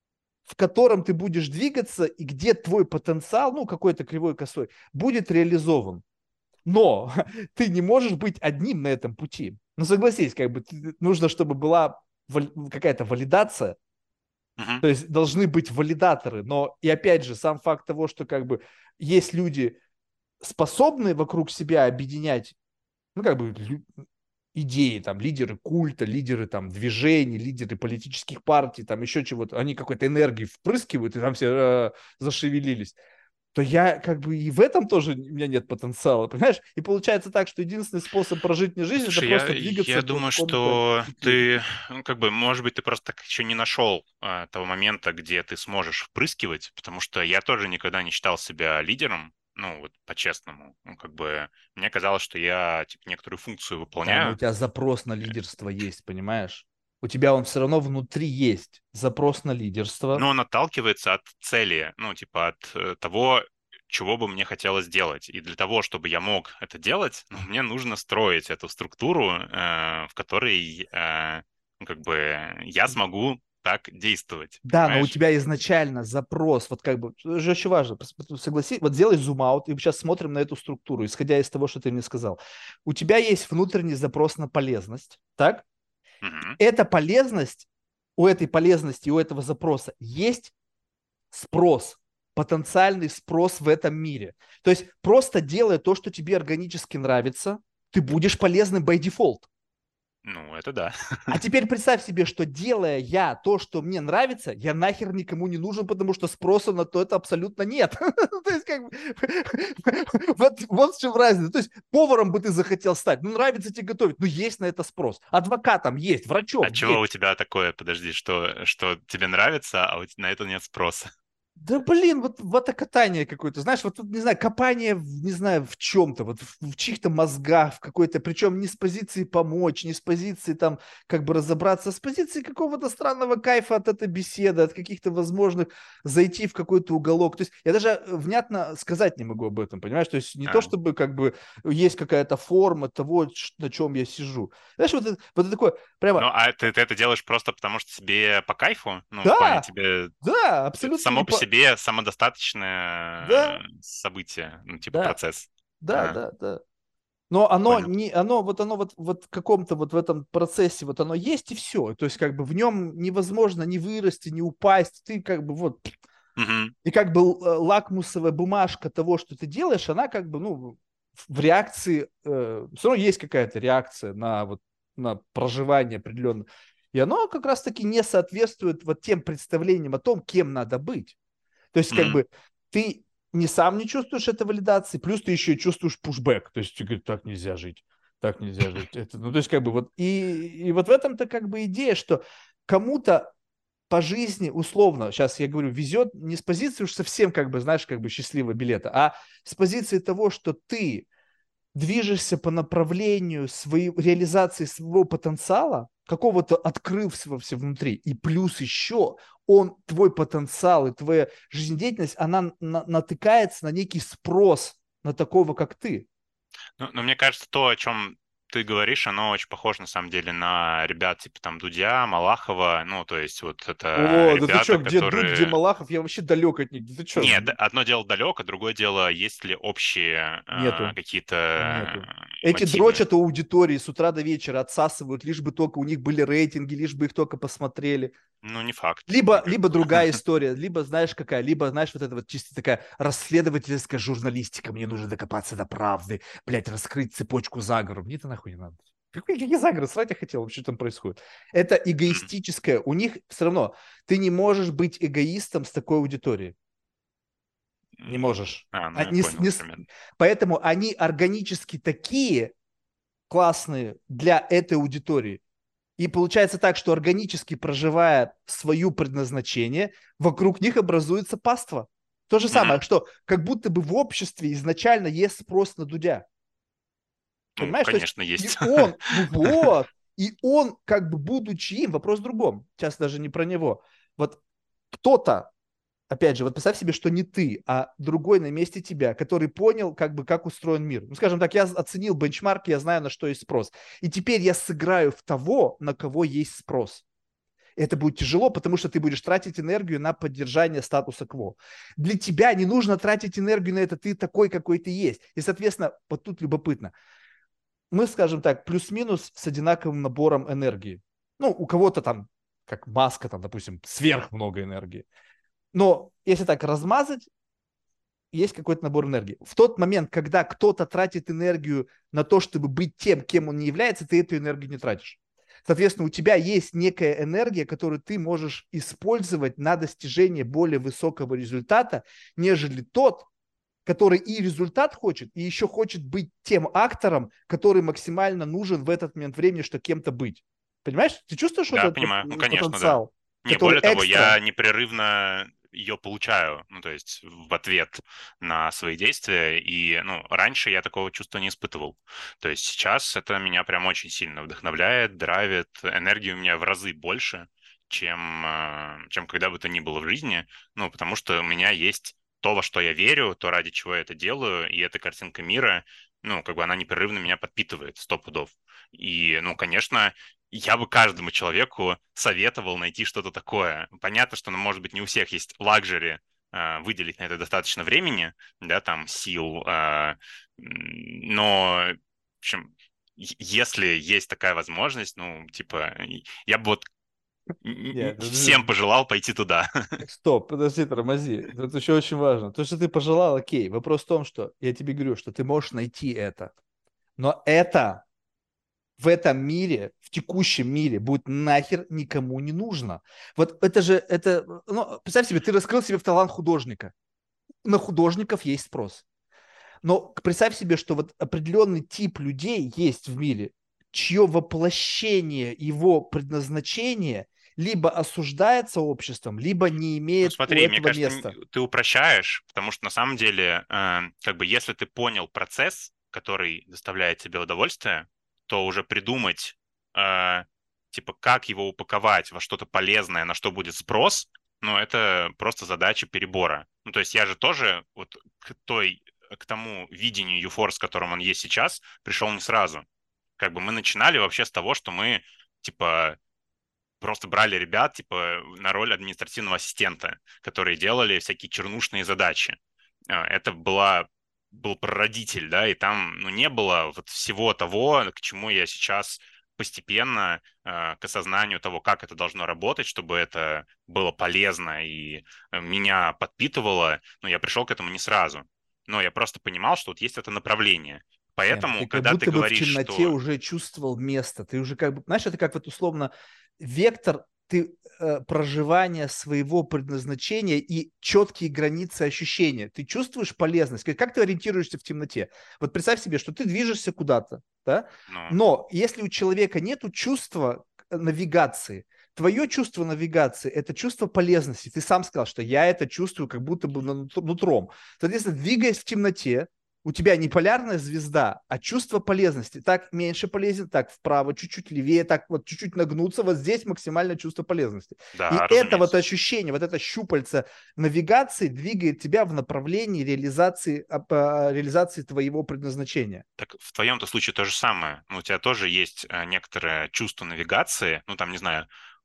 в котором ты будешь двигаться и где твой потенциал, ну, какой-то кривой косой, будет реализован. Но ты не можешь быть одним на этом пути. Ну, согласись, как бы нужно, чтобы была какая-то валидация, Мгм. то есть должны быть валидаторы. Но и опять же, сам факт того, что как бы есть люди, способные вокруг себя объединять, ну, как бы идеи, там, лидеры культа, лидеры там движений, лидеры политических партий, там еще чего-то, они какой-то энергией впрыскивают, и там все зашевелились, то я как бы и в этом тоже у меня нет потенциала, понимаешь? И получается так, что единственный способ прожить мне жизнь, это Слушай, я, просто двигаться я по думаю, какому-то что пути. ты, ну, как бы, может быть, ты просто так еще не нашел того момента, где ты сможешь впрыскивать, потому что я тоже никогда не считал себя лидером, ну, вот по-честному. Ну, как бы, мне казалось, что я, типа, некоторую функцию Да, но у выполняю. тебя запрос на лидерство есть, понимаешь? У тебя он все равно внутри есть. Запрос на лидерство. Но он отталкивается от цели, ну, типа от того, чего бы мне хотелось делать. И для того, чтобы я мог это делать, ну, мне нужно строить эту структуру, в которой, ну, как бы, я смогу так действовать, Да, но у понимаешь? тебя изначально запрос, вот как бы, это же очень важно, согласи, вот сделай зум-аут, и сейчас смотрим на эту структуру, исходя из того, что ты мне сказал. У тебя есть внутренний запрос на полезность, так? Мгм. Эта полезность, у этой полезности, у этого запроса есть спрос, потенциальный спрос в этом мире. То есть просто делая то, что тебе органически нравится, ты будешь полезным by default. Ну, это да. А теперь представь себе, что делая я то, что мне нравится, я нахер никому не нужен, потому что спроса на то это абсолютно нет. То есть как бы вот в чем разница. То есть поваром бы ты захотел стать, ну нравится тебе готовить, ну есть на это спрос. Адвокатом есть, А врачом чего есть. у тебя такое, подожди, что тебе нравится, а на это нет спроса? Да блин, вот это катание какое-то, знаешь, вот тут, не знаю, копание, не знаю, в чем-то, вот в чьих-то мозгах, в какой-то, причем не с позиции помочь, не с позиции там как бы разобраться, а с позиции какого-то странного кайфа от этой беседы, от каких-то возможных зайти в какой-то уголок. То есть я даже внятно сказать не могу об этом, понимаешь? То есть не то, А. чтобы как бы есть какая-то форма того, на чем я сижу. Знаешь, вот это такое Ну, прямо, а ты это делаешь просто потому, что тебе по кайфу? Ну, в плане да, тебе да, это абсолютно не само по по... себе самодостаточное Да, событие, ну, типа да, процесс. да, Ага, да, да. Но оно понял. не, оно вот в каком-то вот в этом процессе вот оно есть и все. То есть как бы в нем невозможно ни вырасти, ни упасть. Ты как бы вот Мгм. и как бы лакмусовая бумажка того, что ты делаешь, она как бы ну в реакции все равно есть какая-то реакция на вот на проживание определенно. И оно как раз-таки не соответствует вот тем представлениям о том, кем надо быть. То есть, как Мгм. бы ты не сам не чувствуешь этой валидации, плюс ты еще и чувствуешь пушбэк. То есть, ты говоришь, так нельзя жить, так нельзя жить. Это, ну, то есть, как бы вот, и вот в этом-то как бы идея, что кому-то по жизни условно, сейчас я говорю, везет не с позиции уж совсем как бы, знаешь, как бы счастливого билета, а с позиции того, что ты движешься по направлению своей реализации своего потенциала, какого-то открывшегося внутри, и плюс еще он, твой потенциал и твоя жизнедеятельность, она натыкается на некий спрос на такого, как ты. Ну, мне кажется, то, о чем ты говоришь, оно очень похоже, на самом деле, на ребят типа там Дудя, Малахова. Ну, то есть вот это О, да ты что, ребята, где Дудь, где которые... Малахов, я вообще далек от них. Да ты что, Нет, одно дело далеко, другое дело, есть ли общие нету. какие-то Нету. Эти мотивы. дрочат у аудитории с утра до вечера, отсасывают, лишь бы только у них были рейтинги, лишь бы их только посмотрели. Ну, не факт. Либо, Ну, как либо бы. другая история, либо знаешь какая, либо знаешь вот это вот чисто такая расследовательская журналистика. Мне нужно докопаться до правды, блядь, раскрыть цепочку заговора. Мне это нахуй не надо. Какие заговоры? Срать я хотел, вообще там происходит. Это М, эгоистическое. У них все равно ты не можешь быть эгоистом с такой аудиторией. Не можешь. Ну я понял примерно. Поэтому они органически такие классные для этой аудитории. И получается так, что органически проживая свое предназначение, вокруг них образуется паства. То же Мгм. самое, что как будто бы в обществе изначально есть спрос на Дудя. Ну, Понимаешь? То есть конечно, и есть. он, ну вот, и он как бы будучи им, вопрос в другом. Сейчас даже не про него. Вот кто-то, опять же, вот представь себе, что не ты, а другой на месте тебя, который понял, как бы, как устроен мир. Ну, скажем так, я оценил бенчмарк, я знаю, на что есть спрос. И теперь я сыграю в того, на кого есть спрос. Это будет тяжело, потому что ты будешь тратить энергию на поддержание статуса кво. Для тебя не нужно тратить энергию на это, ты такой, какой ты есть. И, соответственно, вот тут любопытно. Мы, скажем так, плюс-минус с одинаковым набором энергии. Ну, у кого-то там, как Маска, там, допустим, сверх много энергии. Но если так размазать, есть какой-то набор энергии. В тот момент, когда кто-то тратит энергию на то, чтобы быть тем, кем он не является, ты эту энергию не тратишь. Соответственно, у тебя есть некая энергия, которую ты можешь использовать на достижение более высокого результата, нежели тот, который и результат хочет, и еще хочет быть тем актором, который максимально нужен в этот момент времени, что кем-то быть. Понимаешь? Ты чувствуешь вот Да, этот понимаю. Ну, конечно, да. потенциал, Не, который более того, экстра? я непрерывно ее получаю, ну, то есть в ответ на свои действия, и, ну, раньше я такого чувства не испытывал. То есть сейчас это меня прям очень сильно вдохновляет, драйвит, энергии у меня в разы больше, чем когда бы то ни было в жизни, ну, потому что у меня есть то, во что я верю, то, ради чего я это делаю, и эта картинка мира, ну, как бы она непрерывно меня подпитывает, 100 пудов. И, ну, конечно, я бы каждому человеку советовал найти что-то такое. Понятно, что, ну, может быть, не у всех есть лакжери выделить на это достаточно времени, да, там, сил, но, в общем, если есть такая возможность, ну, типа, я бы вот Нет, всем пожелал пойти туда. стоп, подожди, тормози. Это еще очень важно. То, что ты пожелал, окей. Вопрос в том, что я тебе говорю, что ты можешь найти это. Но это в этом мире, в текущем мире, будет нахер никому не нужно. Вот это же, это, ну, представь себе, ты раскрыл себе в талант художника. На художников есть спрос. Но представь себе, что вот определенный тип людей есть в мире, чье воплощение его предназначения либо осуждается обществом, либо не Ну, имеет у смотри, мне этого кажется, места. ты упрощаешь, потому что на самом деле, как бы, если ты понял процесс, который доставляет тебе удовольствие, то уже придумать, э, типа, как его упаковать во что-то полезное, на что будет спрос, ну, это просто задача перебора. Ну, то есть я же тоже вот к тому видению UFOR, с которым он есть сейчас, пришел не сразу. Как бы мы начинали вообще с того, что мы, типа, просто брали ребят, типа, на роль административного ассистента, которые делали всякие чернушные задачи. Был прародитель, да, и там, ну, не было вот всего того, к чему я сейчас постепенно к осознанию того, как это должно работать, чтобы это было полезно и меня подпитывало, но я пришел к этому не сразу. Но я просто понимал, что вот есть это направление. Нет, ты Поэтому, как когда ты будто бы в говоришь, темноте что уже чувствовал место. Ты уже как бы, знаешь, это как вот условно вектор ты, проживания своего предназначения и четкие границы ощущения. Ты чувствуешь полезность. Как ты ориентируешься в темноте? Вот представь себе, что ты движешься куда-то, да? ну, Но если у человека нет чувства навигации, твое чувство навигации – это чувство полезности. Ты сам сказал, что я это чувствую как будто бы нутром. Соответственно, двигаясь в темноте, у тебя не полярная звезда, а чувство полезности. Так меньше полезен, так вправо, чуть-чуть левее, так вот чуть-чуть нагнуться, вот здесь максимальное чувство полезности. И да, это вот разумеется. ощущение, вот это щупальце навигации двигает тебя в направлении реализации твоего предназначения. Так в твоем-то случае то же самое. Ну, у тебя тоже есть некоторое чувство навигации, ну, там, не знаю,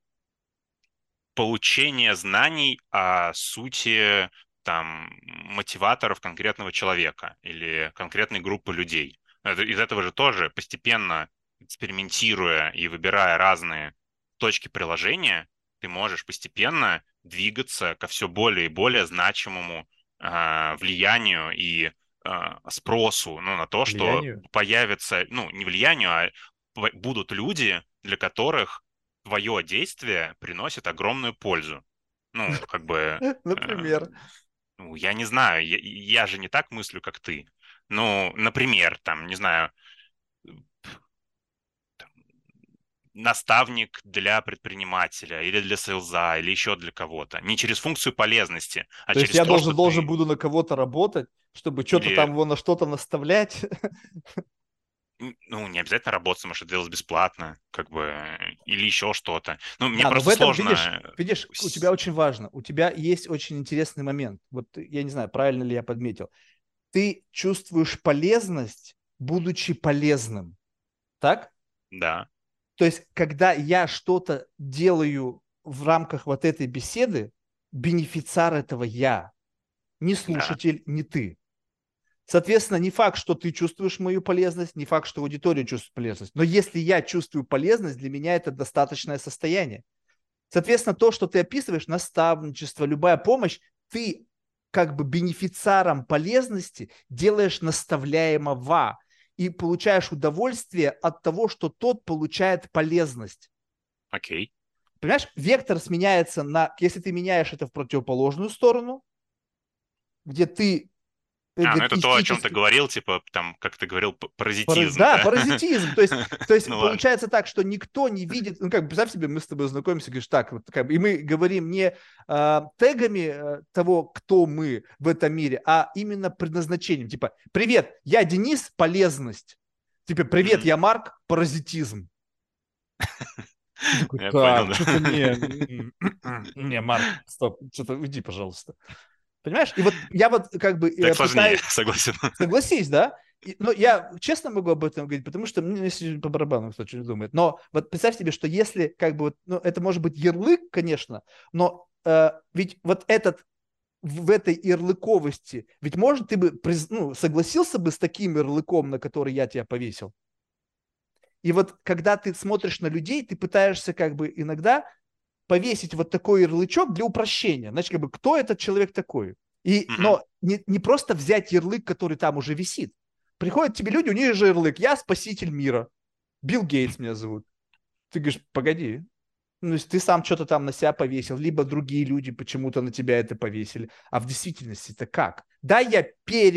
получение знаний о сути, там, мотиваторов конкретного человека или конкретной группы людей. Из этого же тоже постепенно экспериментируя и выбирая разные точки приложения, ты можешь постепенно двигаться ко все более и более значимому влиянию и спросу, ну, на то, что Влиянию? появится, ну, не влиянию, а будут люди, для которых твое действие приносит огромную пользу. Ну, как бы, Например. ну, я не знаю, я же не так мыслю, как ты. Ну, например, там, не знаю, наставник для предпринимателя или для сейлза, или еще для кого-то. Не через функцию полезности, а То есть через я то, что должен ты... буду на кого-то работать, чтобы что-то там Или, его на что-то наставлять. ну, не обязательно работать, можешь это делать бесплатно, как бы, или еще что-то. Ну, мне Да, но в просто этом, видишь, сложно... видишь, у тебя очень важно, у тебя есть очень интересный момент. Вот я не знаю, правильно ли я подметил. Ты чувствуешь полезность, будучи полезным. Так? Да, То есть, когда я что-то делаю в рамках вот этой беседы бенефициар этого я, не Да. слушатель, не ты. Соответственно, не факт, что ты чувствуешь мою полезность, не факт, что аудитория чувствует полезность. Но если я чувствую полезность, для меня это достаточное состояние. Соответственно, то, что ты описываешь, наставничество, любая помощь, ты как бы бенефициаром полезности делаешь наставляемого и получаешь удовольствие от того, что тот получает полезность. Окей. Понимаешь, вектор сменяется на, если ты меняешь это в противоположную сторону, где ты Ну это то, о чем ты эгоистически. говорил, типа, там, как ты говорил, паразитизм, Да, да? паразитизм. То есть Ну ладно. получается так, что никто не видит, ну как, представь себе, мы с тобой знакомимся, говоришь, так, вот, как бы, и мы говорим не тегами того, кто мы в этом мире, а именно предназначением. Типа, привет, я Денис, полезность. Типа, привет, Мгм. я Марк, паразитизм. Ты такой, Я понял, так, да. что-то не, не, Марк, стоп, что-то уйди, пожалуйста. Понимаешь? И вот я вот как бы Так сложнее, пытаюсь. согласен. Согласись, да? Но я честно могу об этом говорить, потому что мне если по барабану кто что думает. Но вот представь себе, что если как бы вот, ну, это может быть ярлык, конечно, но ведь вот этот в этой ярлыковости, ведь может ты бы ну, согласился бы с таким ярлыком, на который я тебя повесил? И вот когда ты смотришь на людей, ты пытаешься как бы иногда повесить вот такой ярлычок для упрощения. Значит, как бы кто этот человек такой? Мгм. Но не просто взять ярлык, который там уже висит. Приходят тебе люди, у них же ярлык. Я спаситель мира. Билл Гейтс меня зовут. Ты говоришь, погоди. Ну, то есть ты сам что-то там на себя повесил, либо другие люди почему-то на тебя это повесили. А в действительности это как? Да, я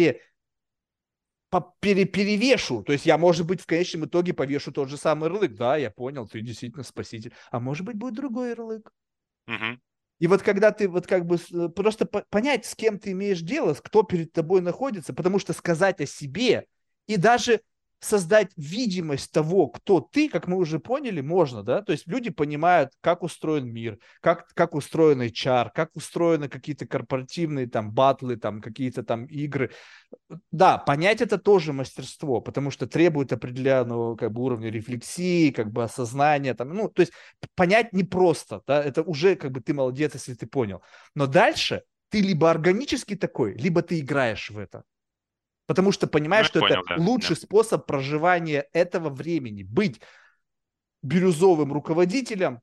перевешу. То есть я, может быть, в конечном итоге повешу тот же самый ярлык. Да, я понял, ты действительно спаситель. А может быть, будет другой ярлык. Мгм. И вот когда ты вот как бы просто понять, с кем ты имеешь дело, кто перед тобой находится, потому что сказать о себе и даже создать видимость того, кто ты, как мы уже поняли, можно, да, то есть люди понимают, как устроен мир, как устроен HR, как устроены какие-то корпоративные там батлы, там какие-то там игры, да, понять это тоже мастерство, потому что требует определенного как бы уровня рефлексии, как бы осознания, там, ну, то есть понять непросто, да, это уже как бы ты молодец, если ты понял. Но дальше ты либо органически такой, либо ты играешь в это. Потому что Ну, понимаешь, я что это понял, да, да. лучший способ проживания этого времени. Быть бирюзовым руководителем,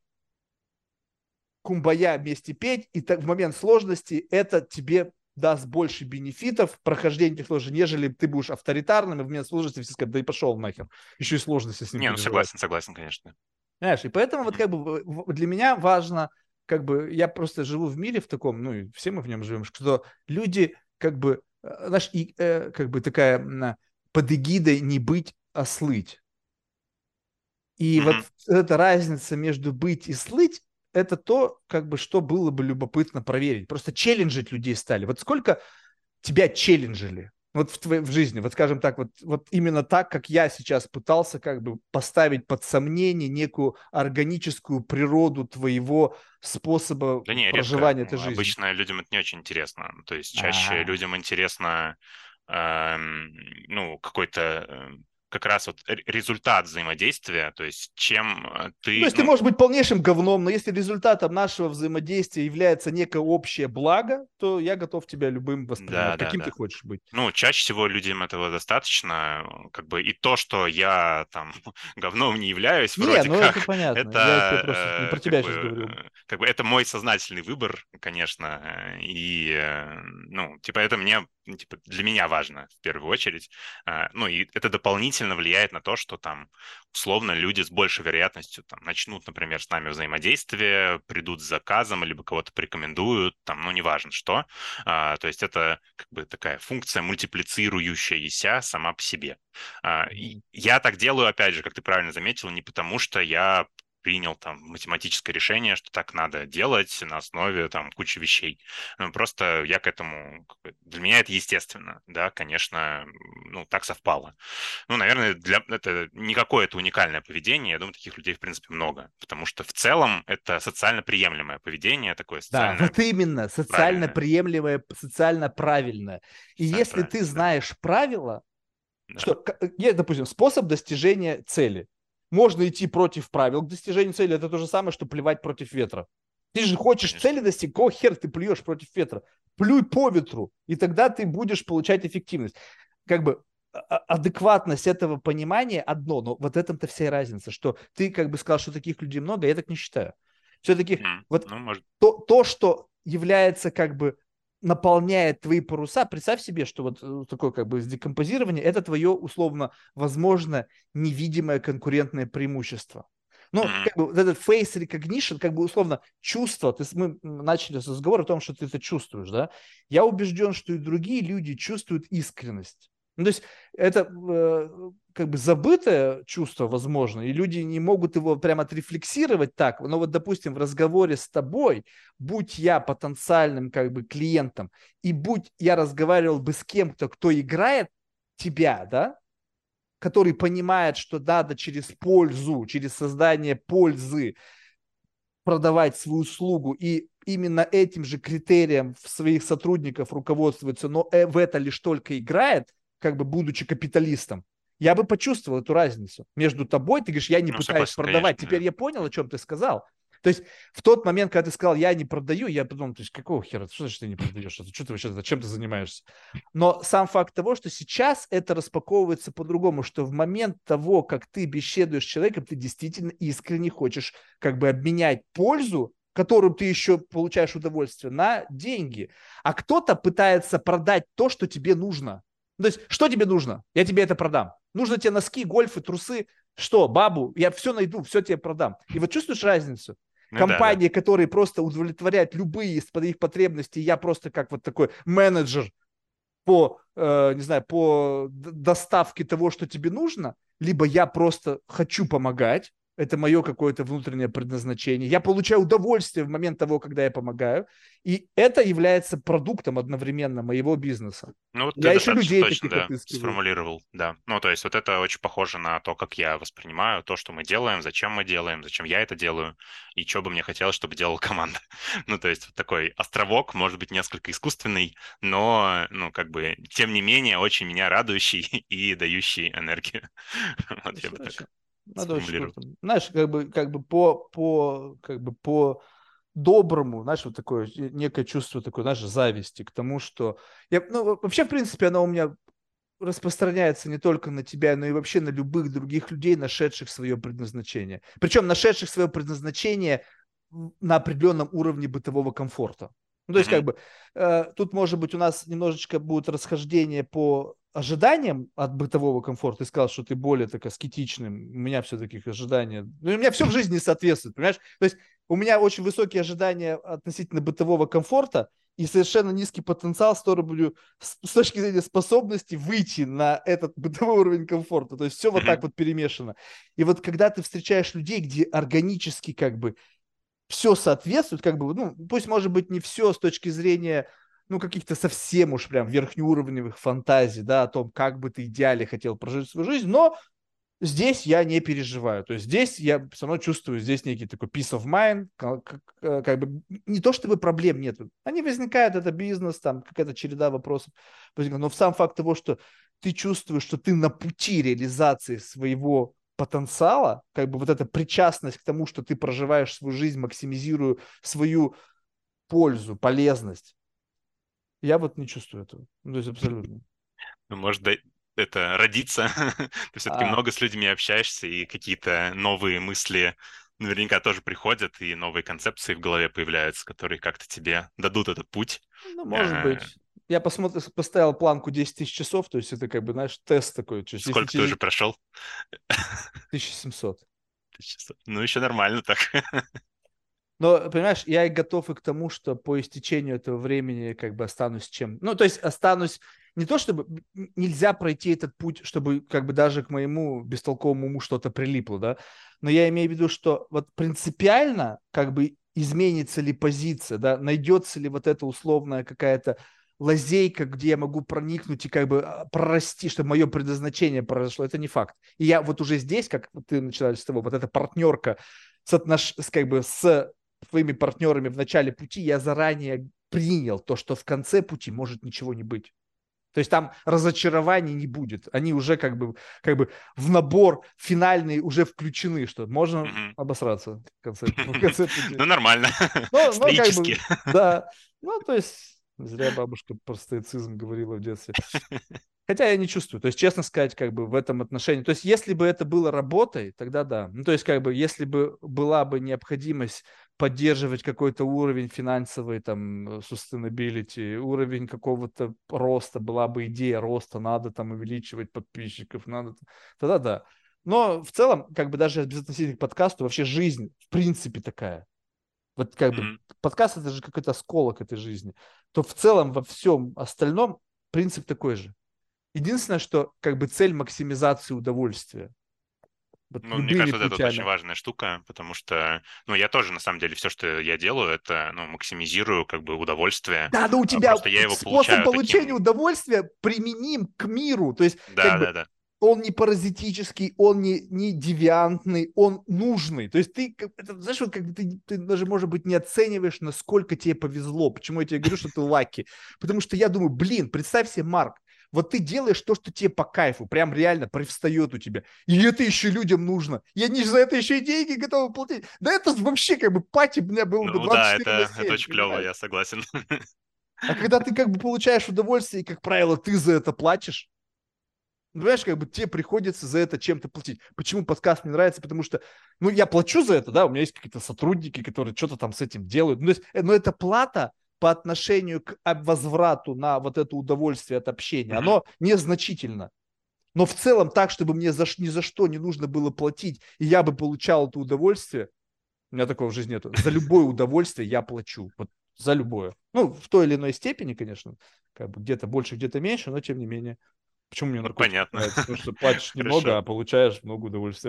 кумбая вместе петь, и так в момент сложности это тебе даст больше бенефитов прохождения этих сложностей, нежели ты будешь авторитарным, и в момент сложности все скажут, да и пошел нахер. Еще и сложности с ним Не, ну переживать. согласен, конечно. Знаешь, и поэтому вот Мгм. как бы для меня важно, как бы я просто живу в мире в таком, ну и все мы в нем живем, что люди как бы, знаешь, и, как бы такая под эгидой не быть, а слыть. И вот Мгм. эта разница между быть и слыть, это то, как бы, что было бы любопытно проверить. Просто челленджить людей стали. Вот сколько тебя челленджили? Вот в жизни, вот скажем так, вот именно так, как я сейчас пытался как бы поставить под сомнение некую органическую природу твоего способа Да не, редко. проживания этой жизни. Обычно людям это не очень интересно. То есть чаще А, людям интересно, ну, какой-то как раз вот результат взаимодействия, то есть чем ну, то ты, есть ты ну, можешь быть полнейшим говном, но если результатом нашего взаимодействия является некое общее благо, то я готов тебя любым да, воспринимать, да, каким ты да. хочешь быть. Ну, чаще всего людям этого достаточно, как бы, и то, что я там говном не являюсь, Не, вроде ну это как, понятно. Я тебе просто не про это, тебя сейчас говорю. как бы это мой сознательный выбор, конечно, и, ну, типа, это мне, ну, типа, для меня важно в первую очередь, ну, и это дополнительно влияет на то, что там, условно, люди с большей вероятностью там начнут, например, с нами взаимодействие, придут с заказом, либо кого-то порекомендуют, там, ну, неважно что, то есть это как бы такая функция мультиплицирующаяся сама по себе. И Мгм. я так делаю, опять же, как ты правильно заметил, не потому что я принял там математическое решение, что так надо делать на основе там кучи вещей. Просто я к этому, для меня это естественно, да, конечно, ну, так совпало. Ну, наверное, для это не какое-то уникальное поведение. Я думаю, таких людей, в принципе, много. Потому что в целом это социально приемлемое поведение, такое Да, социально вот именно, социально правильное. приемлемое, социально правильное. И Социально если правильное, ты да. знаешь правила, Да. что есть, допустим, способ достижения цели. Можно идти против правил к достижению цели, это то же самое, что плевать против ветра. Ты же хочешь Конечно. цели достичь, какого хера ты плюешь против ветра? Плюй по ветру, и тогда ты будешь получать эффективность. Как бы адекватность этого понимания одно, но вот этом-то вся и разница, что ты как бы сказал, что таких людей много, я так не считаю. Все-таки вот Ну, может. то, что является как бы наполняет твои паруса, представь себе, что вот такое как бы декомпозирование, это твое условно возможно невидимое конкурентное преимущество. Ну, Мгм. как бы вот этот face recognition, как бы условно чувство, мы начали с разговора о том, что ты это чувствуешь, да? Я убежден, что и другие люди чувствуют искренность. Ну, то есть это как бы забытое чувство, возможно, и люди не могут его прямо отрефлексировать так. Но вот, допустим, в разговоре с тобой, будь я потенциальным как бы клиентом, и будь я разговаривал бы с кем-то, кто играет тебя, да, который понимает, что надо через пользу, через создание пользы продавать свою услугу, и именно этим же критерием своих сотрудников руководствуется, но в это лишь только играет, как бы будучи капиталистом, я бы почувствовал эту разницу между тобой, ты говоришь, я не Ну, пытаюсь согласен, продавать, конечно, теперь да. я понял, о чем ты сказал. То есть в тот момент, когда ты сказал, я не продаю, я подумал, то есть какого хера, что значит ты не продаешь, что ты вообще, зачем ты занимаешься? Но сам факт того, что сейчас это распаковывается по-другому, что в момент того, как ты беседуешь с человеком, ты действительно искренне хочешь как бы обменять пользу, которую ты еще получаешь удовольствие, на деньги. А кто-то пытается продать то, что тебе нужно. То есть, что тебе нужно? Я тебе это продам. Нужно тебе носки, гольфы, трусы, что, бабу, я все найду, все тебе продам. И вот чувствуешь разницу? Ну да, да. Компании, которые просто удовлетворяют любые из их потребностей, я просто как вот такой менеджер по, не знаю, по доставке того, что тебе нужно, либо я просто хочу помогать, это мое какое-то внутреннее предназначение. Я получаю удовольствие в момент того, когда я помогаю. И это является продуктом одновременно моего бизнеса. Ну, вот ты Я еще достаточно людей точно, таких да, отыскиваю. сформулировал, да. Ну, то есть вот это очень похоже на то, как я воспринимаю то, что мы делаем, зачем я это делаю, и что бы мне хотелось, чтобы делала команда. Ну, то есть вот такой островок, может быть, несколько искусственный, но, ну, как бы, тем не менее, очень меня радующий и дающий энергию. Вот я бы Очень, так надо очень сформулировал. круто. Знаешь, как бы по доброму, знаешь, вот такое некое чувство такое, знаешь, зависти к тому, что ну, вообще, в принципе, оно у меня распространяется не только на тебя, но и вообще на любых других людей, нашедших свое предназначение. Причем нашедших свое предназначение на определенном уровне бытового комфорта. Ну, то есть, как Мгм. бы, тут, может быть, у нас немножечко будет расхождение по ожиданиям от бытового комфорта. Ты сказал, что ты более так аскетичным. У меня все-таки ожидания. Ну, у меня все в жизни не соответствует, понимаешь? То есть, у меня очень высокие ожидания относительно бытового комфорта и совершенно низкий потенциал с точки зрения способности выйти на этот бытовой уровень комфорта. То есть все вот Мгм. так вот перемешано. И вот когда ты встречаешь людей, где органически как бы все соответствует, как бы, ну, пусть может быть не все с точки зрения, ну, каких-то совсем уж прям верхнеуровневых фантазий, да, о том, как бы ты идеально хотел прожить свою жизнь, но здесь я не переживаю. То есть здесь я все равно чувствую, здесь некий такой peace of mind, как бы не то чтобы проблем нет. Они возникают, это бизнес, там какая-то череда вопросов возникает. Но сам факт того, что ты чувствуешь, что ты на пути реализации своего потенциала, как бы вот эта причастность к тому, что ты проживаешь свою жизнь, максимизируя свою пользу, полезность. Я вот не чувствую этого. Ну, то есть абсолютно. Ну, может, это родиться. Ты все-таки А, много с людьми общаешься, и какие-то новые мысли наверняка тоже приходят, и новые концепции в голове появляются, которые как-то тебе дадут этот путь. ну, может Э, быть. Я поставил планку 10 тысяч часов, то есть это как бы, знаешь, тест такой. То есть если Сколько ты уже через прошел? 1700. Ну, еще нормально так. Но, понимаешь, я и готов и к тому, что по истечению этого времени как бы останусь чем. Ну, то есть останусь не то, чтобы нельзя пройти этот путь, чтобы как бы даже к моему бестолковому уму что-то прилипло, да, но я имею в виду, что вот принципиально как бы изменится ли позиция, да, найдется ли вот эта условная какая-то лазейка, где я могу проникнуть и как бы прорасти, чтобы мое предназначение произошло, это не факт. И я вот уже здесь, как ты начинаешь с того, вот эта партнерка как бы с твоими партнерами в начале пути, я заранее принял то, что в конце пути может ничего не быть. То есть там разочарований не будет. Они уже как бы в набор финальный уже включены, что можно Мгм. обосраться в конце пути. Ну, нормально. Но как Стоически. бы, да. Ну, то есть, зря бабушка про стоицизм говорила в детстве. Хотя я не чувствую. То есть, честно сказать, как бы в этом отношении. То есть, если бы это было работой, тогда да. Ну, то есть, как бы, если бы была бы необходимость поддерживать какой-то уровень финансовый, там, sustainability, уровень какого-то роста, была бы идея роста, надо там увеличивать подписчиков, надо, тогда да. Но в целом, как бы даже без относительно к подкасту, вообще жизнь в принципе такая. Вот как бы Мгм. подкаст это же какой-то осколок этой жизни. То в целом во всем остальном принцип такой же. Единственное, что как бы цель максимизации удовольствия. Вот Ну, мне любыми кажется, вот это вот очень путями. важная штука, потому что, ну, я тоже, на самом деле, все, что я делаю, это, ну, максимизирую, как бы, удовольствие. Да, да у тебя Просто я его способ получаю получения таким... удовольствия применим к миру. То есть как Да, бы да, да. он не паразитический, он не девиантный, он нужный. То есть ты, это, знаешь, вот как бы ты даже, может быть, не оцениваешь, насколько тебе повезло. Почему я тебе говорю, что ты лаки? Потому что я думаю, блин, представь себе, Марк, вот ты делаешь то, что тебе по кайфу, прям реально привстает у тебя. И это еще людям нужно. И они же за это еще и деньги готовы платить. Да это вообще как бы пати у меня было бы Ну да, 24 на это 7, очень клево, понимаешь? я согласен. А когда ты как бы получаешь удовольствие, и, как правило, ты за это платишь, ну, понимаешь, как бы тебе приходится за это чем-то платить. Почему подкаст мне нравится? Потому что, ну, я плачу за это, да, у меня есть какие-то сотрудники, которые что-то там с этим делают. Ну, то есть, но это плата по отношению к возврату на вот это удовольствие от общения. Мгм. Оно незначительно. Но в целом так, чтобы мне ни за что не нужно было платить, и я бы получал это удовольствие, у меня такого в жизни нету. За любое удовольствие я плачу. Вот за любое. Ну, в той или иной степени, конечно. Как бы где-то больше, где-то меньше, но тем не менее. Почему мне Ну, наркотики понятно. нравятся? Потому что платишь немного, Хорошо. а получаешь много удовольствия.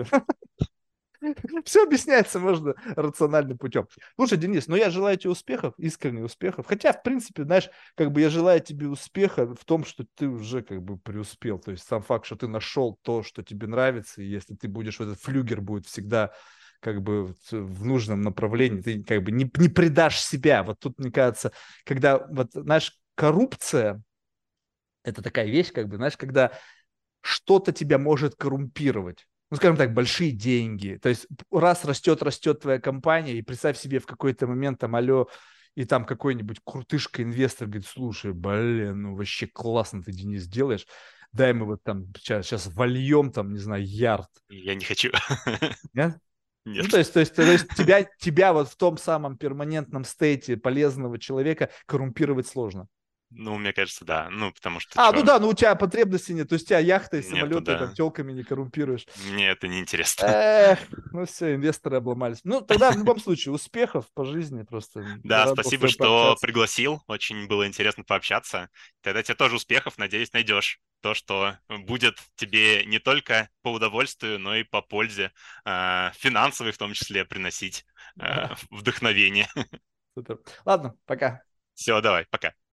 Все объясняется можно рациональным путем. Слушай, Денис, ну я желаю тебе успехов, искренних успехов. Хотя, в принципе, знаешь, как бы я желаю тебе успеха в том, что ты уже как бы преуспел. То есть сам факт, что ты нашел то, что тебе нравится, и если ты будешь, этот флюгер будет всегда как бы в нужном направлении, ты как бы не предашь себя. Вот тут, мне кажется, когда, вот, знаешь, коррупция, это такая вещь, как бы, знаешь, когда что-то тебя может коррумпировать. Ну, скажем так, большие деньги. То есть раз растет твоя компания, и представь себе в какой-то момент там, алло, и там какой-нибудь крутышка-инвестор говорит, слушай, блин, ну вообще классно ты, Денис, делаешь, дай мы вот там сейчас вольем там, не знаю, ярд. Я не хочу. Нет? Ну, то Нет. есть, то есть, то есть тебя вот в том самом перманентном стейте полезного человека коррумпировать сложно. Ну, мне кажется, да. Ну, потому что А, ну что? да, ну у тебя потребностей нет. То есть у тебя яхта и Нету, самолеты, там, да. телками не коррумпируешь. Мне это не интересно. Эх, ну все, инвесторы обломались. Ну, тогда в любом случае успехов по жизни. Просто Да, рад был с спасибо, тобой что пообщаться. пригласил. Очень было интересно пообщаться. Тогда тебе тоже успехов. Надеюсь, найдешь то, что будет тебе не только по удовольствию, но и по пользе, финансовой в том числе, приносить Да, вдохновение. супер. Ладно, пока. Все, давай, пока.